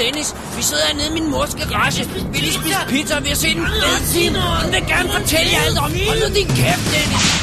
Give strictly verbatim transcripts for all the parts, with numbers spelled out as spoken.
Dennis. Vi sidder hernede i min mors garage. Vi lige spise pizza, og vi har set en fed film. Hun vil gerne fortælle jer alt om. Hold nu din kæft, Dennis.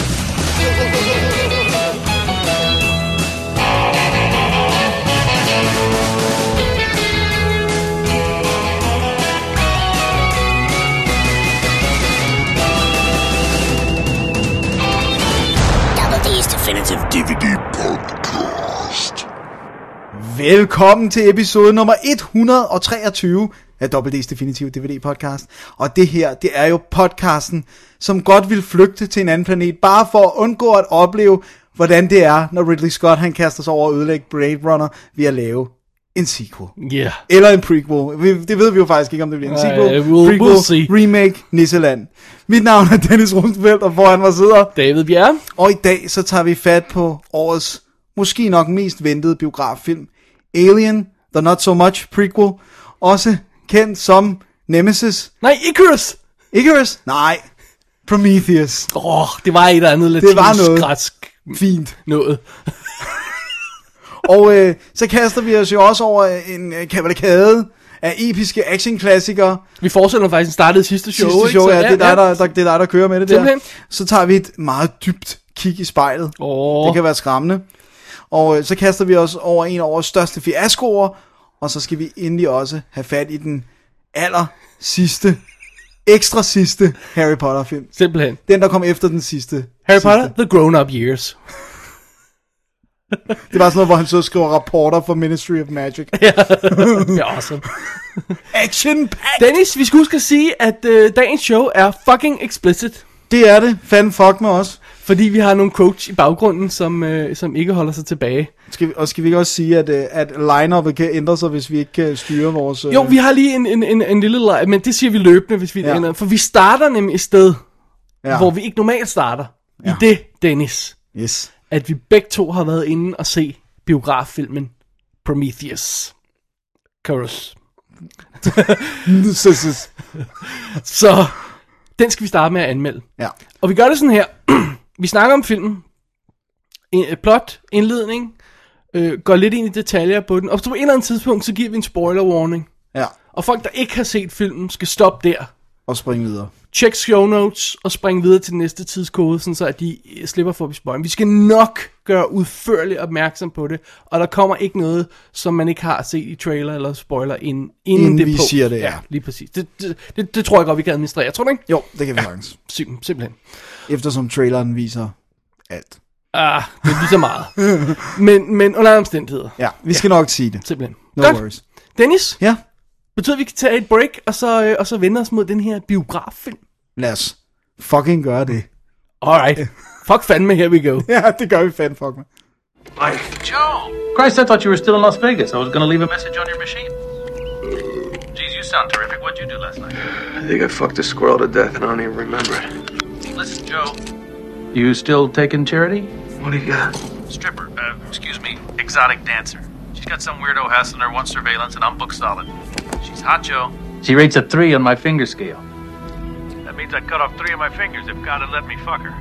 Definitive D V D Podcast. Velkommen til episode nummer et hundrede og treogtyve af W D's Definitive D V D Podcast. Og det her, det er jo podcasten, som godt vil flygte til en anden planet, bare for at undgå at opleve, hvordan det er, når Ridley Scott han kaster sig over at ødelægge Blade Runner ved at lave en sequel. Yeah. Eller en prequel. Det ved vi jo faktisk ikke, om det bliver en sequel, uh, we'll, prequel, we'll remake, Nisseland. Mit navn er Dennis Rosenfeldt, og foran mig sidder David Bjerre. Og i dag så tager vi fat på årets måske nok mest ventede biograffilm, Alien, The Not So Much prequel, også kendt som Nemesis. Nej, Icarus. Icarus? Nej, Prometheus. Åh, oh, det var et eller andet latinsk, det var noget græsk fint. Noget. Og øh, så kaster vi os jo også over en øh, kavalkade af episke actionklassikere. Vi fortsætter faktisk startede sidste show, sidste show, ikke? Ja, det er dig, der, der, det er dig, der kører med det Simpelthen. der. Så tager vi et meget dybt kig i spejlet. Oh. Det kan være skræmmende. Og øh, så kaster vi os over en af årets største fiaskoer. Og så skal vi endelig også have fat i den aller sidste, ekstra sidste Harry Potter film. Simpelthen. Den, der kom efter den sidste. Harry sidste. Potter, The Grown-Up Years. Det var sådan noget, hvor han så skriver rapporter for Ministry of Magic. Ja, det er awesome. Action packed. Dennis, vi skal huske at sige, at øh, dagens show er fucking explicit. Det er det. Fanden fuck med os. Fordi vi har nogle quotes i baggrunden, som, øh, som ikke holder sig tilbage. Skal vi, og skal vi ikke også sige, at, at line-up'et kan ændre sig, hvis vi ikke kan styre vores... Øh... Jo, vi har lige en, en, en, en lille leg, men det siger vi løbende, hvis vi Ja. ender. For vi starter nemlig et sted, Ja. hvor vi ikke normalt starter. Ja. I det, Dennis, Yes. at vi begge to har været inde og se biograffilmen Prometheus. Chorus. Så den skal vi starte med at anmelde. Ja. Og vi gør det sådan her. Vi snakker om filmen. En, et plot, indledning, øh, går lidt ind i detaljer på den. Og på et eller andet tidspunkt, så giver vi en spoiler warning. Ja. Og folk, der ikke har set filmen, skal stoppe der. Og springe videre. Check show notes og springe videre til den næste tidskode, sådan så at de slipper for at blive spoilet. Vi skal nok gøre udførligt opmærksom på det, og der kommer ikke noget, som man ikke har set i trailer eller spoiler inden, inden, Inden det vi på. siger det, ja. Ja, lige præcis. Det, det, det, det tror jeg godt, vi kan administrere. Tror du ikke? Jo, det kan vi sagtens. Sim- simpelthen. Eftersom traileren viser alt. Ah, det er lige så meget. men, men under omstændigheder. Ja, vi skal ja. nok sige det. Simpelthen. No Godt. worries. Dennis, Ja, betyder at vi kan tage et break, og så, øh, og så vende os mod den her biograffilm? lad os fucking gøre det. Alright. Fuck fandme, here we go. Ja, det gør vi fandme fuck med. Mike. Joe! Christ, I thought you were still in Las Vegas. I was gonna leave a message on your machine. Geez, you sound terrific. What'd you do last night? I think I fucked a squirrel to death and I don't even remember it. Listen, Joe. You still taking charity? What do you got? Stripper. Uh, excuse me. Exotic dancer. She's got some weirdo hassling her, wants surveillance, and I'm booked solid. She's hot, Joe. She rates a three on my finger scale. That means I cut off three of my fingers if God had let me fuck her.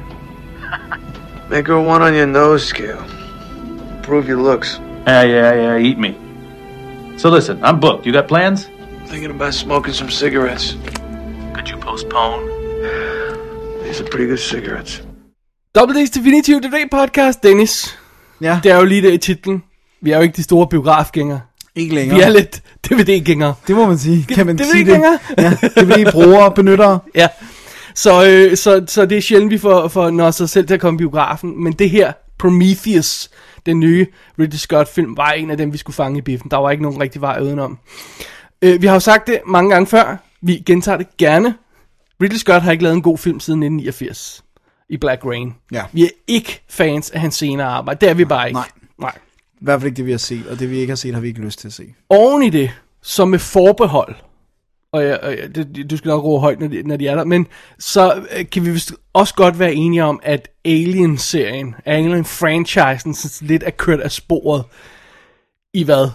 Make her one on your nose scale. Improve your looks. Yeah, yeah, yeah. Eat me. So listen, I'm booked. You got plans? Thinking about smoking some cigarettes. Could you postpone? These are pretty good cigarettes. W D's Definitive D V D Podcast, Dennis. Ja, Det er jo lige det i titlen. Vi er jo ikke de store biografgængere. ikke længere. Vi er lidt D V D-gængere. Det må man sige. Kan man Det ved sige ikke det? længere. Ja, D V D-brugere, benyttere. Ja. Så, øh, så, så det er sjældent, vi får, får når os selv til at komme i biografen. Men det her, Prometheus, den nye Ridley Scott-film, var en af dem, vi skulle fange i biffen. Der var ikke nogen rigtig vej udenom. Øh, vi har jo sagt det mange gange før. Vi gentager det gerne. Ridley Scott har ikke lavet en god film siden nitten niogfirs i Black Rain. Ja. Vi er ikke fans af hans senere arbejde. Det er vi bare ikke. Nej. Nej. I hvert fald ikke det, vi har set, og det, vi ikke har set, har vi ikke lyst til at se. Oven i det, som med forbehold, og, jeg, og jeg, det, du skal nok råbe højt, når de, når de er der, men så øh, kan vi vist også godt være enige om, at Alien-serien, Alien-franchisen, lidt er kørt af sporet i hvad?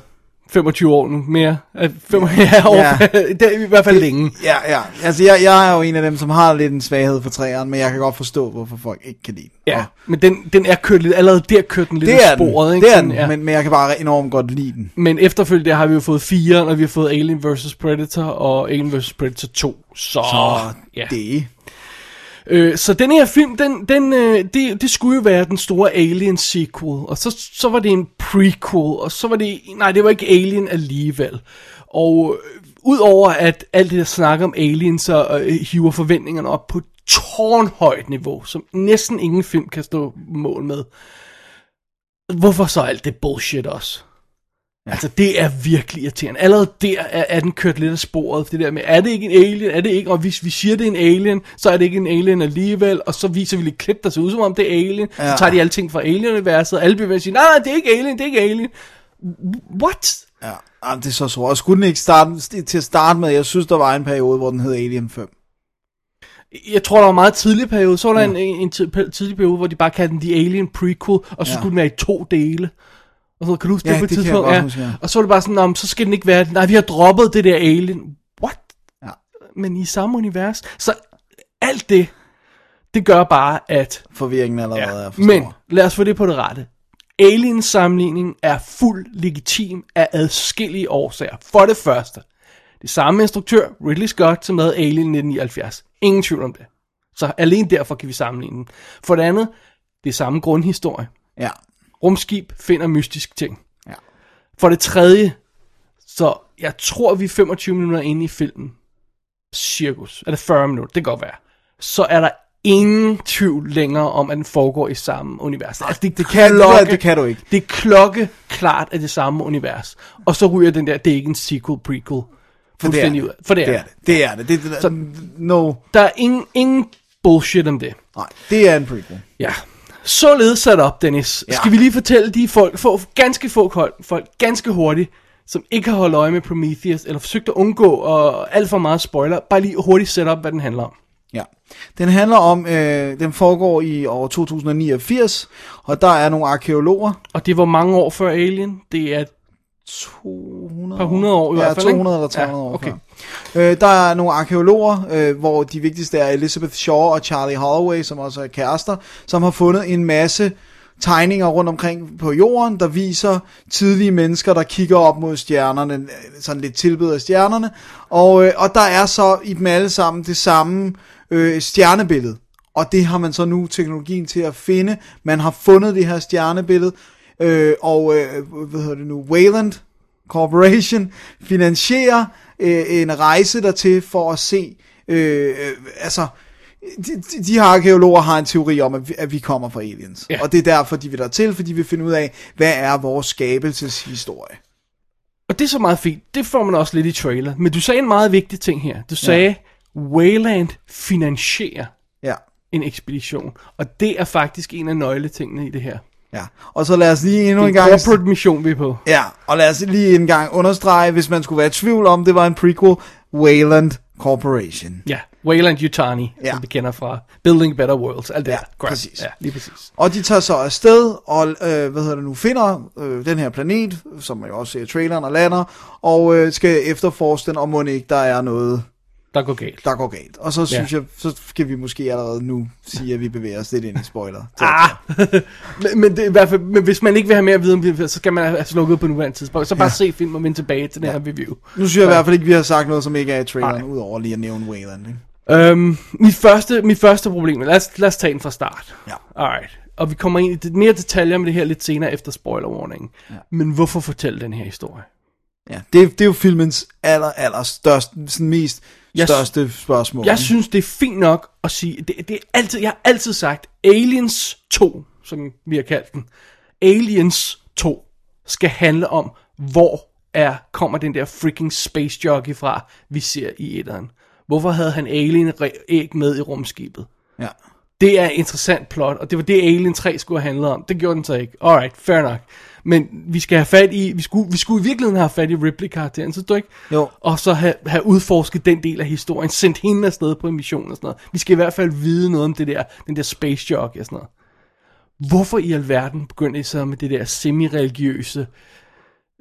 femogtyve år nu, mere. fem, ja, år, Ja. det er i hvert fald længe. Ja, ja. Altså, jeg, jeg er jo en af dem, som har lidt en svaghed for træerne, men jeg kan godt forstå, hvorfor folk ikke kan lide den. Ja, Og men den, den er kørt lidt, allerede der kørte den lidt det er af sporet, den, ikke? det er Sådan, den, ja. men, men jeg kan bare enormt godt lide den. Men efterfølgende der har vi jo fået fire, og vi har fået Alien versus. Predator og Alien versus. Predator to. Så, Så ja. det. Øh, så den her film, den, den, øh, det, det skulle jo være den store Alien sequel, og så, så var det en prequel, og så var det, nej, det var ikke Alien alligevel. Og øh, udover at alt det der snak om aliens, så øh, hiver forventningerne op på tårnhøjt niveau, som næsten ingen film kan stå mål med. Hvorfor så alt det bullshit også? Ja. Altså, det er virkelig irriterende. Allerede der er, er den kørt lidt af sporet. Det der med, er det ikke en alien? Er det ikke? Og hvis vi siger, det er en alien, så er det ikke en alien alligevel. Og så viser vi lidt klip, der ser ud som om det er alien. Ja. Så tager de alle ting fra alien-universet, og alle bliver ved at sige, nej, nej, det er ikke alien, det er ikke alien. What? Ja, jamen, det er så sort. Og skulle den ikke starte, til at starte med, jeg synes, der var en periode, hvor den hed Alien fem. Jeg tror, der var en meget tidlig periode. Så var der ja. en, en tidlig periode, hvor de bare kaldte den The Alien Prequel, og så ja. skulle den være i to dele. Og så kan du huske ja, det på et det tidspunkt? Ja. Huske, ja. Og så var det bare sådan, om, så skal den ikke være, nej, vi har droppet det der Alien. What? Ja. Men i samme univers. Så alt det, det gør bare, at forvirringen allerede ja. er for Men lad os få det på det rette. Aliens sammenligning er fuldt legitim af adskillige årsager. For det første, det samme instruktør, Ridley Scott, som lavede Alien nitten nioghalvfjerds. Ingen tvivl om det. Så alene derfor kan vi sammenligne den. For det andet, det er samme grundhistorie. Ja. Rumskib finder mystisk ting. Ja. For det tredje, så jeg tror, vi er femogtyve minutter inde i filmen. Cirkus. Er det fyrre minutter? Det kan godt være. Så er der ingen tvivl længere om, at den foregår i samme univers. Altså, det, det, kan, klokke, det kan du ikke. Det er klokke klart af det samme univers. Og så ryger den der, det er ikke en sequel, prequel. For det er det. For det er det. Er det. det er det. det, er det. Så, no. Der er ingen, ingen bullshit om det. Nej, det er en prequel. Ja. Således sat op, Dennis. Ja. Skal vi lige fortælle de folk, få, ganske få folk, folk, ganske hurtigt, som ikke har holdt øje med Prometheus, eller forsøgt at undgå og alt for meget spoiler, bare lige hurtigt sætte op, hvad den handler om. Ja, den handler om, øh, den foregår i år to tusind og niogfirs, og der er nogle arkeologer. Og det var mange år før Alien, det er to hundrede, par hundrede år i ja, hvert fald, to hundrede eller tre hundrede ja, år okay. før. Øh, der er nogle arkeologer, øh, hvor de vigtigste er Elizabeth Shaw og Charlie Holloway, som også er kærester, som har fundet en masse tegninger rundt omkring på jorden, der viser tidlige mennesker, der kigger op mod stjernerne, sådan lidt tilbeder stjernerne, og, øh, og der er så i dem alle sammen det samme øh, stjernebillede, og det har man så nu teknologien til at finde. Man har fundet det her stjernebillede, øh, og øh, hvad hedder det nu, Wayland Corporation finansierer øh, en rejse dertil for at se, øh, øh, altså De, de her arkeologer har en teori om, at vi, at vi kommer fra aliens. Ja. Og det er derfor, de vil der til, fordi de vil finde ud af, hvad er vores skabelseshistorie. Og det er så meget fint. Det får man også lidt i trailer. Men du sagde en meget vigtig ting her. Du sagde, ja. Wayland finansierer ja. en ekspedition. Og det er faktisk en af nøgletingene i det her. Ja, og så lad os lige endnu en, en gang... Det er en corporate mission, vi er på. Ja, og lad os lige en gang understrege, hvis man skulle være i tvivl om, det var en prequel, Wayland Corporation. Ja, Wayland Yutani, ja. som vi kender fra Building Better Worlds, alt det ja, der. præcis. Ja, lige præcis. Og de tager så afsted, og øh, hvad hedder det nu, finder øh, den her planet, som man jo også ser i traileren, og lander, og øh, skal efterforske den, og må ikke, der er noget... Der går galt. Der går galt. Og så synes ja. jeg, så skal vi måske allerede nu sige, at vi bevæger os lidt ind i spoiler. Ah! men, men, det, i hvert fald, men hvis man ikke vil have mere at vide om det, så skal man have slukket på nuværende tidspunkt. Så bare ja. se film og vende tilbage til den ja. her review. Nu synes jeg i hvert fald ikke, vi har sagt noget, som ikke er i traileren, udover lige at nævne Wayland. Øhm, mit, første, mit første problem, lad os, lad os tage den fra start. Ja. Alright. Og vi kommer ind i mere detaljer med det her lidt senere efter spoiler-warningen. Ja. Men hvorfor fortælle den her historie? Ja, det, det er jo filmens aller, aller største, sådan mest jeg, største spørgsmål. Jeg synes, det er fint nok at sige, det, det er altid, jeg har altid sagt, Aliens to, som vi har kaldt den, Aliens to skal handle om, hvor er, kommer den der freaking space jockey fra, vi ser i etteren. Hvorfor havde han Alien æg med i rumskibet? Ja. Det er et interessant plot, og det var det Alien tre skulle have handlet om. Det gjorde den så ikke. Alright, fair nok. Men vi skal have fat i, vi skulle, vi skulle i virkeligheden have fat i Ripley-karakteren, så du ikke? Jo. Og så have, have udforsket den del af historien, sendt hende afsted på en mission og sådan noget. Vi skal i hvert fald vide noget om det der, den der space jockey og sådan noget. Hvorfor i alverden begynder I så med det der semi-religiøse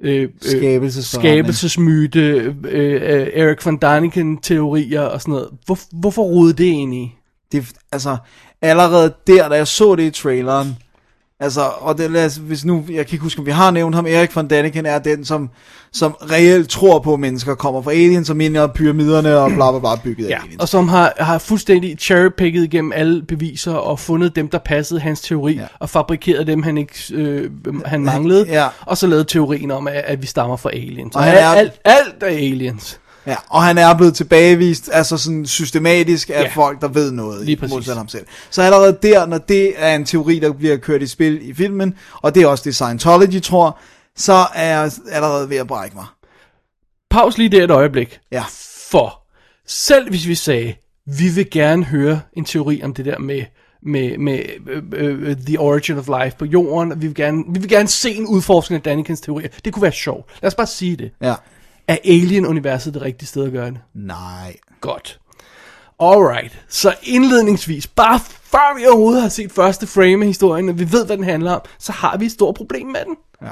øh, Skabelsesforretning. skabelsesmyte, øh, øh, Eric von Däniken-teorier og sådan noget. Hvor, hvorfor rodede det ind i? Det, altså, allerede der, da jeg så det i traileren, altså, og det, lad os, hvis nu, jeg kan ikke huske, om vi har nævnt ham, Erik von Däniken er den, som, som reelt tror på, at mennesker kommer fra aliens, som ind i pyramiderne og bla bla bla bygget ja, af aliens. Og som har, har fuldstændig cherrypicket igennem alle beviser og fundet dem, der passede hans teori, ja. Og fabrikeret dem, han ikke øh, han manglede, ja. Og så lavet teorien om, at, at vi stammer fra aliens. Og og han alt, er... alt, alt er aliens. Ja, og han er blevet tilbagevist, altså sådan systematisk af ja. folk, der ved noget, lige præcis. Modsat ham selv. Så allerede der, når det er en teori, der bliver kørt i spil i filmen, og det er også det Scientology tror, så er jeg allerede ved at brække mig. Pause lige der et øjeblik. Ja. For selv hvis vi sagde, vi vil gerne høre en teori om det der med, med, med uh, uh, the origin of life på jorden, og vi vil gerne, vi vil gerne se en udforskning af Dänikens teorier. Det kunne være sjovt. Lad os bare sige det. Ja. Er Alien-universet det rigtige sted at gøre det? Nej. Godt. Alright. Så indledningsvis, bare før vi overhovedet har set første frame af historien, og vi ved, hvad den handler om, så har vi et stort problem med den. Ja.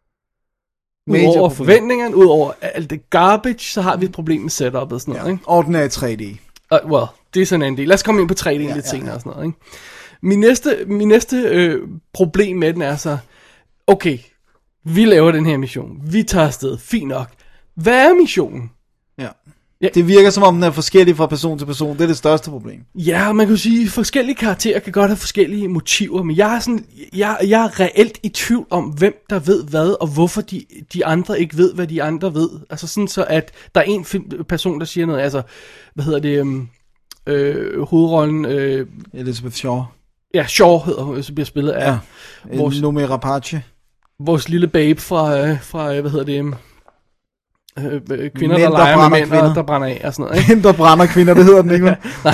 Udover forventningerne, udover alt det garbage, så har vi et problem med setupet og sådan noget, ja. ikke? Ordinary tre D. Uh, well, det er sådan en del. Lad os komme ind på tre D ja, lidt ja, senere ja. Og sådan noget, ikke? Min næste, min næste øh, problem med den er så, okay, vi laver den her mission. Vi tager afsted. Fint nok. Hvad er missionen? Ja. Ja. Det virker som om den er forskellig fra person til person. Det er det største problem. Ja, man kan sige, at forskellige karakterer kan godt have forskellige motiver, men jeg er, sådan, jeg, jeg er reelt i tvivl om, hvem der ved hvad, og hvorfor de, de andre ikke ved, hvad de andre ved. Altså sådan så, at der er en person, der siger noget, altså, hvad hedder det, øhm, øh, hovedrollen... Øh, Elizabeth Shaw. Ja, Shaw hedder hun, så bliver spillet af... Ja, vores, Noomi Rapace. Vores lille babe fra, øh, fra hvad hedder det... Øh, kvinder, mænd, der leger der med mænd, kvinder. der brænder af og sådan noget, ikke? Mænd, der brænder kvinder, det hedder den ikke. Nej.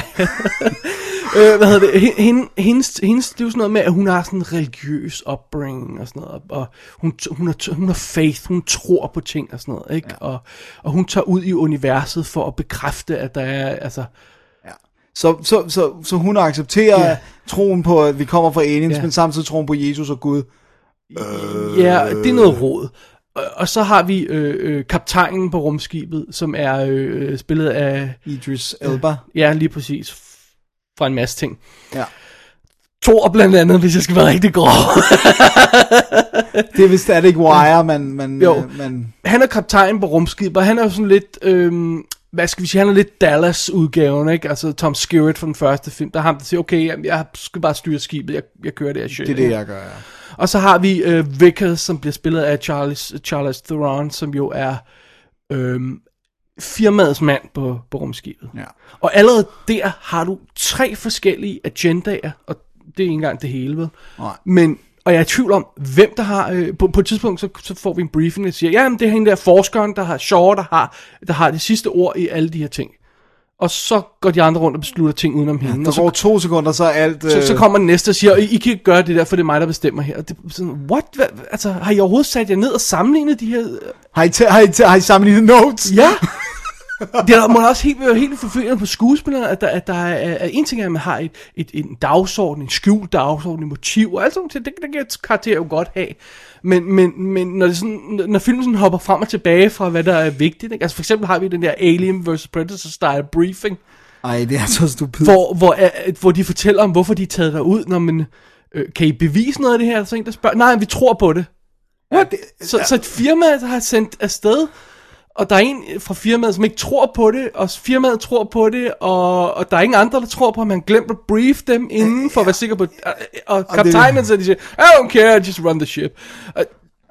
øh, hvad hedder det? Hende, hendes, hendes, det er jo sådan noget med, at hun har sådan en religiøs upbringing og sådan noget, og hun, hun, har, hun har faith, hun tror på ting og sådan noget, ikke? Ja. Og, og hun tager ud i universet for at bekræfte, at der er, altså... Ja. Så, så, så, så hun accepterer ja. troen på, at vi kommer fra aliens, ja. men samtidig troen på Jesus og Gud. Ja, det er noget råd. Og så har vi øh, øh, kaptajnen på rumskibet, som er øh, spillet af... Idris Elba. Ja, lige præcis. Fra en masse ting. Ja. Thor blandt andet, hvis jeg skal være rigtig grov. Det er vist, er det ikke Wire, man... man, jo. øh, man... Han er kaptajnen på rumskibet, og han er jo sådan lidt... Øh, hvad skal vi sige, han er lidt Dallas-udgaven, ikke? Altså Tom Skerritt fra den første film, der har ham, der siger, okay, jeg skal bare styre skibet, jeg, jeg kører det her shit. Det er det, jeg gør, ja. Og så har vi øh, Vickers, som bliver spillet af Charles, Charles Theron, som jo er øh, firmaets mand på, på rumskibet. Ja. Og allerede der har du tre forskellige agendaer, og det er ikke engang det hele, vel? Nej. Men, og jeg er i tvivl om, hvem der har, øh, på, på et tidspunkt, så, så får vi en briefing, der siger, ja, men det er hende der forskeren, der har Shaw, der har, der har det sidste ord i alle de her ting. Og så går de andre rundt og beslutter ting udenom hende. Ja, der går to sekunder, så er alt... Øh... Så, så kommer den næste og siger, I, I kan ikke gøre det der, for det er mig, der bestemmer her. Og det, sådan, what? Hva? Altså, har I overhovedet sat jer ned og sammenlignet de her... Har I, t- har I, t- har I sammenlignet notes? Ja! Det er må også helt, helt forfølgende på skuespillerne, at der, at der er, er en ting, at man har et, et, en dagsorden, en skjult dagsorden, en motiv, og alt sådan, det, det kan et karakter jo godt have. Men, men, men når, det sådan, når filmen sådan hopper frem og tilbage fra, hvad der er vigtigt, ikke? Altså for eksempel har vi den der Alien versus Predator style briefing. Ej, det er så stupidt. Hvor, hvor, hvor de fortæller om, hvorfor de er taget derud, når man, øh, kan I bevise noget af det her? Så en, der spørger, nej, vi tror på det. What? Ja, det så, ja. så et firma, der har sendt afsted, og der er en fra firmaet, som ikke tror på det, og firmaet tror på det, og, og der er ingen andre, der tror på, at man glemt at brief dem inden, for at være sikker på, og, og kaptajnen så de siger, I don't care, just run the ship. Og,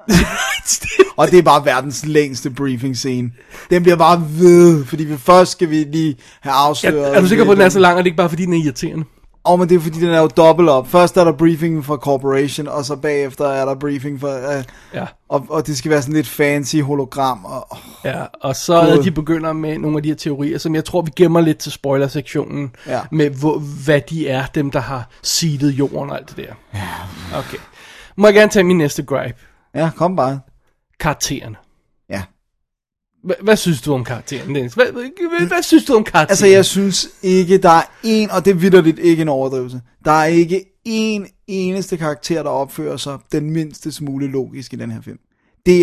og det er bare verdens længste briefing scene. Den bliver bare ved, fordi vi først skal vi lige have afsløret. Ja, er du sikker på, at den er så lang, og det er ikke bare fordi, den er irriterende? Åh, oh, men det er fordi, den er jo dobbelt op. Først er der briefing for Corporation, og så bagefter er der briefing for... Uh, ja. og, og det skal være sådan lidt fancy hologram. Og, oh, ja, og så er de begynder med nogle af de her teorier, som jeg tror, vi gemmer lidt til spoiler-sektionen, ja. Med hvor, hvad de er, dem der har seedet jorden og alt det der. Ja. Okay. Må jeg gerne tage min næste gripe? Ja, kom bare. Karaktererne. Ja. H- hvad synes du om karakteren, Dennis? Hvad, hvad, hvad synes du om karakteren? Altså, jeg synes ikke, der er en, og det er vitterligt ikke en overdrivelse, der er ikke en eneste karakter, der opfører sig den mindste smule logisk i den her film. Det er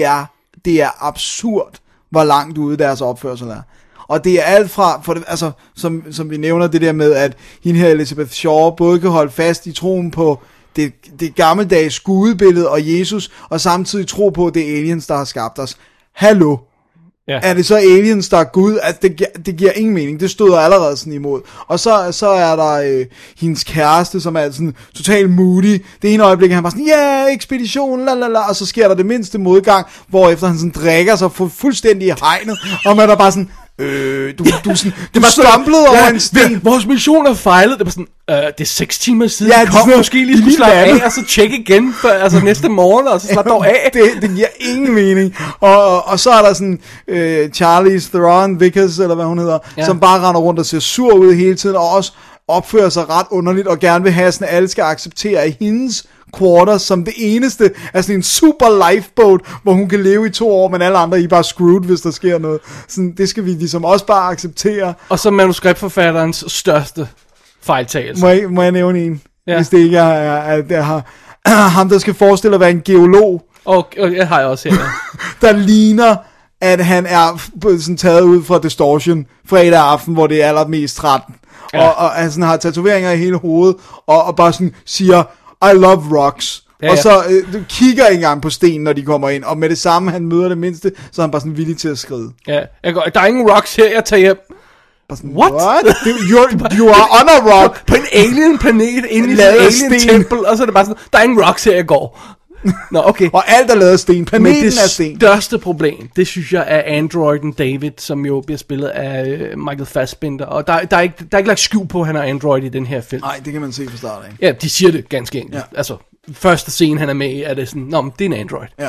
det er absurd, hvor langt ude deres opførsel er. Og det er alt fra, for det, altså, som, som vi nævner det der med, at hende her Elizabeth Shaw både kan holde fast i troen på det, det gammeldags gudebillede og Jesus, og samtidig tro på, at det er aliens, der har skabt os. Hallo? Ja. Er det så aliens, der er Gud? Altså, det, det giver ingen mening. Det støder allerede sådan imod. Og så, så er der øh, hendes kæreste, som er sådan totalt moody. Det ene øjeblik er han bare sådan, ja, yeah, ekspedition, la la la. Og så sker der det mindste modgang, hvorefter han sådan drikker sig fu- fuldstændig i hegnet. Og man er bare sådan, øh, du, du, sådan, du stumplede over en sten. Vores mission er fejlet. Det var sådan, øh, det er seks timer siden. Ja, kom sådan, måske lige skulle slappe af, og så tjekke igen, for, altså næste morgen, og så slap dog af. Det, det giver ingen mening. Og, og, og så er der sådan øh, Charlize Theron Vickers, eller hvad hun hedder, ja. Som bare render rundt og ser sur ud hele tiden, og også opfører sig ret underligt, og gerne vil have sådan, at alle skal acceptere hendes quarters som det eneste, altså en super lifeboat, hvor hun kan leve i to år, men alle andre er bare screwed, hvis der sker noget. Sådan, det skal vi ligesom også bare acceptere. Og så manuskriptforfatterens største fejltagelse. Må jeg, må jeg nævne en? Ja. Hvis det ikke er, er, er, er, er ham, der skal forestille at være en geolog. Og, og jeg har jeg også her. Der ligner, at han er sådan taget ud fra Distortion fredag aften, hvor det er allermest tretten. Ja. Og, og han sådan har tatoveringer i hele hovedet, og, og bare sådan siger, I love rocks. Ja, ja. Og så øh, du kigger ikke engang på stenen, når de kommer ind, og med det samme, han møder det mindste, så er han bare sådan villig til at skride. Ja, jeg går, der er ingen rocks her, jeg tager hjem. Sådan, what? what? You're, you are on a rock. På en alien planet, inde i et alien tempel, og så er det bare sådan, der er ingen rocks her, jeg går. Nå, okay. Og alt er lavet af sten. Planeten Men det er sten. største problem, det synes jeg er androiden David, som jo bliver spillet af uh, Michael Fassbender. Og der, der, er ikke, der er ikke lagt skjul på, at han er android i den her film. Nej, det kan man se fra start af. Ja, de siger det ganske enkelt. Ja. Altså, første scene, han er med i, er det sådan, nå, men det er en android. Ja.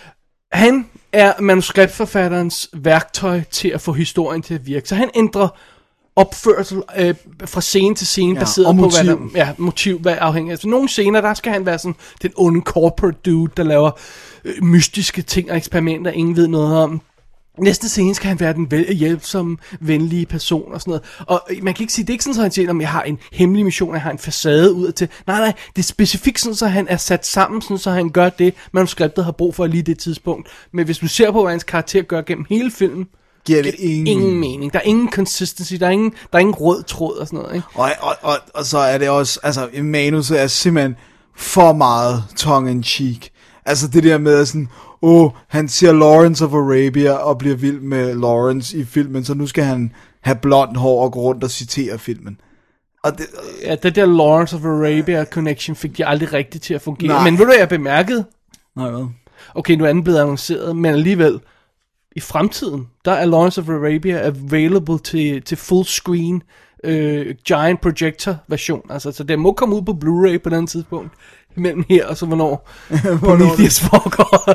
Han er manuskriptforfatterens værktøj til at få historien til at virke. Så han ændrer opførsel øh, fra scene til scene, ja, baseret på hvad der, ja, motiv, hvad afhænger af. Så nogle scener, der skal han være sådan den onde corporate dude, der laver øh, mystiske ting og eksperimenter, ingen ved noget om. Næste scene skal han være den vel- hjælpsomme, venlige person og sådan noget. Og man kan ikke sige, det er ikke sådan, at han siger, om jeg har en hemmelig mission, jeg har en facade ud til. Nej, nej, det er specifikt sådan, så han er sat sammen, sådan, så han gør det, manuskriptet har brug for lige det tidspunkt. Men hvis du ser på, hvad hans karakter gør gennem hele filmen, giver det ingen, ingen mening. Der er ingen consistency, der er ingen, der er ingen rød tråd og sådan noget, ikke? Og, og, og, og så er det også, altså manuset er simpelthen for meget tongue-in-cheek. Altså det der med sådan, åh, oh, han ser Lawrence of Arabia og bliver vild med Lawrence i filmen, så nu skal han have blondt hår og gå rundt og citere filmen. Og det, øh, ja, det der Lawrence of Arabia connection fik de aldrig rigtigt til at fungere. Nej. Men ved du, jeg bemærket? Nej, hvad? Okay, nu er den blevet annonceret, men alligevel, i fremtiden, der er Lawrence of Arabia available til, til full screen øh, giant projector version. Altså, så det må komme ud på Blu-ray på den tidspunkt. Mellem her og så hvornår Prometheus foregår.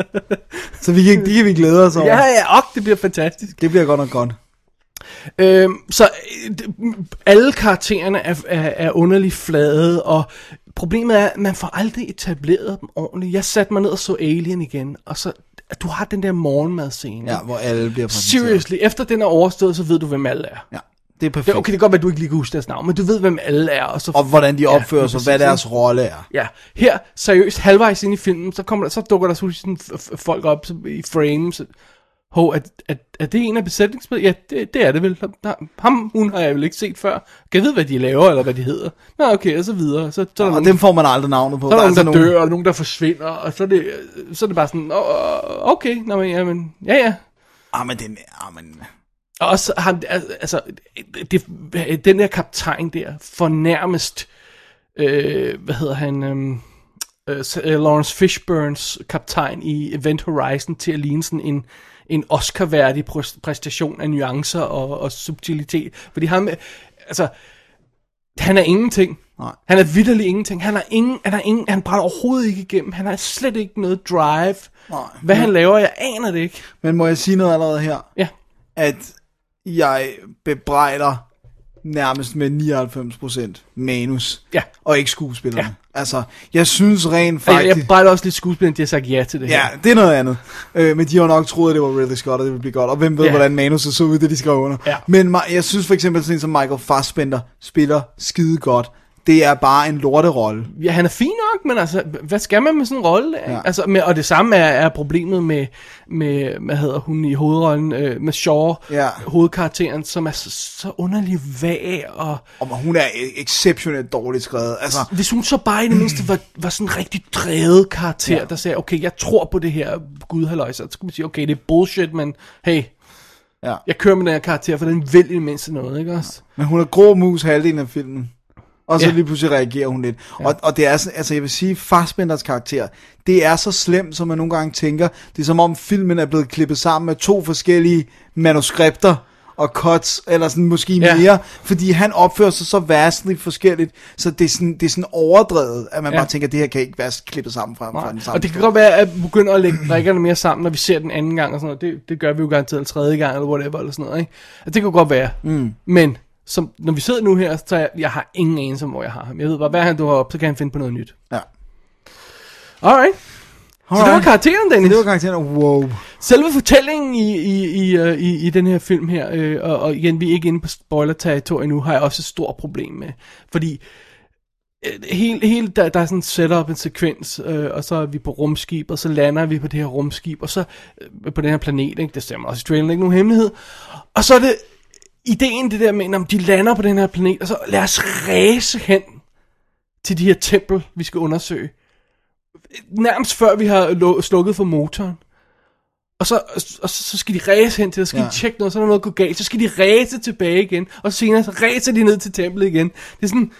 Så vi kan, de kan vi glæde os over. Ja, ja, og det bliver fantastisk. Det bliver godt nok godt. Øhm, så øh, alle karaktererne er, er, er underligt flade, og problemet er, at man får aldrig etableret dem ordentligt. Jeg satte mig ned og så Alien igen, og så du har den der morgenmadscene. Ja, hvor alle bliver præsenteret. Seriously, efter den er overstået, så ved du, hvem alle er. Ja, det er perfekt. Okay, det kan godt være, at du ikke lige kan huske deres navn, men du ved, hvem alle er. Og, så, og hvordan de opfører ja, sig, hvad deres rolle er. Ja, her, seriøst, halvvejs ind i filmen, så, kommer der, så dukker der sådan folk op i frames. Hov, er, er, er det en af besætningsmedlemmerne? Ja, det, det er det vel. Ham, hun har jeg vel ikke set før. Kan jeg vide, hvad de laver, eller hvad de hedder? Nå, okay, og så videre. Så, så ja, og nogen, dem får man aldrig navnet på. Så er der, der nogen, der nogen... dør, og nogen, der forsvinder, og så er det, så er det bare sådan, okay, nå, men, jamen, ja, ja. Ah, men det er, men... Og også, han, altså, det, den der kaptajn der, fornærmest, øh, hvad hedder han, øh, uh, Lawrence Fishburnes kaptajn i Event Horizon, til at ligne sådan en, en Oscar-værdig præstation af nuancer og, og subtilitet. Fordi han, altså, han er ingenting. Nej. Han er vitterlig ingenting. Han er ingen, han er ingen, han brænder overhovedet ikke igennem. Han har slet ikke noget drive. Nej. Hvad han laver, jeg aner det ikke. Men må jeg sige noget allerede her? Ja. At jeg bebrejder nærmest med nioghalvfems procent manus, ja, og ikke skuespillerne. Ja. Altså, jeg synes rent faktisk... Jeg, jeg bebrejder også lidt skuespillerne, de har sagt ja til det her. Ja, det er noget andet. Øh, men de har nok troet, at det var Ridley Scott, og det ville blive godt. Og hvem ved, ja, hvordan manuset så ud, det de skrev under. Ja. Men jeg synes for eksempel sådan en som Michael Fassbender spiller skide godt. Det det er bare en lorterolle. Ja, han er fin nok, men altså, hvad skal man med sådan en rolle? Ja. Altså, med, og det samme er, er problemet med, med, hvad hedder hun i hovedrollen, øh, med Shaw, Ja. hovedkarakteren, som er så, så underlig vag, og Og hun er exceptionelt dårligt skrevet. Altså, hvis hun så bare i det mindste var, var sådan en rigtig drevet karakter, Ja. der sagde, okay, jeg tror på det her gudhalløj, så skulle man sige, okay, det er bullshit, men hey, ja. jeg kører med den her karakter, for den vil i det mindste noget, ikke også? Men hun er grå mus halvdelen af filmen. Og så Ja. lige pludselig reagerer hun lidt. Ja. Og, og det er sådan, altså jeg vil sige, Fassbenders karakter, det er så slemt, som man nogle gange tænker. Det er som om filmen er blevet klippet sammen med to forskellige manuskripter og cuts, eller sådan måske Ja. mere, fordi han opfører sig så væsentligt forskelligt, så det er sådan, det er sådan overdrevet, at man Ja. bare tænker, at det her kan ikke være klippet sammen fra, fra den samme. Og det kan godt være, at vi begynder at lægge rækkerne mere sammen, når vi ser den anden gang og sådan noget. Det, det gør vi jo garanteret eller tredje gang, eller whatever, eller sådan noget, ikke? Og det kan godt være. Mm. Men, som, når vi sidder nu her, så jeg, jeg har ingen anelse om, hvor jeg har ham. Jeg ved bare, hver gang du har op, så kan han finde på noget nyt. Ja. Alright. Så det var karakteren, Dennis. Det var karakteren, wow. Selve fortællingen i, i, i, uh, i, i den her film her, øh, og, og igen, vi er ikke inde på spoiler-territoriet nu, har jeg også et stort problem med. Fordi øh, hele, hele der, der er sådan en setup, en sekvens, øh, og så er vi på rumskib, og så lander vi på det her rumskib, og så øh, på den her planet, ikke? Det stemmer også i traileren, ikke nogen hemmelighed. Og så er det ideen det der med, når de lander på den her planet, og så lad os ræse hen til de her tempel, vi skal undersøge. Nærmest før vi har lo- slukket for motoren. Og så, og så, så skal de ræse hen til, og så skal ja. de tjekke noget, så er der noget gå galt, så skal de ræse tilbage igen, og så senere så ræser de ned til templet igen. Det er sådan,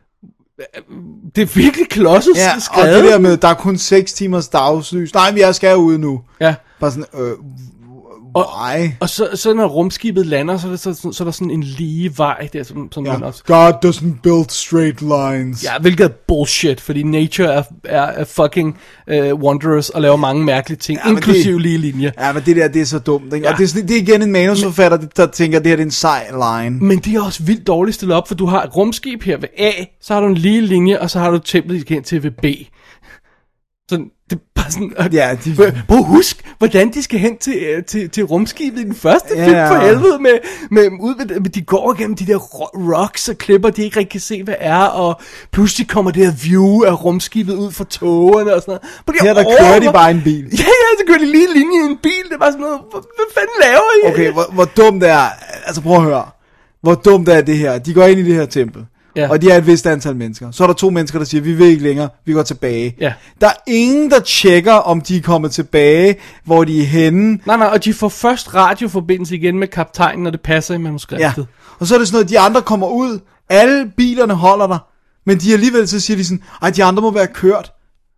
det er virkelig klodset Ja, skrevet. og det der med, der er kun seks timers dagslys. Nej, men jeg skal ud nu. Ja. Bare sådan, øh, Og, why? og så, så når rumskibet lander, så er, der, så, så er der sådan en lige vej der, som, som Ja. man også... God doesn't build straight lines. Ja, hvilket er bullshit, fordi nature er, er, er fucking uh, wondrous og laver mange mærkelige ting, Ja, men inklusive det- lige linjer. Ja, men det der, det er så dumt, ikke? Ja. Og det er, sådan- det er igen en manusforfatter, der, der tænker, det her det er en sej line. Men det er også vildt dårligt stillet op, for du har et rumskib her ved A, så har du en lige linje, og så har du templet, de skal hen til ved B. Så det er bare sådan... Ja, de- Prøv prøv at husk, hvordan de skal hen til, øh, til, til rumskibet i den første Ja. film for helvede, med, med, ud med, med, de går igennem de der ro- rocks og klipper, de ikke rigtig kan se, hvad er, og pludselig kommer det her view af rumskibet ud fra togerne og sådan noget. Prøv lige Her at der kører de overveje- bare en bil. Ja, ja, så kører de lige linje i en bil, det er bare sådan noget, hvad, hvad fanden laver I? Okay, hvor, hvor dumt det er, altså prøv at høre, hvor dumt er det her. De går ind i det her tempel, Ja. og de er et vist antal mennesker. Så er der to mennesker, der siger, vi vil ikke længere, vi går tilbage. Ja. Der er ingen, der tjekker, om de er kommet tilbage, hvor de er henne. Nej, nej, og de får først radioforbindelse igen med kaptajnen, når det passer i Ja. manuskriptet. Og så er det sådan noget, de andre kommer ud, alle bilerne holder der, men de alligevel så siger de sådan, ej, de andre må være kørt.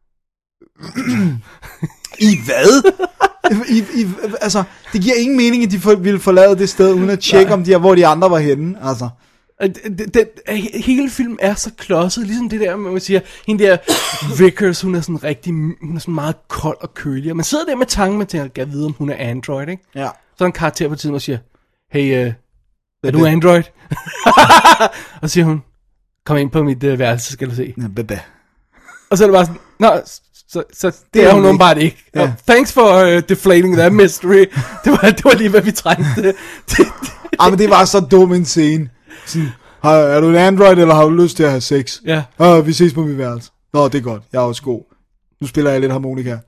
I hvad? I, I, altså, det giver ingen mening, at de for, ville forlade det sted, uden at tjekke, om de er, hvor de andre var henne. Altså. Det, det, det, hele filmen er så klodset, ligesom det der, man siger, hende der Vickers, hun er sådan rigtig, hun er sådan meget kold og kølig, og man sidder der med tanken, man tænker, kan vide, om hun er android, ikke? Ja. Så er en karakter på tiden, og siger, hey, uh, er du det? android? Og så siger hun, kom ind på mit uh, værelse, skal du se. Ja, baba. Og så er det bare sådan, nå, så, så det, det er er hun hun ikke. åbenbart ikke. Ja. Ja. Thanks for uh, deflating that mystery. Det var, det var lige, hvad vi trængte. Det, det, Ah, men det var så dum en scene. Sådan, har, er du en android, eller har du lyst til at have sex? Ja. Ah, vi ses på mit værelse. Nå, det er godt. Jeg er også god. Nu spiller jeg lidt harmonika.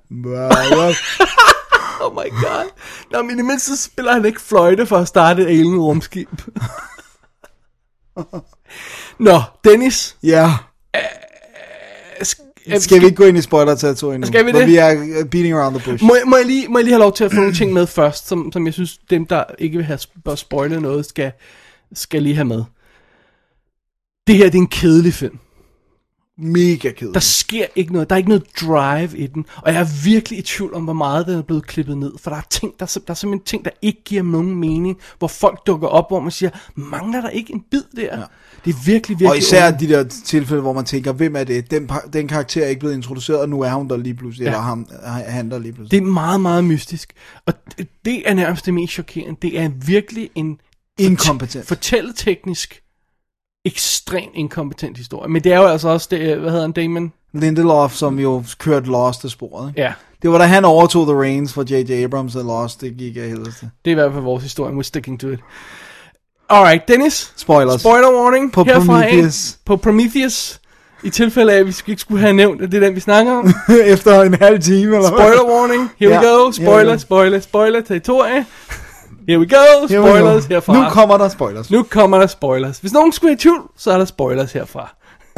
Oh my god. Nå, men imens så spiller han ikke fløjte for at starte et alien rumskib. Nå, Dennis. Ja. Sk- Skal vi ikke gå ind i spoiler-territoriet nu? Skal vi Hvor det? vi er uh, beating around the bush. Må, jeg- må, jeg lige, må jeg lige have lov til at få nogle ting med først, som, som jeg synes, dem der ikke vil have sp- spoilet noget, skal, skal lige have med. Det her, det er en kedelig film. Mega kedeligt. Der sker ikke noget, der er ikke noget drive i den, og jeg er virkelig i tvivl om, hvor meget den er blevet klippet ned, for der er ting, der, er- der er simpelthen ting, der ikke giver nogen mening, hvor folk dukker op, hvor man siger, mangler der ikke en bid der? Ja. Det er virkelig, virkelig Og især under- de der tilfælde, hvor man tænker, hvem er det? Den, pa- den karakter er ikke blevet introduceret, og nu er hun der lige pludselig, Ja. eller ham, han der lige pludselig. Det er meget, meget mystisk, og det, det er nærmest det mest chokerende. Det er virkelig en Inkompetent. fortælleteknisk ekstremt inkompetent historie, men det er jo altså også det, hvad hedder han, Damon? Lindelof, som jo kørte Lost af sporet. Ikke? Ja, Det var da han overtog The Reins for J J Abrams og Lost, det gik af helvede til. det er i hvert fald vores historie, we're sticking to it. Alright, Dennis. Spoilers. Spoiler warning På herfra Prometheus. af, på Prometheus. I tilfælde af, at vi ikke skulle have nævnt, at det er den, vi snakker om. Efter en halv time, eller Spoiler warning. Here ja. we go. Spoiler, ja, spoiler, spoiler, territorie. Here we go. Spoilers herfra. Nu kommer der spoilers. Nu kommer der spoilers. Hvis nogen skulle have i tvivl, så er der spoilers herfra.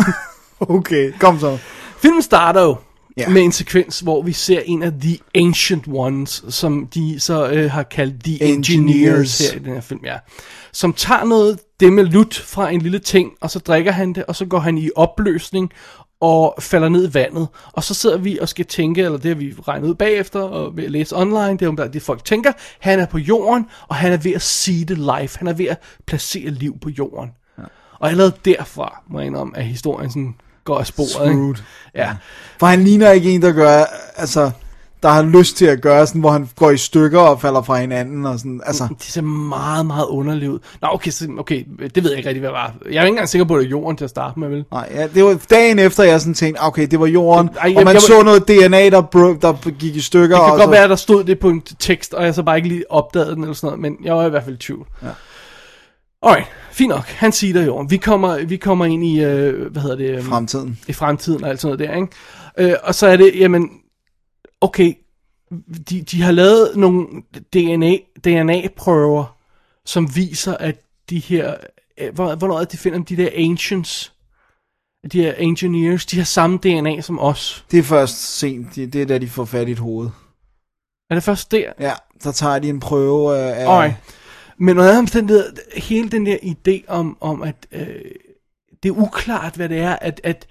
Okay, kom så. Filmen starter jo ja. med en sekvens, hvor vi ser en af The Ancient Ones, som de så øh, har kaldt The Engineers. Engineers her i den her film, ja. Som tager noget demelut fra en lille ting, og så drikker han det, og så går han i opløsning og falder ned i vandet. Og så sidder vi og skal tænke, eller det har vi regnet ud bagefter, og ved at læse online, det er jo det folk tænker, han er på jorden, og han er ved at seed life, han er ved at placere liv på jorden. Ja. Og allerede derfra, må jeg indrømme, at historien sådan går af sporet. Ikke? Ja. For han ligner ikke en, der gør, altså, der har lyst til at gøre sådan, hvor han går i stykker og falder fra hinanden og sådan, altså. Det ser meget, meget underligt ud. Nå, okay, så, okay, det ved jeg ikke rigtig, hvad det var. Jeg er ikke engang sikker på, at det er jorden til at starte med, vel? Nej, ja, det var dagen efter, jeg sådan tænkte, okay, det var jorden, Ej, jeg, og man jeg, så noget D N A, der, bro, der gik i stykker. Det kan og godt så... være, at der stod det på en tekst, og jeg så bare ikke lige opdagede den eller sådan noget, men jeg var i hvert fald i tvivl. Ja. Alright, fint nok. Han siger der jorden. Vi kommer, vi kommer ind i, øh, hvad hedder det? Øh, fremtiden. I fremtiden og alt sådan noget der, ikke? Øh, og så er det, jamen, okay, de, de har lavet nogle D N A, D N A-prøver, som viser, at de her, øh, hvornår er det, de finder de der ancients, de her engineers, de har samme D N A som os. Det er først sent, det er da de får fat i et hoved. Er det først der? Ja, så tager de en prøve af... Alright. Men noget andet omstændighed, hele den der idé om, om at øh, det er uklart, hvad det er, at, at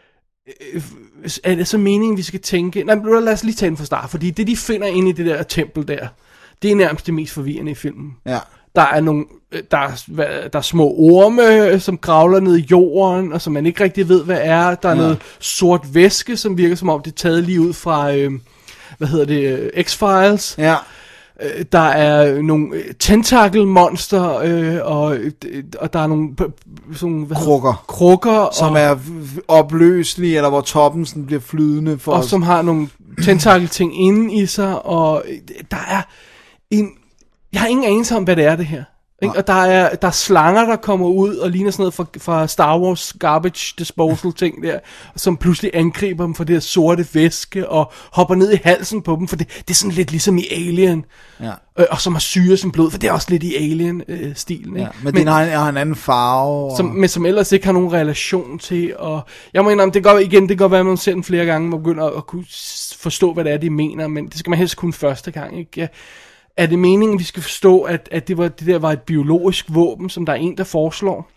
øh, er det så meningen, vi skal tænke... Nej, lad os lige tage den fra start, fordi det, de finder inde i det der tempel der, det er nærmest det mest forvirrende i filmen. Ja. Der er nogle, der er, der er små orme, som kravler ned i jorden, og som man ikke rigtig ved, hvad er. Der er ja. noget sort væske, som virker som om det er taget lige ud fra, øh, hvad hedder det, X-Files. Ja. Der er nogle tentakelmonster, øh, og, og der er nogle sådan, hvad krukker, krukker som og, er opløselige, eller hvor toppen sådan bliver flydende. For og os. som har nogle tentakelting inde i sig, og der er en... Jeg har ingen anelse om, hvad det er, det her. Ikke? Og der er, der er slanger, der kommer ud og ligner sådan noget fra, fra Star Wars garbage disposal ting der, som pludselig angriber dem for det her sorte væske og hopper ned i halsen på dem, for det, det er sådan lidt ligesom i Alien. Ja. Øh, og som har syre som blod, for det er også lidt i Alien-stilen. Øh, ja, men, men den har, har en anden farve. Og... Som, men som ellers ikke har nogen relation til. Og jeg må indrømme, det går igen, det kan godt være, at man ser den flere gange og begynder at, at kunne forstå, hvad det er, de mener, men det skal man helst kunne første gang, ikke? Ja. Er det meningen, vi skal forstå, at, at det, var, det der var et biologisk våben, som der er en, der foreslår,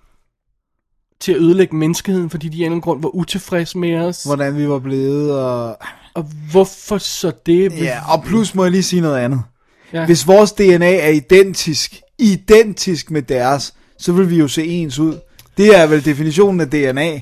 til at ødelægge menneskeheden, fordi de af en eller anden grund var utilfredse med os? Hvordan vi var blevet, og... Og hvorfor så det? Ja, og plus må jeg lige sige noget andet. Ja. Hvis vores D N A er identisk, identisk med deres, så vil vi jo se ens ud. Det er vel definitionen af D N A.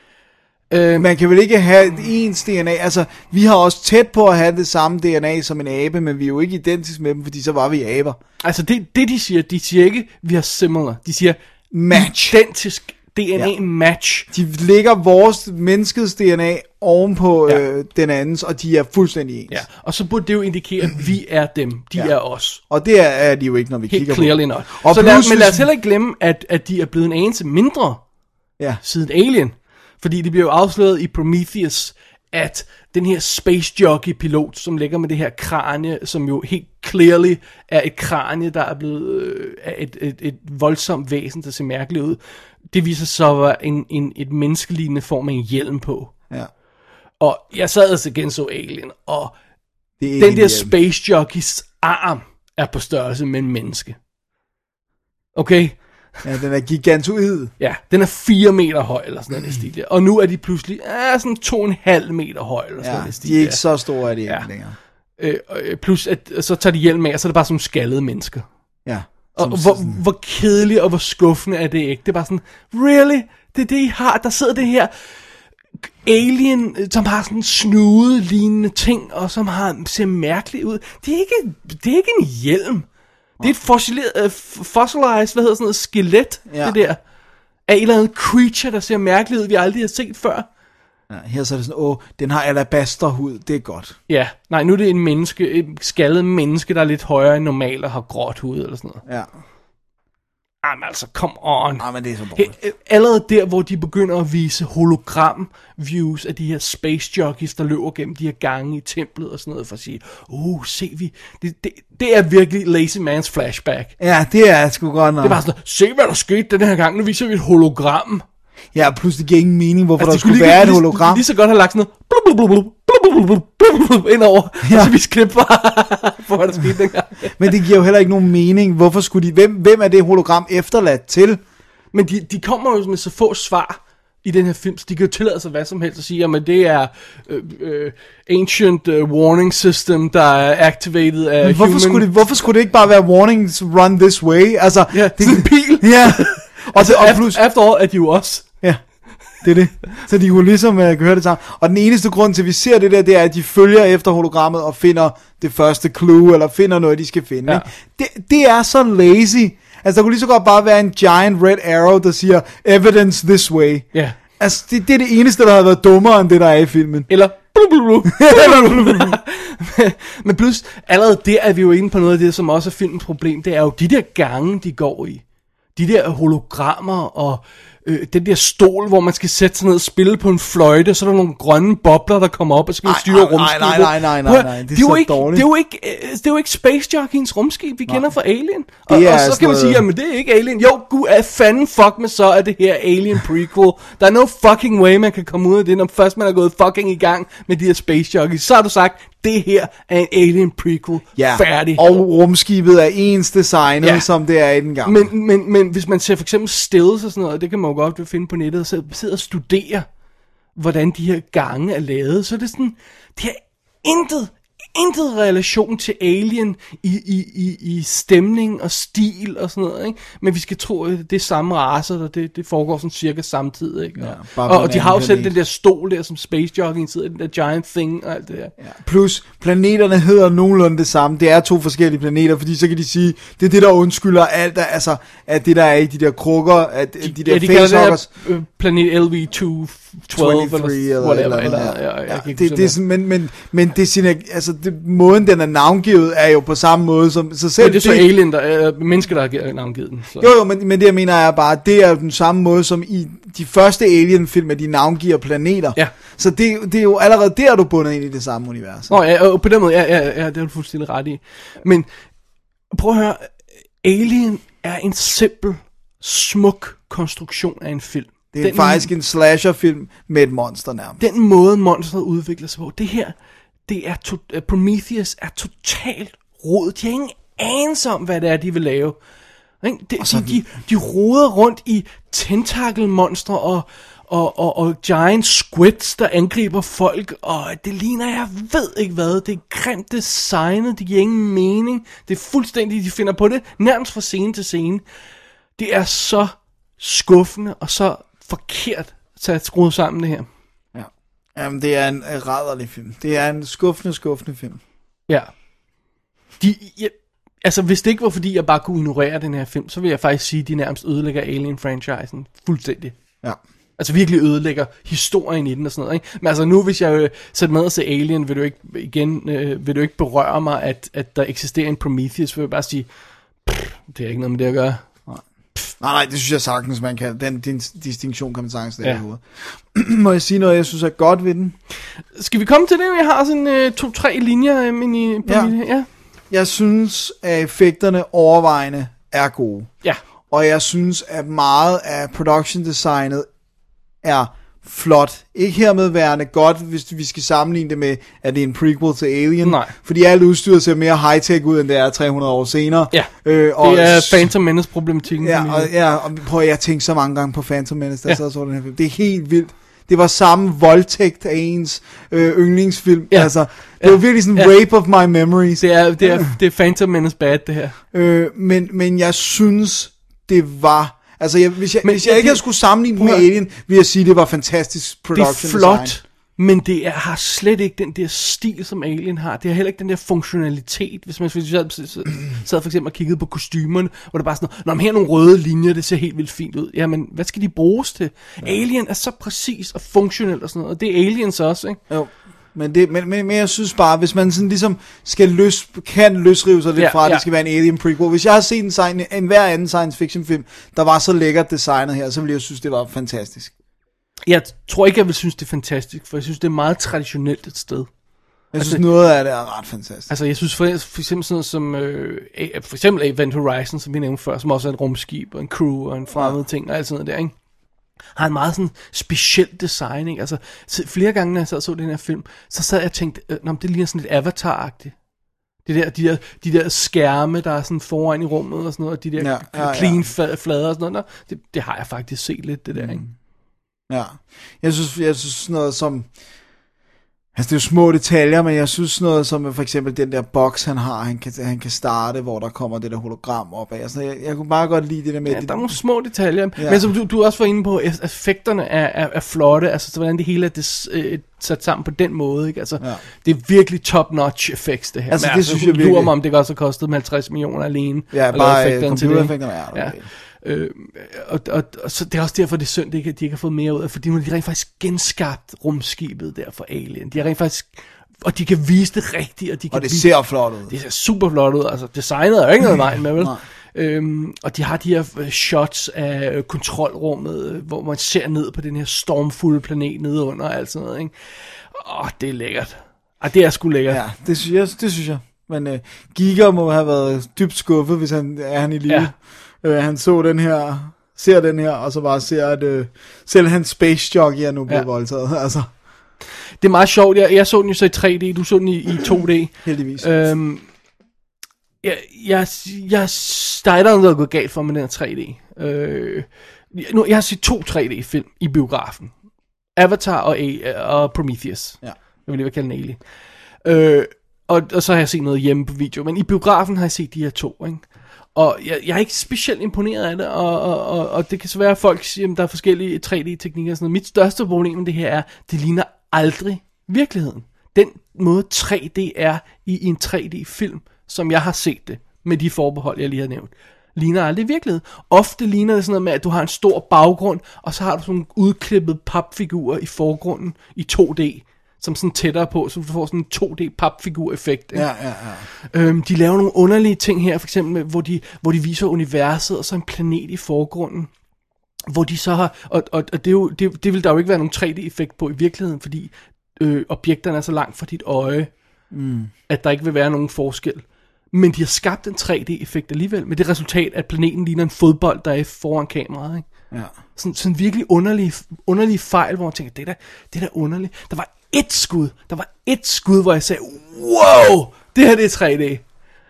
Øh, Man kan vel ikke have ens D N A. Altså, vi har også tæt på at have det samme D N A som en abe, men vi er jo ikke identiske med dem, fordi så var vi aber. Altså, det, det de siger, de siger ikke, vi har similar. De siger match. Identisk D N A-match. Ja. De lægger vores menneskets D N A ovenpå ja. øh, den andens, og de er fuldstændig ens. Ja. Og så burde det jo indikere, at vi er dem, de ja. er os. Og det er, er de jo ikke, når vi Helt kigger clearly på not. Og så lad, men lad os heller ikke glemme, at, at de er blevet en anelse mindre ja. siden Alien. Fordi det bliver jo afsløret i Prometheus, at den her space jockey pilot, som ligger med det her kranie, som jo helt clearly er et kranie, der er blevet øh, et, et, et voldsomt væsen, der ser mærkeligt ud. Det viser sig så at være en, en, et menneskelignende form med en hjelm på. Ja. Og jeg sad altså igen så Alien, og den der hjelm. space jockeys arm er på størrelse med en menneske. Okay? Ja, den er gigantoid. Ja, den er fire meter høj, eller sådan noget, stil. Og nu er de pludselig ah, sådan to og en halv meter høj, eller sådan ja, noget, stil. de er ikke så store, er de ja. ikke længere. Øh, plus, at så tager de hjelm af, og så er det bare sådan nogle skaldede mennesker. Ja. Og hvor, hvor kedeligt og hvor skuffende er det ikke? Det er bare sådan, really? Det er det, I har? Der sidder det her alien, som har sådan snude lignende ting, og som har, ser mærkeligt ud. Det er ikke, det er ikke en hjelm. Det er et fossileret, uh, fossilized, hvad hedder sådan noget, skelet, ja. det der, af en eller anden creature, der ser mærkeligt ud, vi aldrig har set før. Ja, her så er det sådan, åh, den har alabasterhud, det er godt. Ja, nej, nu er det en menneske, et skaldet menneske, der er lidt højere end normalt og har gråt hud, eller sådan noget. Ja. Jamen altså, come on. Nej, men det er så dårligt. He, allerede der, hvor de begynder at vise hologram-views af de her space jockeys, der løber gennem de her gange i templet og sådan noget, for at sige, uh, se vi, det, det, det er virkelig lazy man's flashback. Ja, det er sgu godt nok. Det er bare sådan, se hvad der skete den her gang, nu viser vi et hologram. Ja, plus det giver ingen mening, hvorfor altså, der skulle lige, være lige, et hologram. Lige så godt have lagt sådan noget, blub, blub, blub, blub, blub, blub, blub, blub, indover, ja. Og så vi klip for, for hvad der skete dengang. Men det giver jo heller ikke nogen mening. Hvorfor skulle de, hvem, hvem er det hologram efterladt til? Men de, de kommer jo med så få svar i den her film, så de kan jo tillade sig hvad som helst og sige, jamen det er øh, øh, ancient uh, warning system, der er activated af Men hvorfor human... Skulle det, hvorfor skulle det ikke bare være warnings run this way? Altså, ja, det sådan en pil. Ja. Og, altså, det, og plus... Efter all er de jo også. Ja, det er det. Så de kunne ligesom uh, høre det sammen. Og den eneste grund til, at vi ser det der, det er, at de følger efter hologrammet og finder det første clue, eller finder noget, de skal finde. Ja. Det, det er så lazy. Altså, der kunne lige så godt bare være en giant red arrow, der siger, evidence this way. Ja. Altså, det, det er det eneste, der har været dummere, end det, der er i filmen. Eller... Men plus, allerede der er vi jo inde på noget af det, som også er filmens problem. Det er jo de der gange, de går i. De der hologrammer og øh, den der stol, hvor man skal sætte sig ned og spille på en fløjte, så er der nogle grønne bobler, der kommer op og skal styre rumskibet. Nej, nej, nej, nej, nej, det er, det er så ikke, dårligt. Det er jo ikke, det er jo ikke Space Jockeyens rumskib, vi nej. kender fra Alien. Og, og så kan man sige, jamen det er ikke Alien. Jo, gud, er fanden fuck med så er det her Alien prequel. Der er no fucking way, man kan komme ud af det, når først man er gået fucking i gang med de her Space Jockeys. Så har du sagt, det her er en Alien prequel. Ja, færdig. og rumskibet er ens designet, ja. Som det er i den gamle. Men, men, men hvis man ser for eksempel stills og sådan noget, det kan man jo godt finde på nettet, så sidder og studere, hvordan de her gange er lavet, så er det sådan, det har intet, intet relation til Alien i, i, i, i stemning og stil og sådan noget, ikke? Men vi skal tro, at det er samme race, og det, det foregår sådan cirka samtidig, ikke? Ja, og, og de har jo selv den der stol der, som Space Jockey sidder, den der giant thing og alt det der. Ja. Plus, planeterne hedder nogenlunde det samme. Det er to forskellige planeter, fordi så kan de sige, det er det, der undskylder alt, altså, at det der er i de der krukker, at de, de der ja, de facehuggers. Øh, planet L V to tolv eller, eller whatever, eller, eller, ja. ja, ja, det, det er sådan, men, men, men det er sin, altså, det, måden den er navngivet er jo på samme måde som så selv. Men det er så det, alien, der er mennesker, der har navngivet den. Så. Jo, jo, men, men det jeg mener er bare, det er jo den samme måde som i de første Alien-film, at de navngiver planeter. Ja. Så det, det er jo allerede der, du er bundet ind i det samme univers. Nå ja, og på den måde, ja, ja, ja, det er du fuldstændig ret i. Men prøv at høre, Alien er en simpel, smuk konstruktion af en film. Det er den, faktisk en slasherfilm med et monster nærmest. Den måde monsteret udvikler sig på, det her, det er to- Prometheus er totalt rod. De har ingen anelse om, hvad det er, de vil lave. De, de, de, de roder rundt i tentakelmonstre og, og, og, og giant squids, der angriber folk, og det ligner, jeg ved ikke hvad, det er grimt designet, det giver ingen mening, det er fuldstændig, de finder på det, nærmest fra scene til scene. Det er så skuffende og så forkert sat skruet sammen det her. Ja. Jamen, det er en rædderlig film. Det er en skuffende, skuffende film. Ja. De, jeg, altså, hvis det ikke var fordi, jeg bare kunne ignorere den her film, så vil jeg faktisk sige, at de nærmest ødelægger Alien-franchisen fuldstændig. Ja. Altså virkelig ødelægger historien i den og sådan noget, ikke? Men altså nu, hvis jeg øh, sætter med og ser Alien, vil du ikke, igen, øh, vil du ikke berøre mig, at, at der eksisterer en Prometheus, vil jeg bare sige, det er ikke noget med det at gøre. Nej, nej, det synes jeg sagtens, man kan. Den, den distinktion kan man sagtens lave i hovedet. Må jeg sige noget, jeg synes er godt ved den? Skal vi komme til det? Jeg har sådan øh, to-tre linjer øh, min i, på ja. min, ja. Jeg synes, at effekterne overvejende er gode. Ja. Og jeg synes, at meget af production designet er flot. Ikke hermed værende godt, hvis vi skal sammenligne det med, at det er en prequel til Alien. Nej. Fordi alt udstyret ser mere high-tech ud, end det er tre hundrede år senere. Ja, øh, og det er Phantom Menace-problematikken. Ja, og, ja, og prøv at jeg tænkte så mange gange på Phantom Menace, der ja. sad så den her film. Det er helt vildt. Det var samme voldtægt af ens øh, yndlingsfilm. Ja. Altså, det ja. var virkelig sådan en ja. rape of my memories. Det er, det er, det er Phantom Menace bad, det her. Øh, men, men jeg synes, det var... Altså, jeg, hvis jeg, men, hvis jeg det, ikke havde skulle sammenligne med Alien, vil jeg sige, det var fantastisk production design. Det er flot, design. Men det er, har slet ikke den der stil, som Alien har. Det har heller ikke den der funktionalitet. Hvis man sad, sad for eksempel og kiggede på kostymerne, hvor det bare sådan, nå, men her er nogle røde linjer, det ser helt vildt fint ud. Jamen, hvad skal de bruges til? Ja. Alien er så præcis og funktionelt og sådan noget, og det er Aliens også, ikke? Jo. Men, det, men, men, men jeg synes bare, hvis man sådan ligesom skal løs, kan løsrive sig lidt Ja, fra, at ja. det skal være en Alien prequel. Hvis jeg har set en, science, en hver anden science fiction film, der var så lækkert designet her, så ville jeg synes, det var fantastisk. Jeg tror ikke, jeg vil synes, det er fantastisk, for jeg synes, det er meget traditionelt et sted. Jeg synes, Altså- noget af det er ret fantastisk. Altså, jeg synes for, for eksempel sådan noget som, øh, A- for eksempel Event Horizon, som vi nævnte før, som også er et rumskib og en crew og en fremmed ting og alt sådan noget der, ikke? Har en meget sådan speciel design, ikke? Altså, så flere gange, når jeg sad og så den her film, så sad jeg og tænkte, øh, nå, men det ligner sådan lidt Avatar-agtigt. Det der, de, der, de der skærme, der er sådan foran i rummet og sådan noget, og de der Ja, ja, ja, ja, clean ja. fa- flader og sådan noget, der, det, det har jeg faktisk set lidt, det der, ikke? Ja, jeg synes, jeg synes sådan noget som, altså det er jo små detaljer, men jeg synes noget som for eksempel den der boks, han har, han kan, han kan starte, hvor der kommer det der hologram op af. Altså, jeg, jeg kunne bare godt lide det der med, Ja, det, der er nogle små detaljer, Ja. men som du, du også var inde på, eff- effekterne er, er, er flotte, altså så hvordan det hele er des, øh, sat sammen på den måde, ikke? Altså, Ja. det er virkelig top-notch effects, det her. Altså, Men det synes jeg lurer virkelig. mig, om det også har kostet med halvtreds millioner alene. ja, at lave bare øh, effekterne til det, ikke? computereffekterne er der. Ja. Okay. Øh, og, og, og så det er også derfor, det er synd, det ikke, at de ikke har fået mere ud af, fordi nu har de rent faktisk genskabt rumskibet der for Alien. De har rent faktisk, og de kan vise det rigtigt, og de kan Og det vise, ser flot ud. det ser super flot ud, altså designet er jo ikke noget i vejen med, vel? Nej. Øhm, og de har de her øh, shots af øh, kontrolrummet, øh, hvor man ser ned på den her stormfulde planet nede under og alt sådan noget, ikke? Åh, det er lækkert. Ej, det er sgu lækkert. Ja, det synes jeg. Det synes jeg. Men øh, Giger må have været dybt skuffet, hvis han er han i live. Ja. Øh, han så den her, ser den her, og så bare ser, at øh, selv hans space jockey er nu blevet Ja. voldtaget. Altså, Det er meget sjovt. Jeg, jeg så den jo så i tre D, du så den i, i to D. heldigvis. øhm, jeg, jeg, jeg, der er der noget gået galt for med den her tre D. Øh, nu, jeg har set to tre D-film i biografen. Avatar og, A, og Prometheus. Ja. Jeg vil lige kalde den Alien. Øh, og, og så har jeg set noget hjemme på video. Men i biografen har jeg set de her to, ikke? Og jeg, jeg er ikke specielt imponeret af det, og, og, og, og det kan så være, at folk siger, at der er forskellige tre D-teknikker og sådan noget. Mit største problem med det her er, det ligner aldrig virkeligheden. Den måde tre D er i, i en tre D-film, som jeg har set det, med de forbehold, jeg lige har nævnt, ligner aldrig virkeligheden. Ofte ligner det sådan noget med, at du har en stor baggrund, og så har du sådan nogle udklippede papfigurer i forgrunden i to D, som sådan tættere på, så du får sådan en to D papfigur-effekt. Ikke? Ja, ja, ja. Øhm, de laver nogle underlige ting her, for eksempel, hvor de, hvor de viser universet, og så en planet i forgrunden, hvor de så har, og, og, og det, er jo, det, det vil der jo ikke være nogen tre D-effekt på i virkeligheden, fordi øh, objekterne er så langt fra dit øje, mm. at der ikke vil være nogen forskel. Men de har skabt en tre D-effekt alligevel, med det resultat, at planeten ligner en fodbold, der er foran kameraet, ikke? Ja. Sådan, sådan virkelig underlige, underlige fejl, hvor man tænker, det er da, det er da underligt. Der var ét skud, der var ét skud, hvor jeg sagde, wow, det her det er tre D.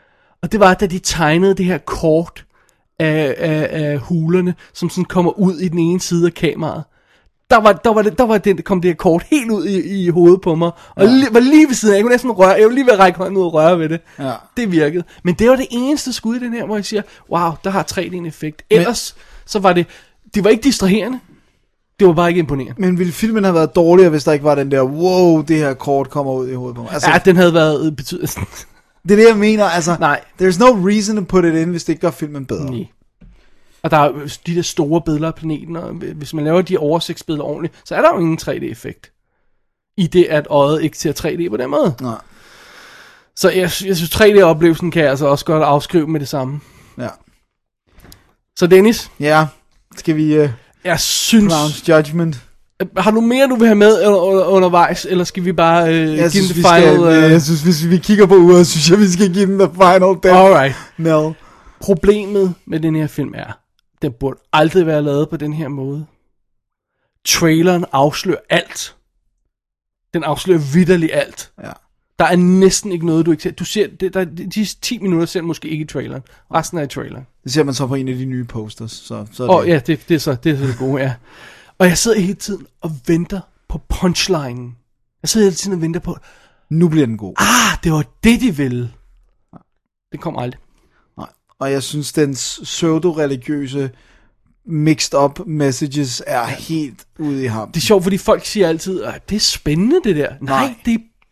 Og det var, da de tegnede det her kort af, af, af hulerne, som sådan kommer ud i den ene side af kameraet. Der var, der var, det, der var det, kom det her kort helt ud i, i hovedet på mig, og ja. li, var lige ved siden af, jeg kunne næsten røre, jeg var lige ved at række hånden ud og røre ved det. Ja. Det virkede. Men det var det eneste skud i den her, hvor jeg siger, wow, der har tre D en effekt. Ellers, Men... så var det, det var ikke distraherende, det var bare ikke imponerende. Men ville filmen have været dårligere, hvis der ikke var den der, wow, det her kort kommer ud i hovedet på mig? Altså, Ja, den havde været betydet. det er det, jeg mener. Altså, Nej. There's no reason to put it in, hvis det ikke gør filmen bedre. Nej. Og der er jo de der store billeder af planeten, og hvis man laver de oversigtsbilleder ordentligt, så er der jo ingen tre D-effekt. I det, at øjet ikke ser tre D på den måde. Nej. Så jeg, jeg synes, tre D-oplevelsen kan jeg altså også godt afskrive med det samme. Ja. Så Dennis, Ja, skal vi uh, jeg synes... Crown's Judgment? Har du mere, du vil have med under, undervejs, eller skal vi bare øh, give Jeg synes, den vi final... skal, øh... jeg synes, hvis vi kigger på uret, synes jeg, vi skal give den the final death. Alright. No. Problemet med den her film er, den burde aldrig være lavet på den her måde. Traileren afslører alt. Den afslører vitterligt alt. Ja. Der er næsten ikke noget, du ikke ser. Du ser, det, der, de ti minutter ser måske ikke i traileren. Resten er i traileren. Det ser man så på en af de nye posters. Så, så er Og det. ja, det, det, er så det, er så det gode, ja. Og jeg sidder hele tiden og venter på punchlinen. Jeg sidder hele tiden og venter på, Nu bliver den god. ah, det var det, de ville. Det kommer aldrig. Nej. Og jeg synes, dens pseudo-religiøse mixed up messages er helt ude i ham. Det er sjovt, fordi folk siger altid, at det er spændende det der. Nej, Nej. det er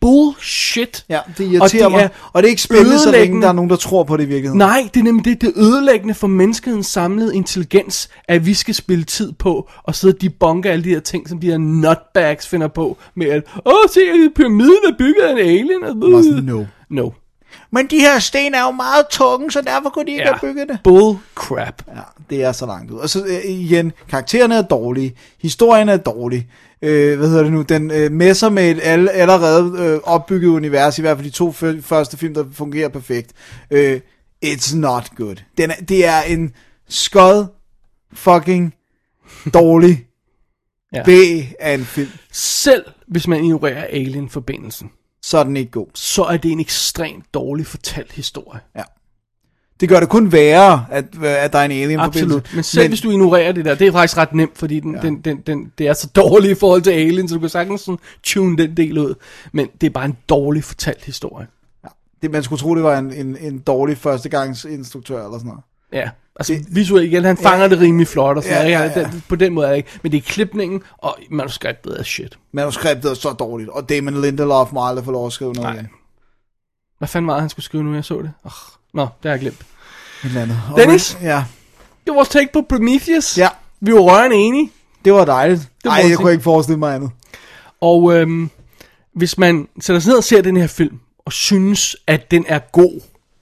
bullshit. Ja, det irriterer og det mig. Og det er ikke spændende, så længe der er nogen, der tror på det i virkeligheden. Nej, det er nemlig det, det er ødelæggende for menneskehedens samlede intelligens, at vi skal spille tid på og sidde og debunke alle de her ting, som de her nutbags finder på med at, åh, se, pyramiden er bygget af en alien. Og, uh. No. No. Men de her sten er jo meget tunge, så derfor kunne de ikke ja. have bygget det. Bull crap. Ja, det er så langt ud. Og så øh, igen, karaktererne er dårlige, historien er dårlig. Øh, hvad hedder det nu? Den øh, messer med et all, allerede øh, opbygget univers, i hvert fald de to f- første film, der fungerer perfekt. Øh, it's not good. Den er, det er en skod fucking dårlig ja. B af en film. Selv hvis man ignorerer Alien-forbindelsen, så er den ikke god. Så er det en ekstremt dårlig fortalt historie. Ja. Det gør det kun værre, at, at der er en alien-forbindelse. Absolut, men selv men, hvis du ignorerer det der, det er faktisk ret nemt, fordi den, ja. den, den, den, det er så dårligt i forhold til Alien, så du kan sagtens sådan tune den del ud. Men det er bare en dårlig fortalt historie. Ja. Det, man skulle tro, det var en, en, en dårlig førstegangsinstruktør eller sådan noget. Ja, altså det, visuelt igen, han fanger ja, det rimelig flot og sådan ja, noget. Ja, ja. På den måde er det ikke. Men det er klipningen, og manuskriptet er shit. Manuskriptet er så dårligt, og Damon Lindelof må aldrig få lov at skrive noget. Nej. Hvad fanden var det, han skulle skrive nu, jeg så det? Oh, nå, det har jeg glemt. Et andet. Dennis, ja. det var vores take på Prometheus. Ja. Vi var rørende enige. Det var dejligt. Nej, jeg kunne ikke forestille mig andet. Og øhm, hvis man sætter sig ned og ser den her film, og synes, at den er god,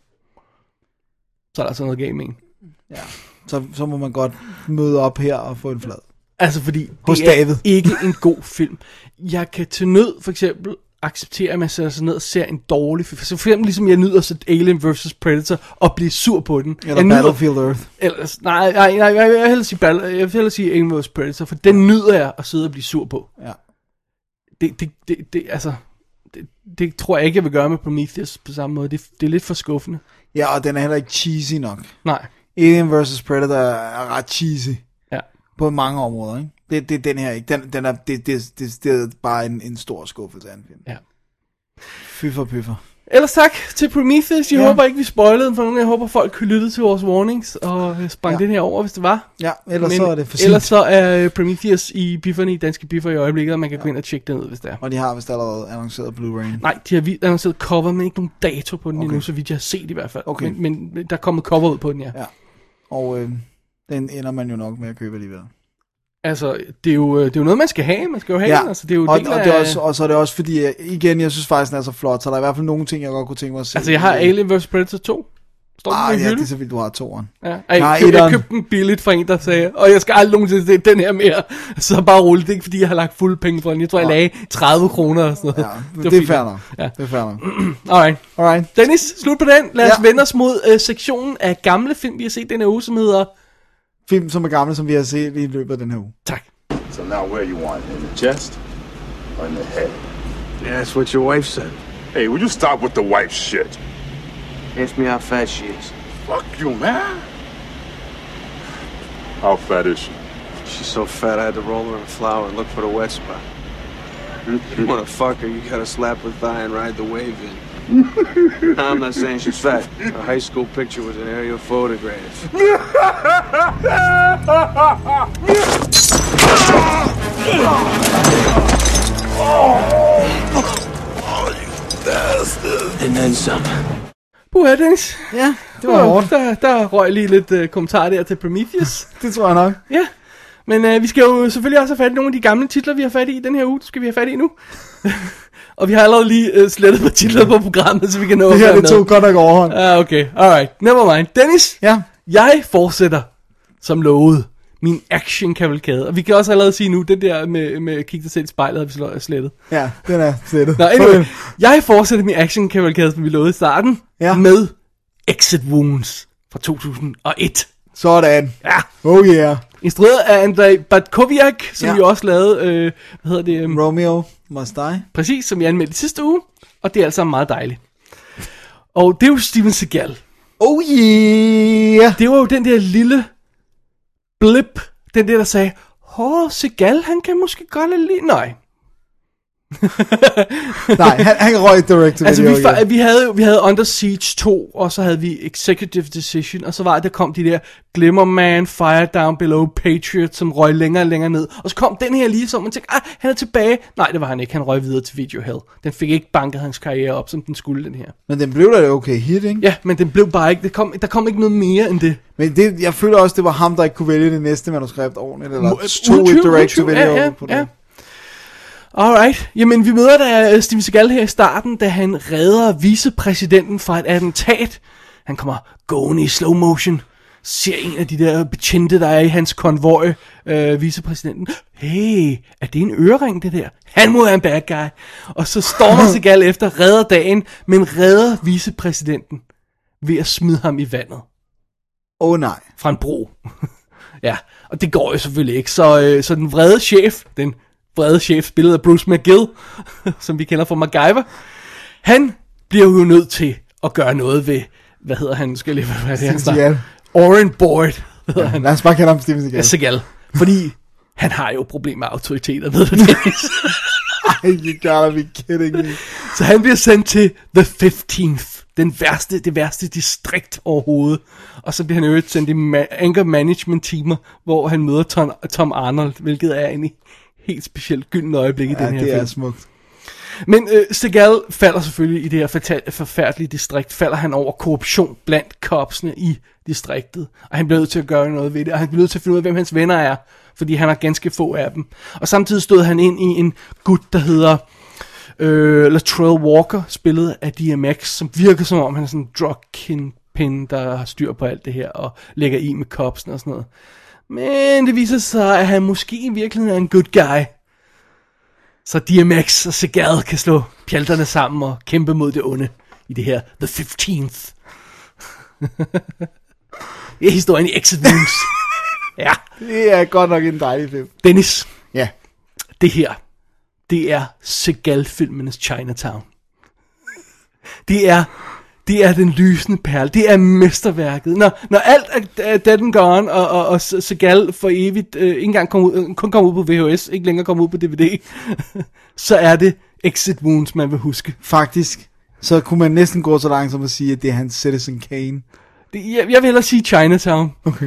så er der sådan noget gaming. Ja, så, så må man godt møde op her og få en flad. Altså fordi hos det David. Er ikke en god film. Jeg kan til nød for eksempel acceptere, at man sætter sig ned og ser en dårlig film. For eksempel ligesom jeg nyder at se Alien versus. Predator og blive sur på den. Eller jeg Battlefield nyder, Earth. Ellers, nej, nej, nej, jeg vil hellere sige, Battle, jeg vil hellere sige Alien versus. Predator, for den nyder jeg at sidde og blive sur på. Ja. Det, det, det, det altså, det, det tror jeg ikke, jeg vil gøre med Prometheus på samme måde. Det, det er lidt for skuffende. Ja, og den er heller ikke cheesy nok. Nej. Alien versus. Predator er ret cheesy. Ja. På mange områder, ikke? Det, det er den her ikke. Den, den er, det, det, det, det er bare en, en stor skuffelse af en film. Ja. Fyffer, pyffer. Ellers tak til Prometheus. Jeg ja. håber ikke, vi spoilede den for nogen. Jeg håber, folk lyttede til vores warnings og sprang ja. den her over, hvis det var. Ja, ellers Men, så er det for sent. Ellers så er Prometheus i bifferne, i danske biffer i øjeblikket, og man kan ja. gå ind og tjekke den ud, hvis det er. Og de har vist allerede annonceret Blu-ray. Nej, de har annonceret cover, men ikke nogen dato på den okay. endnu, så vidt jeg har set i hvert fald. Okay. Men, men der er kommet cover ud på den, ja. ja. Og øh, den ender man jo nok med at købe alligevel. Altså, det er, jo, det er jo noget, man skal have. Man skal jo have ja. den. Altså, det er jo og, del og, af... det er også, og så er det også fordi, igen, jeg synes faktisk, den er så flot, så der er i hvert fald nogle ting, jeg godt kunne tænke mig at se. Altså, jeg har Alien versus. Predator to. Står ah, ja, det er så vildt, du har toeren. Ja. Ej, jeg, køb, jeg købte den billigt fra en, der sagde, og jeg skal aldrig nogensinde se den her mere. Så bare roligt, det er ikke fordi, jeg har lagt fuld penge for den. Jeg tror, jeg lagde tredive kroner og sådan noget. Ja, det, det er fair nok. Ja. Det er fair nok. Alright. Alright. Dennis, slut på den. Lad os ja. vende os mod uh, sektionen af gamle film, vi har set den her uge, som hedder... Film, som er gamle, som vi har set i løbet af den her uge. Tak. So now where you want? In the chest or in the head? Yeah, that's what your wife said. Hey, will you stop with the wife shit? Ask me how fat she is. Fuck you, man. How fat is she? She's so fat I had to roll her in flour and look for the wet spot. You wanna fuck her, you gotta slap her thigh and ride the wave in. No, I'm not saying she's fat. Her high school picture was an aerial photograph. Oh, you bastard. And then some. Puha, Dennis. Ja, det var hårdt. Der, der røg lige lidt uh, kommentarer der til Prometheus. Det tror jeg nok. Ja, men uh, vi skal jo selvfølgelig også have fat i nogle af de gamle titler, vi har fat i den her uge. Det skal vi have fat i nu. Og vi har allerede lige uh, slettet på titler på programmet, så vi kan nå det her, det tog godt nok overhånd. Ja, uh, okay. Alright. Never mind. Dennis. Ja. Jeg fortsætter, som lovet, min action-kavalkade. Og vi kan også allerede sige nu, det der med, med at kigge dig selv i spejlet, har vi slettet. Ja, den er slettet. Nå, anyway. Jeg fortsætter min action-kavalkade, som vi lovede i starten, ja. med Exit Wounds fra to tusind og et. Sådan. Ja. Oh yeah. Instrueret af Andrzej Bartkowiak, som ja. jo også lavede, øh, hvad hedder det? Um, Romeo Must Die. Præcis, som jeg anmeldte i sidste uge. Og det er altså meget dejligt. Og det er jo Steven Seagal. Oh yeah. Det var jo den der lille blip, den der, der sagde, åh, Seagal, han kan måske godt lide. Nej. Nej, han, han røg direct to Altså video. vi, fa- vi, havde, vi havde Under Siege to, og så havde vi Executive Decision, og så var det, der kom de der Glimmerman, Fire Down Below, Patriot, som røg længere og længere ned. Og så kom den her lige, som man tænkte, ah, han er tilbage. Nej, det var han ikke, han røg videre til Video Hell. Den fik ikke banket hans karriere op, som den skulle, den her. Men den blev da okay hit, ikke? Ja, men den blev bare ikke, det kom, der kom ikke noget mere end det. Men det, jeg føler også, det var ham, der ikke kunne vælge det næste manuskript ordentligt, eller Mo- to uden tvivl, direct to uden tvivl. video Ja, ja, på det. ja. Alright, jamen vi møder da Steven Seagal her i starten, da han redder vicepræsidenten fra et attentat. Han kommer gående i slow motion, ser en af de der betjente, der er i hans konvoj, øh, vicepræsidenten. Hey, er det en ørering det der? Han må være en bad guy. Og så stormer Seagal efter, redder dagen, men redder vicepræsidenten ved at smide ham i vandet. Åh oh, nej. Fra en bro. Ja, og det går jo selvfølgelig ikke. Så, øh, så den vrede chef, den vrede chef, spillet af Bruce McGill, som vi kender fra MacGyver, han bliver jo nødt til at gøre noget ved, hvad hedder han, skal jeg lige, hvad det er, Seagal. Oren Boyd, hedder Ja, han. lad os bare kalde ham Steven Seagal. Ja, Seagal. Fordi han har jo problemer med autoriteter, ved du det? Ej, you gotta be kidding me. Så han bliver sendt til The fifteenth, den værste, det værste distrikt overhovedet. Og så bliver han øvrigt sendt i ma- anger management timer, hvor han møder Tom, Tom Arnold, hvilket er en helt specielt gylden øjeblik i Ja, den her det film. er smukt. Men øh, Seagal falder selvfølgelig i det her fatal- forfærdelige distrikt, falder han over korruption blandt korpsene i distriktet. Og han bliver nødt til at gøre noget ved det, og han bliver nødt til at finde ud af, hvem hans venner er, fordi han har ganske få af dem. Og samtidig stod han ind i en gut, der hedder øh, Latrell Walker, spillet af D M X, som virker som om han er sådan en drug kingpin, der har styr på alt det her, og lægger i med korpsene og sådan noget. Men det viser sig, at han måske i virkeligheden er en good guy. Så D M X og Seagal kan slå pjalterne sammen og kæmpe mod det onde i det her The fifteenth. Det er historien i Exit Wounds. Ja. Det er godt nok en dejlig film. Dennis, Ja. det her, det er Seagal-filmenes Chinatown. Det er, det er den lysende perle. Det er mesterværket. Når, når alt er, er dead and gone, og, og, og Seagal for evigt øh, ikke engang kommer ud, kun kommer ud på V H S, ikke længere kommer ud på D V D, så er det Exit Wounds, man vil huske. Faktisk, så kunne man næsten gå så langt som at sige, at det er hans Citizen Kane. Det, jeg, jeg vil hellere sige Chinatown. Okay.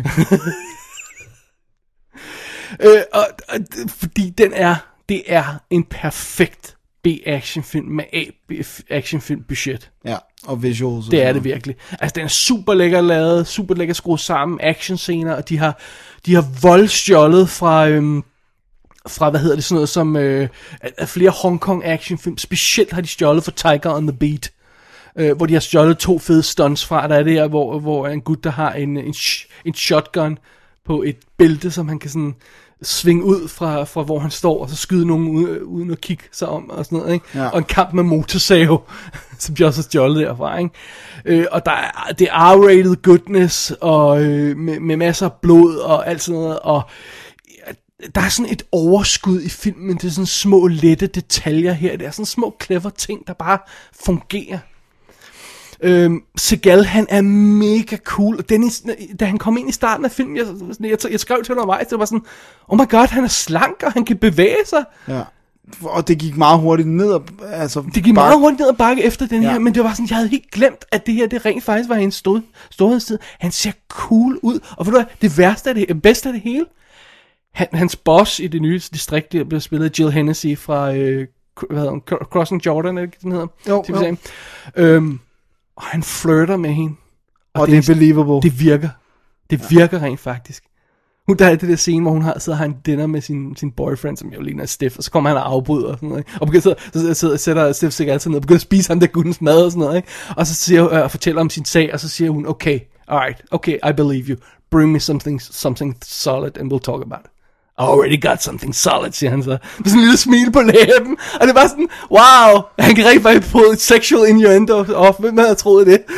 øh, og, og, fordi den er, det er en perfekt B-actionfilm med A-actionfilm budget. Ja, og visuals. Og Det er sådan det noget. virkelig. Altså, den er super lækker lavet, super lækker skruet sammen, actionscener, og de har, de har voldstjålet fra, øhm, fra, hvad hedder det, sådan noget som, øh, af flere Hong Kong actionfilm. Specielt har de stjålet fra Tiger on the Beat, øh, hvor de har stjålet to fede stunts fra. Der er det her, hvor, hvor en gut, der har en, en, en shotgun på et bælte, som han kan sådan svinge ud fra, fra hvor han står, og så skyde nogen uden, uden at kigge sig om, og sådan noget, ikke? Ja. Og en kamp med motorsave, som de også har stjålet derfra, ikke? Øh, og der er, det er R-rated goodness, og øh, med, med masser af blod, og alt sådan noget, og der er sådan et overskud i filmen, det er sådan små, lette detaljer her, det er sådan små, clever ting, der bare fungerer. Øhm, Seagal, han er mega cool, og Dennis, da han kom ind i starten af filmen, jeg, jeg, jeg skrev til undervejs, det var sådan, oh my god, han er slank, og han kan bevæge sig. Ja. Og det gik meget hurtigt ned. Og, altså, Det gik bare- meget hurtigt ned ad bakke efter den Ja. her, men det var sådan, jeg havde helt glemt, at det her, det rent faktisk var hendes stor, storhedstid. Han ser cool ud, og ved du hvad, det værste af det, bedste af det hele, han, hans boss i det nye distrikt, der bliver spillet af Jill Hennessy fra, øh, hvad hedder hun, Crossing Jordan, er det ikke, den hedder? Jo, T V serien. Øhm, og han flirter med hende. Og det er believable. Det virker. Det virker rent faktisk. Hun, der er det der scene, hvor hun har, sidder og har en dinner med sin, sin boyfriend, som jo ligner Steff, og så kommer han og afbryder og sådan noget, ikke? Og begynder, så, så, så sætter Steff sig altid ned og begynder at spise ham der guttens mad og sådan noget, ikke? Og så siger, øh, og fortæller om sin sag, og så siger hun, okay, alright, okay, I believe you. Bring me something, something solid, and we'll talk about it. I already got something solid, siger han så. Med sådan en lille smil på læben. Og det var sådan, wow, han kan rigtig faktisk få et sexual innuendo off. Hvem havde troet det?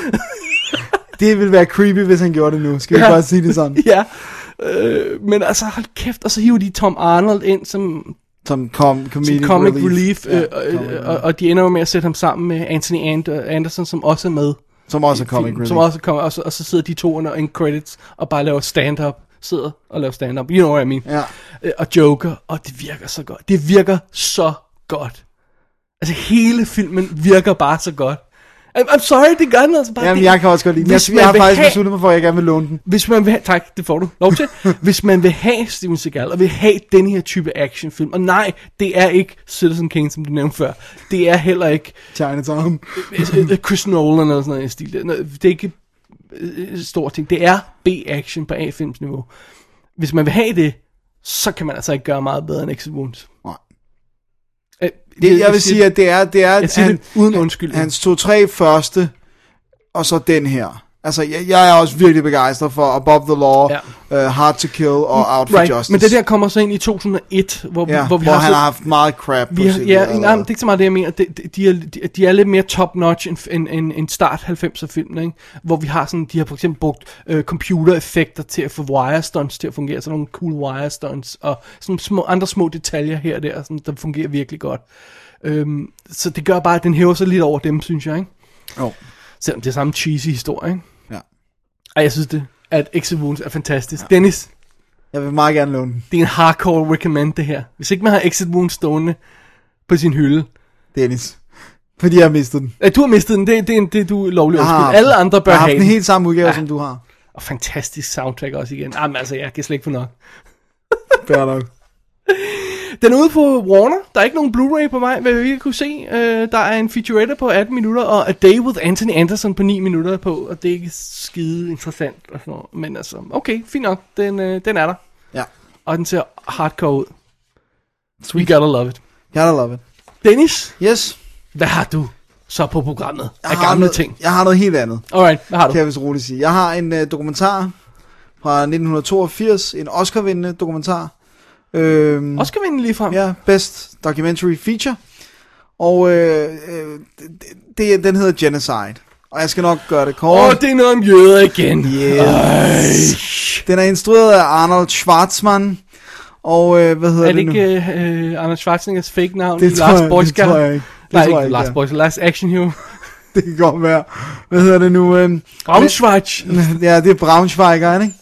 Det ville være creepy, hvis han gjorde det nu. Skal vi Ja. bare sige det sådan? Ja. Øh, men altså, hold kæft. Og så hiver de Tom Arnold ind som, Som com- comedic som comic relief. relief. relief Ja, øh, comic øh, og, og de ender jo med at sætte ham sammen med Anthony And- Anderson, som også er med. Som også er i comic filmen, relief. Som også kommer, og, så, og så sidder de to under en credits og bare laver stand-up. Sidder og laver stand-up. You know what I mean. Ja. Øh, og joker, og det virker så godt. Det virker så godt. Altså hele filmen virker bare så godt. I'm, I'm sorry, det gør den altså bare. Jamen, det, jeg kan også godt lide den. Jeg, jeg har faktisk have, besluttet mig for, at jeg gerne vil låne den. Hvis man vil have, tak, det får du lov til. Hvis man vil have Steven Seagal, og vil have den her type actionfilm, og nej, det er ikke Citizen Kane, som du nævnte før. Det er heller ikke Chinatown. Chris Nolan eller sådan noget i stil. Det er ikke stor ting. Det er B-action på A-filmsniveau. Hvis man vil have det, så kan man altså ikke gøre meget bedre end Exit Wounds. Nej. Øh, Det, jeg, jeg vil sige, at det er, det er jeg siger han, det uden undskyld. Hans to-tre første, og så den her. Altså, jeg, jeg er også virkelig begejstret for Above the Law, ja. uh, Hard to Kill og Out for right. Justice. Men det der kommer så ind i to tusind og et, hvor, ja, hvor vi hvor har han så, har haft meget crap på vi, sit. Ja, nej, det er ikke så meget det, jeg mener. De, de, er, de, de er lidt mere top-notch end, end, end, end start halvfemser filmen, ikke? Hvor vi har sådan, de har for eksempel brugt øh, computereffekter til at få wire stunts til at fungere, sådan nogle cool wire stunts, og sådan små, andre små detaljer her og der, sådan, der fungerer virkelig godt. Øhm, så det gør bare, at den hæver sig lidt over dem, synes jeg, ikke? Jo. Selvom det er samme cheesy historie, ikke? Ja. Ej, jeg synes det, at Exit Wounds er fantastisk. Ja. Dennis, jeg vil meget gerne låne den. det er en hardcore recommend, det her. Hvis ikke man har Exit Wounds stående på sin hylde. Dennis. Fordi jeg har mistet den. Ja, du har mistet den, det, det, det, det du er lovlig undskyld. Alle andre bør have den. have Jeg har den helt samme udgave, ja. Som du har. Og fantastisk soundtrack også igen. Jamen altså, jeg kan slet ikke få nok. Fair nok. Den er ude på Warner. Der er ikke nogen Blu-ray på vej, hvad vi ikke kunne se. Uh, der er en featurette på atten minutter, og A Day with Anthony Anderson på ni minutter på, og det er ikke skide interessant. Og sådan noget. Men altså, okay, fint nok. Den, uh, den er der. Ja. Og den ser hardcore ud. Sweet. You gotta love it. Gotta love it. Dennis? Yes? Hvad har du så på programmet jeg af gamle noget, ting? Jeg har noget helt andet. Alright, hvad har du? Kan jeg vist roligt sige. Jeg har en uh, dokumentar fra nitten toogfirs, en Oscar-vindende dokumentar. Øhm, Oscar-vindende lige frem? Ja, Best Documentary Feature. Og øh, øh, det, den hedder Genocide. Og jeg skal nok gøre det kort. Åh, oh, det er noget om jøder igen. Yes. Den er instrueret af Arnold Schwartzman. Og øh, hvad hedder det det nu? Er det ikke uh, Arnold Schwarzeneggers fake navn? Det tror jeg, Boy det tror jeg ikke. Det Nej, tror jeg ikke Last Boy, Last Action Hero. Det kan godt være. Hvad hedder det nu? Øh, Braunschweig. Ja, det er Braunschweiger, ikke?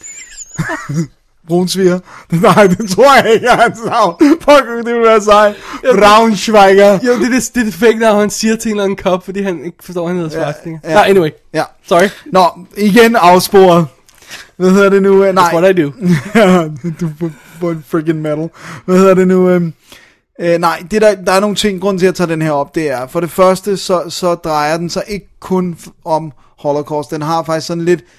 Brunsviger. Nej, det tror jeg ikke er hans navn. Fuck, det vil være sej. Braunschweiger. Jo, det er det, det, er det fake navn, han siger til en eller anden kop, fordi han ikke forstår, at han hedder Schwarzenegger. Ja, ja. Nej, anyway. Ja. Sorry. Nå, igen afsporet. Hvad hedder det nu? Nej. That's what I do. Du får en freaking metal. Hvad hedder det nu? Øhm, øh, nej, det der, der er nogle ting, grund til at tage den her op, det er, for det første, så, så drejer den sig ikke kun om Holocaust. Den har faktisk sådan lidt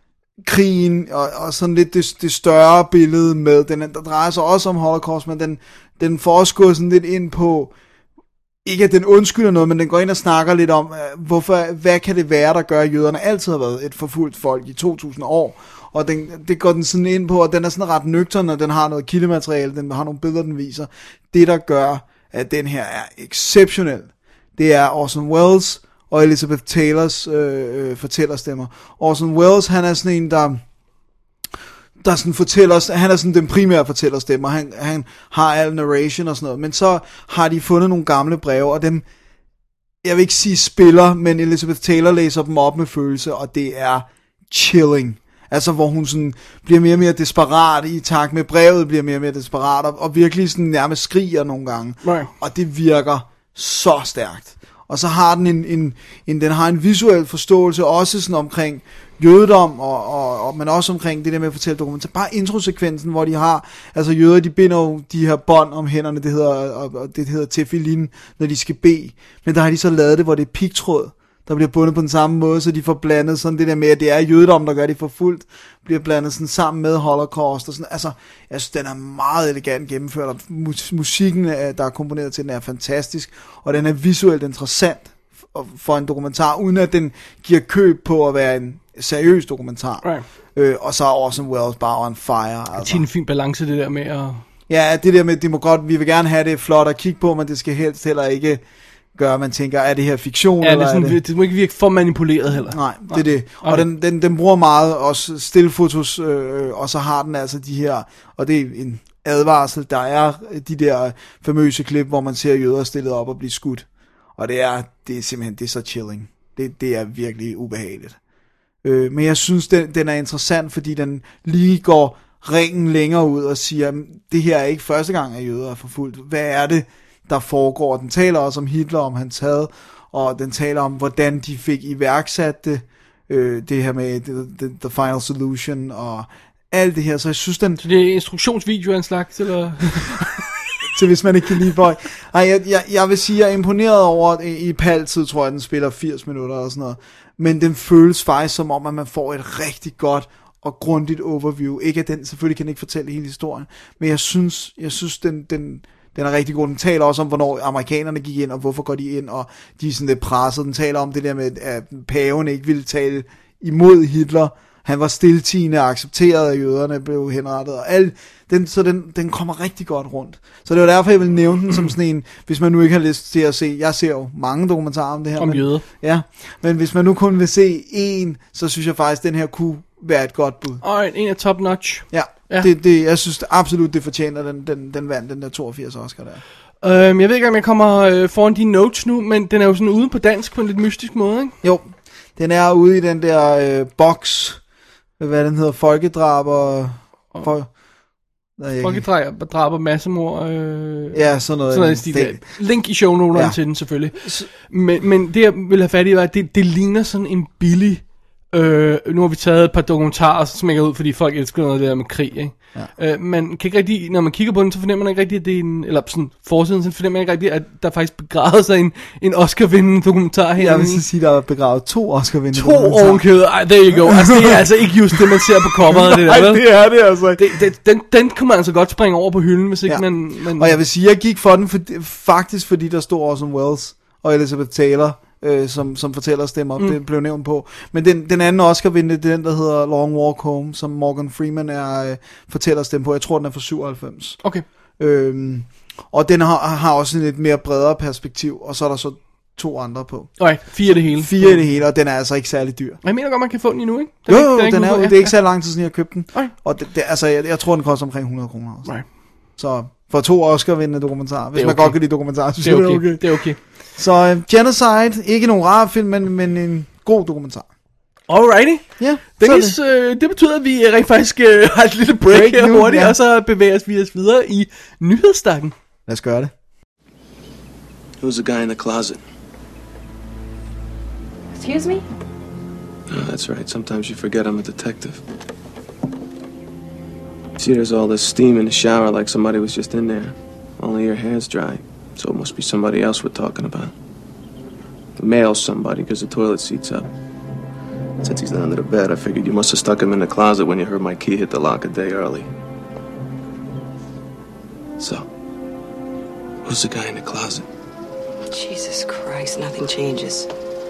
krigen, og, og sådan lidt det, det større billede med. Den der drejer sig også om Holocaust, men den, den får også gået sådan lidt ind på, ikke at den undskylder noget, men den går ind og snakker lidt om, hvorfor, hvad kan det være, der gør, at jøderne altid har været et forfulgt folk i to tusind år. Og den, det går den sådan ind på, og den er sådan ret nøgtern, og den har noget kildemateriale, den har nogle billeder, den viser. Det, der gør, at den her er exceptionel, det er Orson Welles og Elizabeth Taylors øh, fortællerstemmer. Orson Welles, han er sådan en, der... der sådan fortæller, han er sådan den primære fortællerstemme, og han, han har al narration og sådan noget, men så har de fundet nogle gamle breve, og dem, jeg vil ikke sige spiller, men Elizabeth Taylor læser dem op med følelse, og det er chilling. Altså, hvor hun sådan bliver mere og mere desperat i takt med brevet, bliver mere og mere desperat, og, og virkelig sådan nærmest skriger nogle gange. Nej. Og det virker så stærkt. Og så har den en, en, en, den har en visuel forståelse, også sådan omkring jødedom, og, og, og, men også omkring det der med at fortælle dokumenter. Bare introsekvensen, hvor de har, altså jøder, de binder jo de her bånd om hænderne, det hedder, og, og det hedder tefillin, når de skal bede. Men der har de så lavet det, hvor det er pigtråd, der bliver bundet på den samme måde, så de får blandet sådan det der med, at det er jødedom, der gør det for fuldt, bliver blandet sådan sammen med Holocaust og sådan. Altså, jeg synes, den er meget elegant gennemført, og musikken, der er komponeret til den, er fantastisk, og den er visuelt interessant for en dokumentar, uden at den giver køb på at være en seriøs dokumentar. Right. Øh, og så er Orson Welles bare on fire. Altså. Det er en fin balance, det der med at... Ja, det der med, det må godt, vi vil gerne have det flot at kigge på, men det skal helst heller ikke gøre, at man tænker, er det her fiktion, ja, eller det, er sådan, er det... det må ikke virke for manipuleret heller. Nej, det er det. Og okay. den, den, den bruger meget også stillfotos, øh, og så har den altså de her, og det er en advarsel, der er de der famøse klip, hvor man ser jøder stillet op og blive skudt. Og det er, det er simpelthen, det er så chilling. Det, det er virkelig ubehageligt. Øh, men jeg synes, den, den er interessant, fordi den lige går ringen længere ud og siger, det her er ikke første gang, at jøder er forfulgt. Hvad er det, der foregår. Den taler også om Hitler, om hans had, og den taler om, hvordan de fik iværksat det, øh, det her med the, the, the Final Solution, og alt det her, så jeg synes den... Så det er instruktionsvideo af en slags, eller... Så hvis man ikke kan lide Boy. Ej, jeg, jeg, jeg vil sige, jeg er imponeret over, i, i paltid tror jeg, den spiller firs minutter og sådan noget, men den føles faktisk som om, at man får et rigtig godt og grundigt overview. Ikke at den, selvfølgelig kan den ikke fortælle hele historien, men jeg synes, jeg synes den, den, den er rigtig god. Den taler også om, hvornår amerikanerne gik ind, og hvorfor går de ind, og de er sådan lidt presset. Den taler om det der med, at paven ikke ville tale imod Hitler. Han var stiltiende og accepteret, at jøderne blev henrettet, og alt, den, så den, den kommer rigtig godt rundt. Så det var derfor, jeg vil nævne den som sådan en, hvis man nu ikke har lyst til at se, jeg ser jo mange dokumentarer om det her. Om jøder. Ja, men hvis man nu kun vil se en, så synes jeg faktisk, at den her kunne være et godt bud. Og en af top notch. Ja, ja. Det, det, jeg synes absolut, det fortjener den, den, den vand, den der toogfirs Oscar der. Øhm, jeg ved ikke, om jeg kommer øh, foran de notes nu, men den er jo sådan ude på dansk på en lidt mystisk måde, ikke? Jo, den er ude i den der øh, boks, hvad den hedder, folkedrab og... For, Folkedrab og massemord. Øh, ja, sådan noget. Sådan noget link i shownoterne ja. til den selvfølgelig. Men, men det jeg vil have fat i, var, at det, det ligner sådan en billig... Øh, nu har vi taget et par dokumentarer, så smækker ud, fordi folk elsker noget der med krig, ikke? Ja. Øh, man kan ikke rigtig, når man kigger på den, så fornemmer man ikke rigtig, at det er en, eller sådan forsiden, så fornemmer man ikke rigtig, at der faktisk begravet sig en, en Oscar-vindende dokumentar her. Jeg vil så sige, der er begravet to Oscar-vindende to dokumentarer. To ovenkød, ej, there you go. Altså, det er altså ikke just det, man ser på coveret, det der, vel? det er det altså. Det, det, den, den kunne man altså godt springe over på hylden, hvis ikke ja. man, man... Og jeg vil sige, jeg gik for den, for, faktisk fordi der stod Orson Welles og Elizabeth Taylor, Øh, som, som fortæller stemmer, mm. det blev nævnt på. Men den, den anden Oscar-vindende, det er den, der hedder Long Walk Home, som Morgan Freeman er øh, fortæller stemme på. Jeg tror, den er fra syvoghalvfems. Okay. Øhm, og den har, har også en lidt mere bredere perspektiv, og så er der så to andre på. Okay, fire det hele. Fire mm. det hele, og den er altså ikke særlig dyr. Jeg mener godt, man kan få den endnu, ikke? Den jo, er, jo, den, den er, er, det er ikke så lang tid siden, jeg købte den. Okay. Og det, det, altså, jeg, jeg tror, den koster omkring hundrede kroner. Også. Right. Så for to Oscar-vindende dokumentarer, hvis okay. man godt kan lide dokumentarer, så det er okay. okay. Det er okay. Så uh, Genocide, ikke nogen rar film, men, men en god dokumentar. Alrighty. Ja, Dennis, det. Øh, det betyder, at vi rent faktisk øh, har et lille break, break her nu, hurtigt, ja. Og så bevæger vi os videre i nyhedsstakken. Lad os gøre det. Who's the guy in the closet? Excuse me? Oh, that's right. Sometimes you forget I'm a detective. See, there's all this steam in the shower like somebody was just in there. Only your hair's dry. So it must be somebody else we're talking about. The male somebody, because the toilet seat's up. Since he's not under the bed, I figured you must have stuck him in the closet when you heard my key hit the lock a day early. So, who's the guy in the closet? Jesus Christ, nothing changes.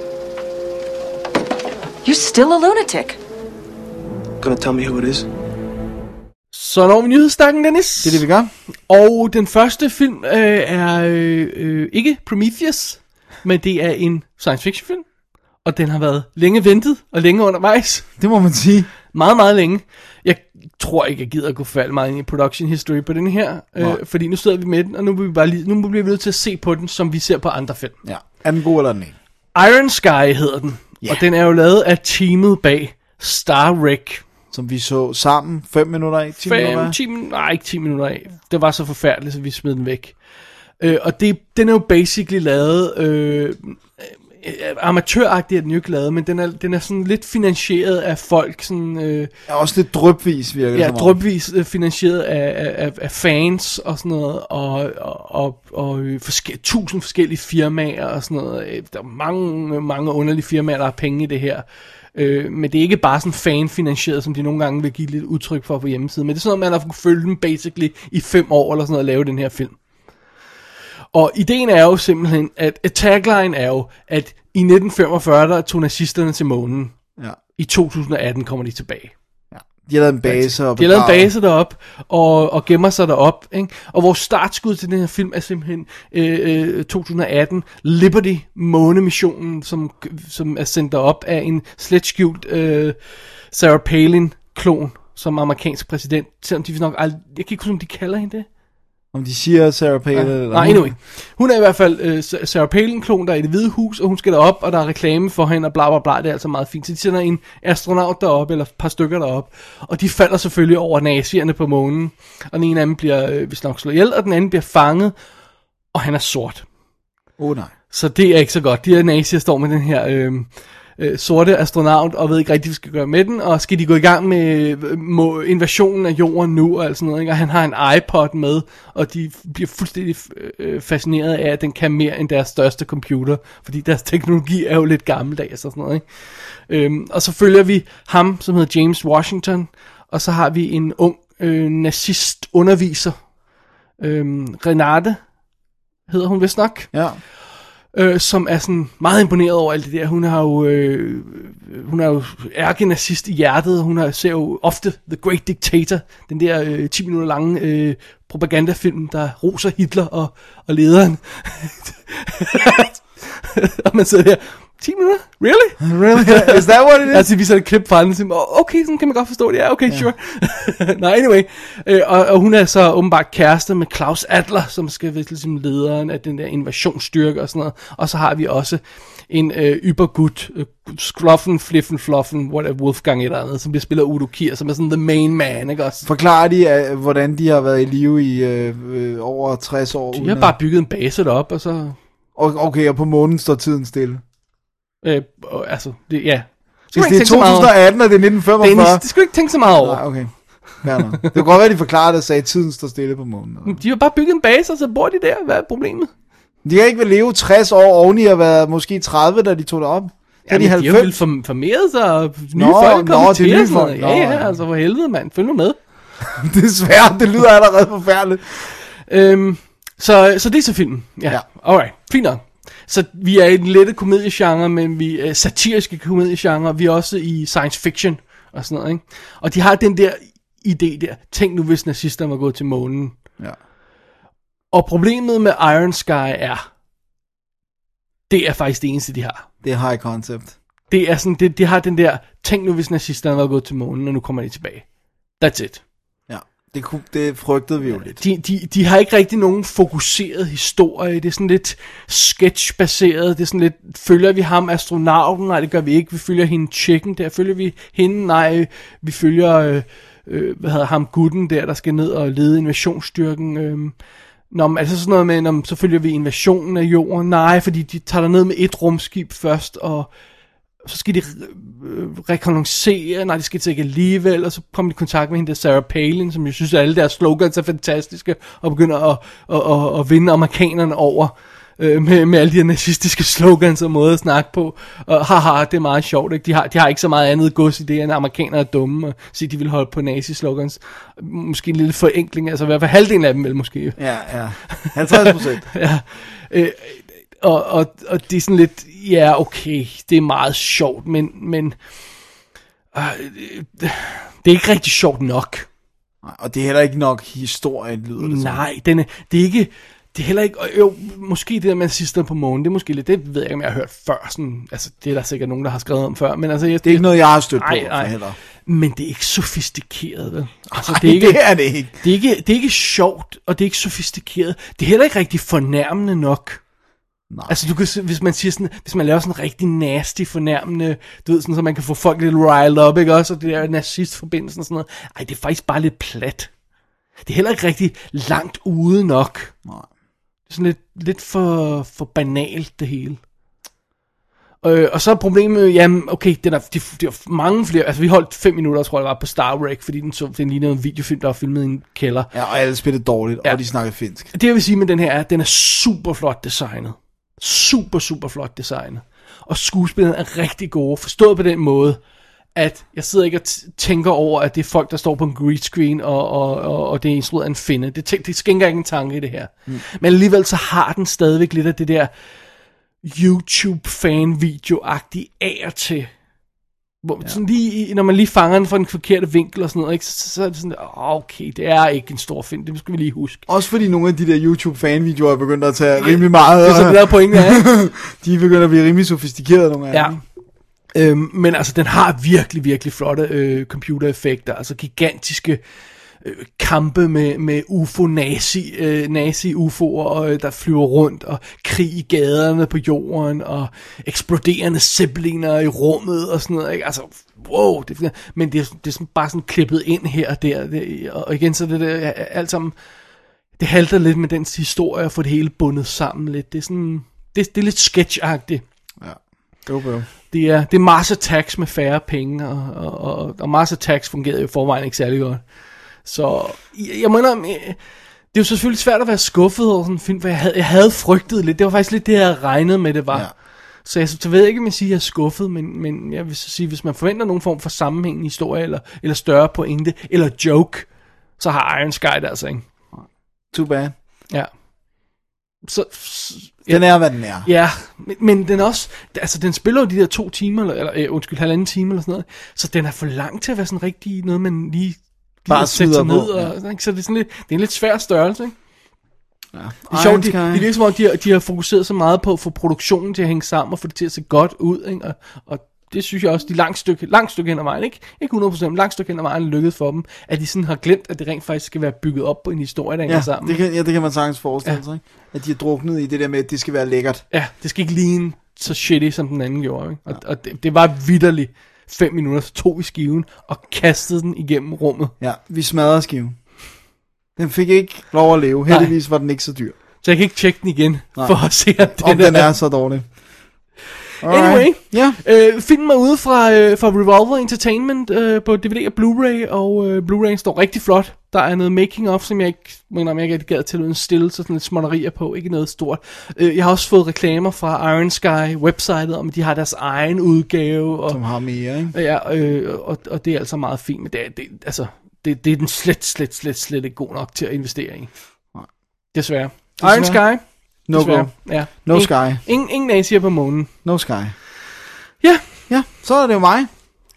You're still a lunatic. Gonna tell me who it is? Så når vi nyhedsstakken, Dennis. Det er det, vi gør. Og den første film øh, er øh, øh, ikke Prometheus, men det er en science fiction film. Og den har været længe ventet og længe undervejs. Det må man sige. Meget, meget længe. Jeg tror ikke, jeg gider at gå falde meget ind i production history på den her. Øh, fordi nu sidder vi med den, og nu bliver vi bare lige, nu bliver vi nødt til at se på den, som vi ser på andre film. Ja. Er den god eller den ikke? Iron Sky hedder den. Yeah. Og den er jo lavet af teamet bag Star Trek. Som vi så sammen fem minutter af, ti minutter af? ti minutter, nej, ikke ti minutter af. Det var så forfærdeligt, så vi smed den væk. Øh, og det, den er jo basically lavet, øh, amatøragtigt er den jo ikke lavet, men den er, den er sådan lidt finansieret af folk. Sådan, øh, ja, også lidt drypvis virker det. Ja, drypvis øh, finansieret af, af, af fans og sådan noget, og, og, og, og forske, tusind forskellige firmaer og sådan noget. Der er mange, mange underlige firmaer, der har penge i det her. Øh, men det er ikke bare sådan fanfinansieret, som de nogle gange vil give lidt udtryk for på hjemmesiden. Men det er sådan noget, man har kunnet følge dem basically i fem år eller sådan noget at lave den her film. Og ideen er jo simpelthen, at et tagline er jo, at i nitten femogfyrre der tog nazisterne til månen. Ja. I to tusind atten kommer de tilbage. Ja. De har lavet en base op. De har lavet en base derop og, og gemmer sig derop. Ikke? Og vores startskud til den her film er simpelthen øh, to tusind atten Liberty månemissionen, som, som er sendt derop af en slet skjult øh, Sarah Palin klon som amerikansk præsident. Selvom de nok aldrig, jeg kan ikke huske, om de kalder hende det. Om de siger Sarah Palin ja. Eller nej, endnu ikke. Hun er i hvert fald øh, Sarah Palin-klon, der er i Det Hvide Hus, og hun skal derop, og der er reklame for hende, og bla bla bla, det er altså meget fint. Så de sender en astronaut derop, eller et par stykker derop, og de falder selvfølgelig over nazierne på månen, og den ene af dem bliver, øh, hvis nok slået ihjel, og den anden bliver fanget, og han er sort. Åh oh, nej. Så det er ikke så godt. De her nazier står med den her øh, øh, sorte astronaut, og ved ikke rigtig, hvad de skal gøre med den, og skal de gå i gang med må, invasionen af jorden nu, og alt sådan noget, ikke? Og han har en iPod med, og de bliver fuldstændig øh, fascineret af, at den kan mere end deres største computer, fordi deres teknologi er jo lidt gammeldags og sådan noget, ikke? Øhm, og så følger vi ham, som hedder James Washington, og så har vi en ung øh, nazist-underviser, øh, Renate, hedder hun vist nok. Ja. Øh, som er sådan meget imponeret over alt det der. Hun har jo, øh, hun er jo ærkenazist i hjertet. Hun har, ser jo ofte The Great Dictator, den der øh, ti minutter lange øh, propagandafilm, der roser Hitler og, og lederen. Og man sidder der, ti minutter? Really? Really? Is that what it is? Altså, vi viser et klip fra den, og siger, okay, sådan kan man godt forstå det. Ja, okay, yeah. Sure. Nej, anyway. Øh, og, og hun er så åbenbart kæreste med Klaus Adler, som skal være ligesom lederen af den der invasionsstyrke og sådan noget. Og så har vi også en øh, ybergut, øh, Skloffen, Fliffen, Floffen, whatever, Wolfgang et eller andet, som bliver spillet af Udo Kier, som er sådan the main man, ikke også? Forklarer de, uh, hvordan de har været i live i øh, øh, over tres år? De har bare bygget en base derop, og så... Okay, og på månen står tiden stille. Øh, altså, det, ja. Hvis det er to tusind og atten, og det er nitten femogfyrre... Det, er, det skal du ikke tænke så meget over. Nej, okay. Det kan godt være, de forklarer det og sagde, at tiden står stille på månen. De har bare bygget en base, og så bor de der. Hvad er problemet? De har ikke vel leve tres år oveni at være måske tredive, da de tog det op. Ja, de, de har jo vel formeret sig, og nye nå, folk kommer til. Nye folk. Ja, ja, altså for helvede, mand. Følg nu med. Det er svært, det lyder allerede forfærdeligt. Øhm, så, så det er så filmen. Ja, ja. Alright, fint nok. Så vi er i den lette komediegenre, men vi er satiriske komediegenre, vi er også i science fiction og sådan noget, ikke? Og de har den der idé der, tænk nu hvis nazisterne var gået til månen. Ja. Og problemet med Iron Sky er, det er faktisk det eneste de har. Det er high concept. Det er sådan, det, de har den der, tænk nu hvis nazisterne var gået til månen, og nu kommer de tilbage. That's it. Det, det frygtede vi jo lidt. De, de, de har ikke rigtig nogen fokuseret historie. Det er sådan lidt sketchbaseret. Det er sådan lidt, følger vi ham astronauten? Nej, det gør vi ikke. Vi følger hende chicken der. Følger vi hende? Nej, vi følger øh, øh, hvad hedder ham gutten der, der skal ned og lede invasionsstyrken. Øh. Nå, men altså sådan noget med, når, så følger vi invasionen af jorden. Nej, fordi de tager der ned med et rumskib først, og så skal de øh, rekognoscere, nej, de skal ikke alligevel, og så kommer de i kontakt med hende der Sarah Palin, som jeg synes, at alle deres slogans er fantastiske, og begynder at, at, at, at vinde amerikanerne over øh, med, med alle de her nazistiske slogans og måder at snakke på. Og haha, det er meget sjovt, ikke? De har, de har ikke så meget andet gods i det, end amerikanere er dumme, og siger, de vil holde på nazi-slogans. Måske en lille forenkling, altså i hvert fald halvdelen af dem vel måske. Ja, ja. halvtreds procent. Ja. Øh, Og, og, og det er sådan lidt, ja okay, det er meget sjovt, men, men øh, det er ikke rigtig sjovt nok. Nej, og det er heller ikke nok historie, lyder det. Nej, den er, det er ikke, det er heller ikke, jo, måske det der med sidste på månen, det er måske lidt, det ved jeg ikke, om jeg har hørt før, sådan, altså det er der sikkert nogen, der har skrevet om før, men altså. Jeg, det er ikke noget, jeg har stødt nej, på, nej, heller. Men det er ikke sofistikeret, vel? Altså, Ej, det er ikke, det er det ikke. Det er ikke, det er ikke sjovt, og det er ikke sofistikeret, det er heller ikke rigtig fornærmende nok. Nej. Altså du kan, hvis man siger sådan, hvis man laver sådan en rigtig nasty, fornærmende, du ved sådan, så man kan få folk lidt riled up, ikke også, og det der nazistforbindelsen og sådan noget. Ej, det er faktisk bare lidt plat. Det er heller ikke rigtig langt ude nok. Nej. Det er sådan lidt, lidt for, for banalt det hele. Øh, og så er problemet, jamen okay, det er, de, de er mange flere, altså vi holdt fem minutter, tror jeg, var på Star Trek, fordi den, så, den lignede en videofilm, der var filmet i en kælder. Ja, og alle spillede dårligt, ja. Og de snakkede finsk. Det jeg vil sige med den her er, at den er super flot designet. Super, super flot designet. Og skuespillerne er rigtig gode, forstået på den måde, at jeg sidder ikke og t- tænker over, at det er folk, der står på en green screen, og, og, og, og det er instrueret af en finne. Det, t- det skænker ikke en tanke i det her. Mm. Men alligevel så har den stadigvæk lidt af det der YouTube-fan-video-agtige af og til. Hvor, ja. Sådan lige, når man lige fanger den fra den forkerte vinkel og sådan noget, ikke, så, så er det sådan, okay, det er ikke en stor film, det skal vi lige huske. Også fordi nogle af de der YouTube-fan-videoer er begyndt at tage rimelig meget. Det er så det der pointen er. De er begyndt at blive rimelig sofistikerede, nogle af ja. dem. Øhm, men altså, den har virkelig, virkelig flotte øh, computereffekter, altså gigantiske øh, kampe med, med U F O-nazi, øh, nazi-U F O'er, øh, der flyver rundt, og krig i gaderne på jorden, og eksploderende zeppeliner i rummet, og sådan noget, ikke? Altså, wow, det, men det, det er sådan, bare sådan klippet ind her og der, det, og igen, så det der, alt sammen, det halter lidt med dens historie og få det hele bundet sammen lidt. Det er sådan, det, det er lidt sketchagtigt. Ja, go bro. Det er, det er Mars Attacks med færre penge, og, og, og, og Mars Attacks fungerede jo i forvejen ikke særlig godt. Så jeg, jeg mener, det er jo selvfølgelig svært at være skuffet over sådan en film, for jeg havde, jeg havde frygtet lidt. Det var faktisk lidt det, jeg regnede med, det var. Ja. Så jeg, så ved ikke, om jeg siger, at jeg er skuffet, men, men jeg vil så sige, hvis man forventer nogen form for sammenhængende historie, eller, eller større pointe, eller joke, så har Iron Sky det altså ikke. Too bad. Ja. Så, så den er, hvad den er. Ja, men, men den også, altså den spiller jo de der to timer, eller, eller øh, undskyld, halvanden time eller sådan noget, så den er for lang til at være sådan rigtig noget, man lige bare smider ned, og, ja. Så det er sådan lidt, det er en lidt svær størrelse, ikke? Ja. Det er sjovt, det, det virker som om, de har, de har fokuseret så meget på at få produktionen til at hænge sammen, og få det til at se godt ud, ikke? Og, og det synes jeg også, de langt stykke, langt stykke hen ad vejen, ikke, ikke hundrede procent, langt stykke hen ad vejen lykkedes for dem, at de sådan har glemt, at det rent faktisk skal være bygget op på en historie, der hænger ja, sammen. Det kan, ja, det kan man sagtens forestille sig, ikke? At de er druknet i det der med, at det skal være lækkert. Ja, det skal ikke ligne så shitty, som den anden gjorde, ikke? Og, ja. og det, det var vitterligt fem minutter, så tog vi skiven og kastede den igennem rummet. Ja, vi smadrede skiven. Den fik ikke lov at leve, heldigvis var den ikke så dyr. Så jeg kan ikke tjekke den igen, Nej. for at se, at den, om den er så dårlig. Alright. Anyway, ja. øh, filmen er ude fra, øh, fra Revolver Entertainment øh, på D V D og Blu-ray, og øh, Blu-ray står rigtig flot. Der er noget making of, som jeg ikke mener, om jeg ikke gad til en stille, så sådan lidt småtterier på, ikke noget stort. Øh, jeg har også fået reklamer fra Iron Sky websitet om, at de har deres egen udgave. Og, som har mere, ikke? Ja, øh, og, og det er altså meget fint, men det er, det, altså, det, det er den slet, slet, slet, slet ikke god nok til at investere i. Nej. Desværre. Desværre. Iron Sky. No Desværre. go. Ja. No In, Sky. Ingen, ingen nazier på månen. No Sky. Ja. Ja, så er det jo mig.